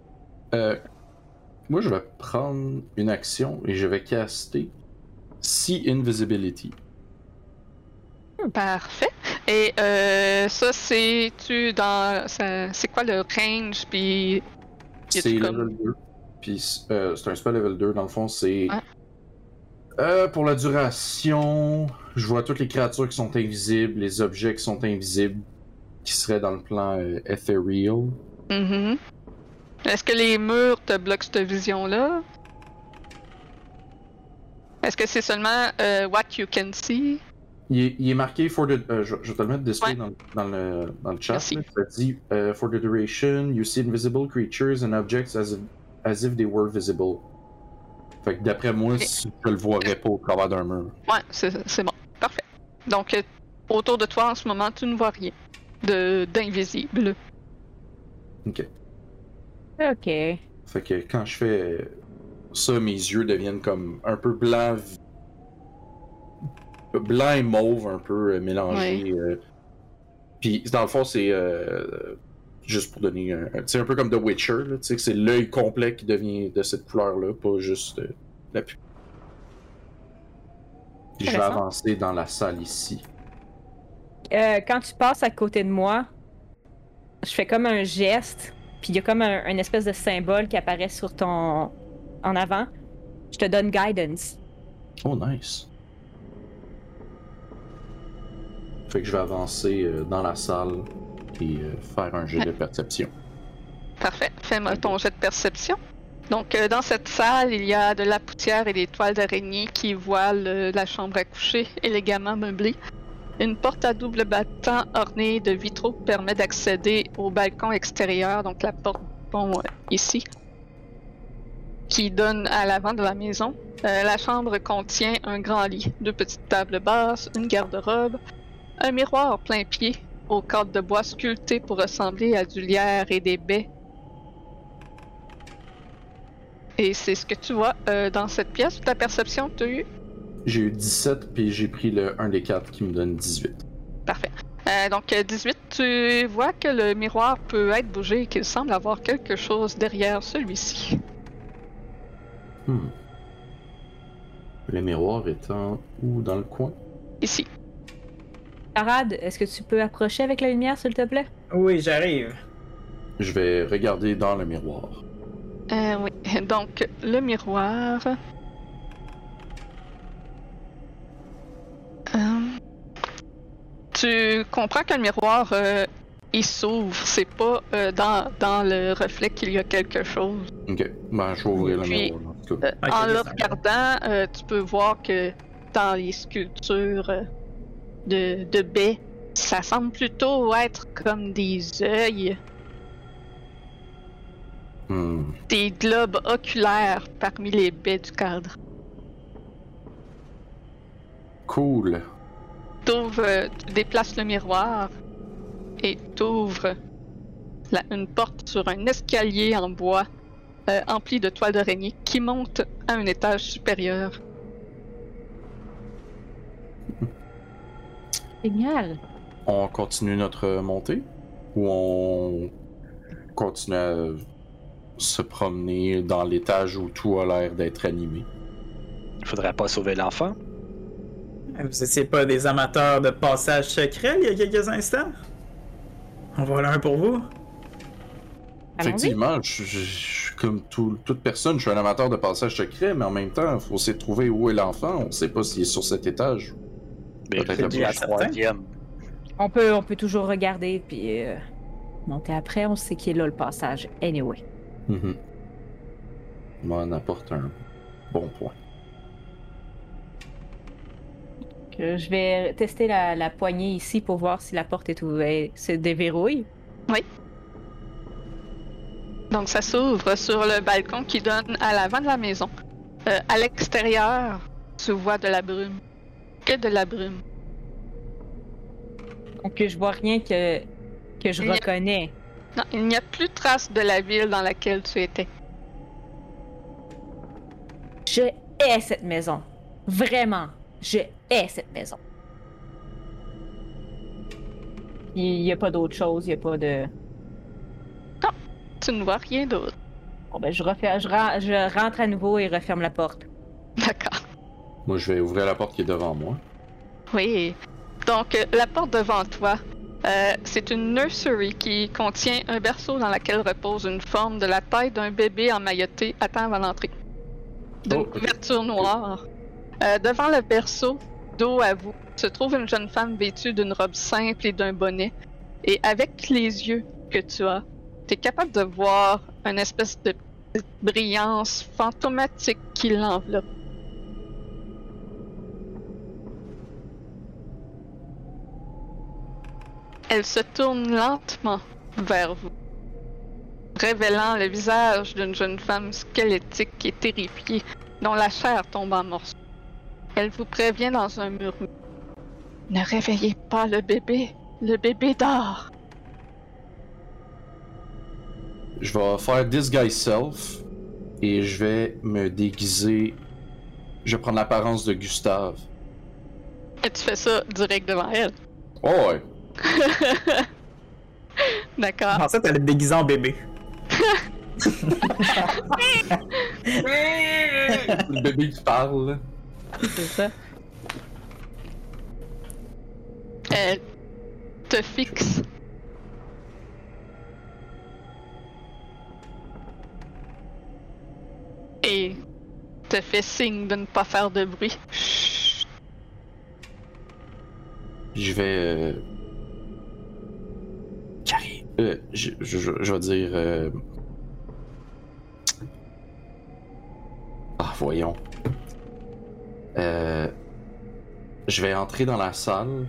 Moi, je vais prendre une action et je vais caster See Invisibility.
Parfait. Et ça, c'est-tu dans... C'est quoi le range, puis...
C'est level 2. Puis c'est un spell level 2. Dans le fond, c'est... pour la duration, je vois toutes les créatures qui sont invisibles, les objets qui sont invisibles, qui seraient dans le plan ethereal.
Mm-hmm. Est-ce que les murs te bloquent cette vision-là? Est-ce que c'est seulement what you can see?
Il est marqué for the... je vais te le mettre display dans le chat. Là, ça dit for the duration, you see invisible creatures and objects as if they were visible. Fait que d'après moi, je le vois pas au travers d'un mur.
Ouais, c'est bon. Parfait. Donc, autour de toi, en ce moment, tu ne vois rien d'invisible.
Ok.
Ok.
Fait que quand je fais ça, mes yeux deviennent comme un peu blanc et mauve, un peu mélangés.
Ouais.
Puis dans le fond, c'est juste pour donner un... C'est un peu comme The Witcher, tu sais, que c'est l'œil complet qui devient de cette couleur-là, pas juste la pupille. Puis je vais avancer dans la salle ici.
Quand tu passes à côté de moi, je fais comme un geste, puis il y a comme un espèce de symbole qui apparaît sur ton... en avant. Je te donne guidance.
Oh, nice. Fait que je vais avancer dans la salle et faire un jet de perception.
Parfait. Fais-moi ton jet de perception. Donc, dans cette salle, il y a de la poussière et des toiles d'araignée qui voilent la chambre à coucher, élégamment meublée. Une porte à double battant ornée de vitraux permet d'accéder au balcon extérieur, donc la porte, ici, qui donne à l'avant de la maison. La chambre contient un grand lit, 2 petites tables basses, une garde-robe, un miroir plein pied aux cadres de bois sculptés pour ressembler à du lierre et des baies. Et c'est ce que tu vois dans cette pièce. Ta perception, tu as eu?
J'ai eu 17, puis j'ai pris le 1 des 4 qui me donne 18.
Parfait. Donc, 18, tu vois que le miroir peut être bougé et qu'il semble avoir quelque chose derrière celui-ci.
Le miroir étant où dans le coin?
Ici.
Charade, est-ce que tu peux approcher avec la lumière, s'il te plaît?
Oui, j'arrive.
Je vais regarder dans le miroir.
Oui. Donc, le miroir. Tu comprends que le miroir, il s'ouvre. C'est pas dans le reflet qu'il y a quelque chose.
Ok, ben je vais ouvrir le
Puis,
miroir. En tout cas.
Ok,
En le
ça
regardant, tu peux voir que dans les sculptures de baies, ça semble plutôt être comme des œils, des globes oculaires parmi les baies du cadre.
Cool.
Tu déplaces le miroir et t'ouvres une porte sur un escalier en bois empli de toiles d'araignée qui monte à un étage supérieur.
Génial.
On continue notre montée? Ou on continue à se promener dans l'étage où tout a l'air d'être animé?
Il faudrait pas sauver l'enfant.
Vous étiez pas des amateurs de passage secret il y a quelques instants? En voilà un pour vous.
Allons-y.
Effectivement, je suis comme toute personne, je suis un amateur de passage secret, mais en même temps, il faut essayer de trouver où est l'enfant. On sait pas s'il est sur cet étage.
Mais
Peut-être
c'est
le
la
certain.
troisième.
On peut toujours regarder, puis monter après. On sait qu'il est là, le passage. Anyway.
On apporte un bon point.
Je vais tester la poignée ici pour voir si la porte est ouverte, se déverrouille.
Donc ça s'ouvre sur le balcon qui donne à l'avant de la maison. À l'extérieur, tu vois de la brume. Que de la brume.
Donc je vois rien que je
Il y a-
reconnais.
Non, il n'y a plus de traces de la ville dans laquelle tu étais.
Je hais cette maison. Vraiment, je hais cette maison. Il n'y a pas d'autre chose, il n'y a pas de...
Tu ne vois rien d'autre.
Bon ben je rentre à nouveau et referme la porte.
D'accord.
Moi, je vais ouvrir la porte qui est devant moi.
Oui. Donc, la porte devant toi, c'est une nursery qui contient un berceau dans lequel repose une forme de la taille d'un bébé emmailloté à temps avant l'entrée. D'une
ok.
couverture noire. Devant le berceau, dos à vous, se trouve une jeune femme vêtue d'une robe simple et d'un bonnet. Et avec les yeux que tu as, tu es capable de voir une espèce de petite brillance fantomatique qui l'enveloppe. Elle se tourne lentement vers vous, révélant le visage d'une jeune femme squelettique et terrifiée, dont la chair tombe en morceaux. Elle vous prévient dans un murmure. Ne réveillez pas le bébé dort.
Je vais faire Disguise Self et je vais me déguiser. Je vais prendre l'apparence de Gustave.
Et tu fais ça direct devant elle.
Oh ouais!
D'accord.
En fait, elle est déguisée en bébé.
Le bébé qui parle.
C'est ça.
Elle te fixe. Et te fait signe de ne pas faire de bruit. Chut.
Je vais. Carré. Je vais dire. Ah, voyons. Je vais entrer dans la salle.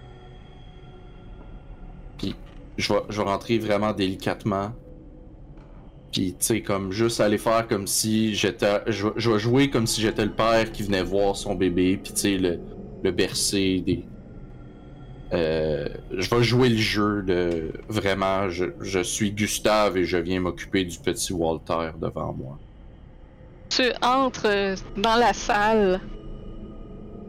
Puis je vais rentrer vraiment délicatement. Puis tu sais, comme juste aller faire comme si j'étais. Je vais jouer comme si j'étais le père qui venait voir son bébé. Puis tu sais, le bercer des. Je vais jouer le jeu de vraiment, je suis Gustave et je viens m'occuper du petit Walter devant moi.
Tu entres dans la salle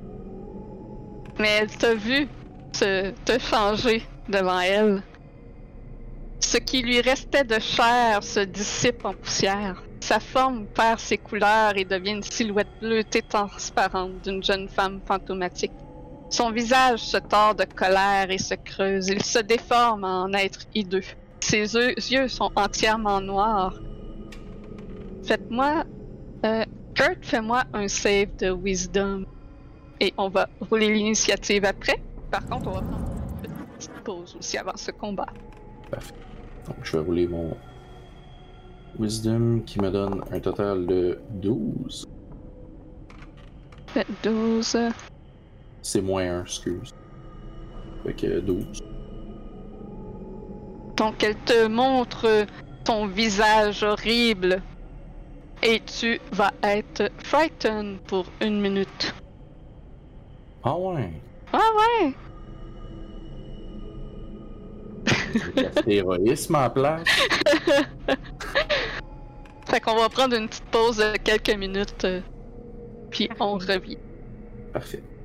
Mais elle t'a vu te changer devant elle. Ce qui lui restait de chair se dissipe en poussière. Sa forme perd ses couleurs et devient une silhouette bleutée transparente d'une jeune femme fantomatique. Son visage se tord de colère et se creuse. Il se déforme en être hideux. Ses yeux sont entièrement noirs. Kurt, fais-moi un save de Wisdom. Et on va rouler l'initiative après. Par contre, on va prendre une petite pause aussi avant ce combat.
Parfait. Donc, je vais rouler mon Wisdom qui me donne un total de 12.
12.
C'est moins 1, excuse. Fait que 12.
Donc, elle te montre ton visage horrible. Et tu vas être frightened pour 1 minute.
Ah ouais!
Ah ouais!
Héroïsme en place.
Fait qu'on va prendre une petite pause de quelques minutes. Puis on revient.
Parfait.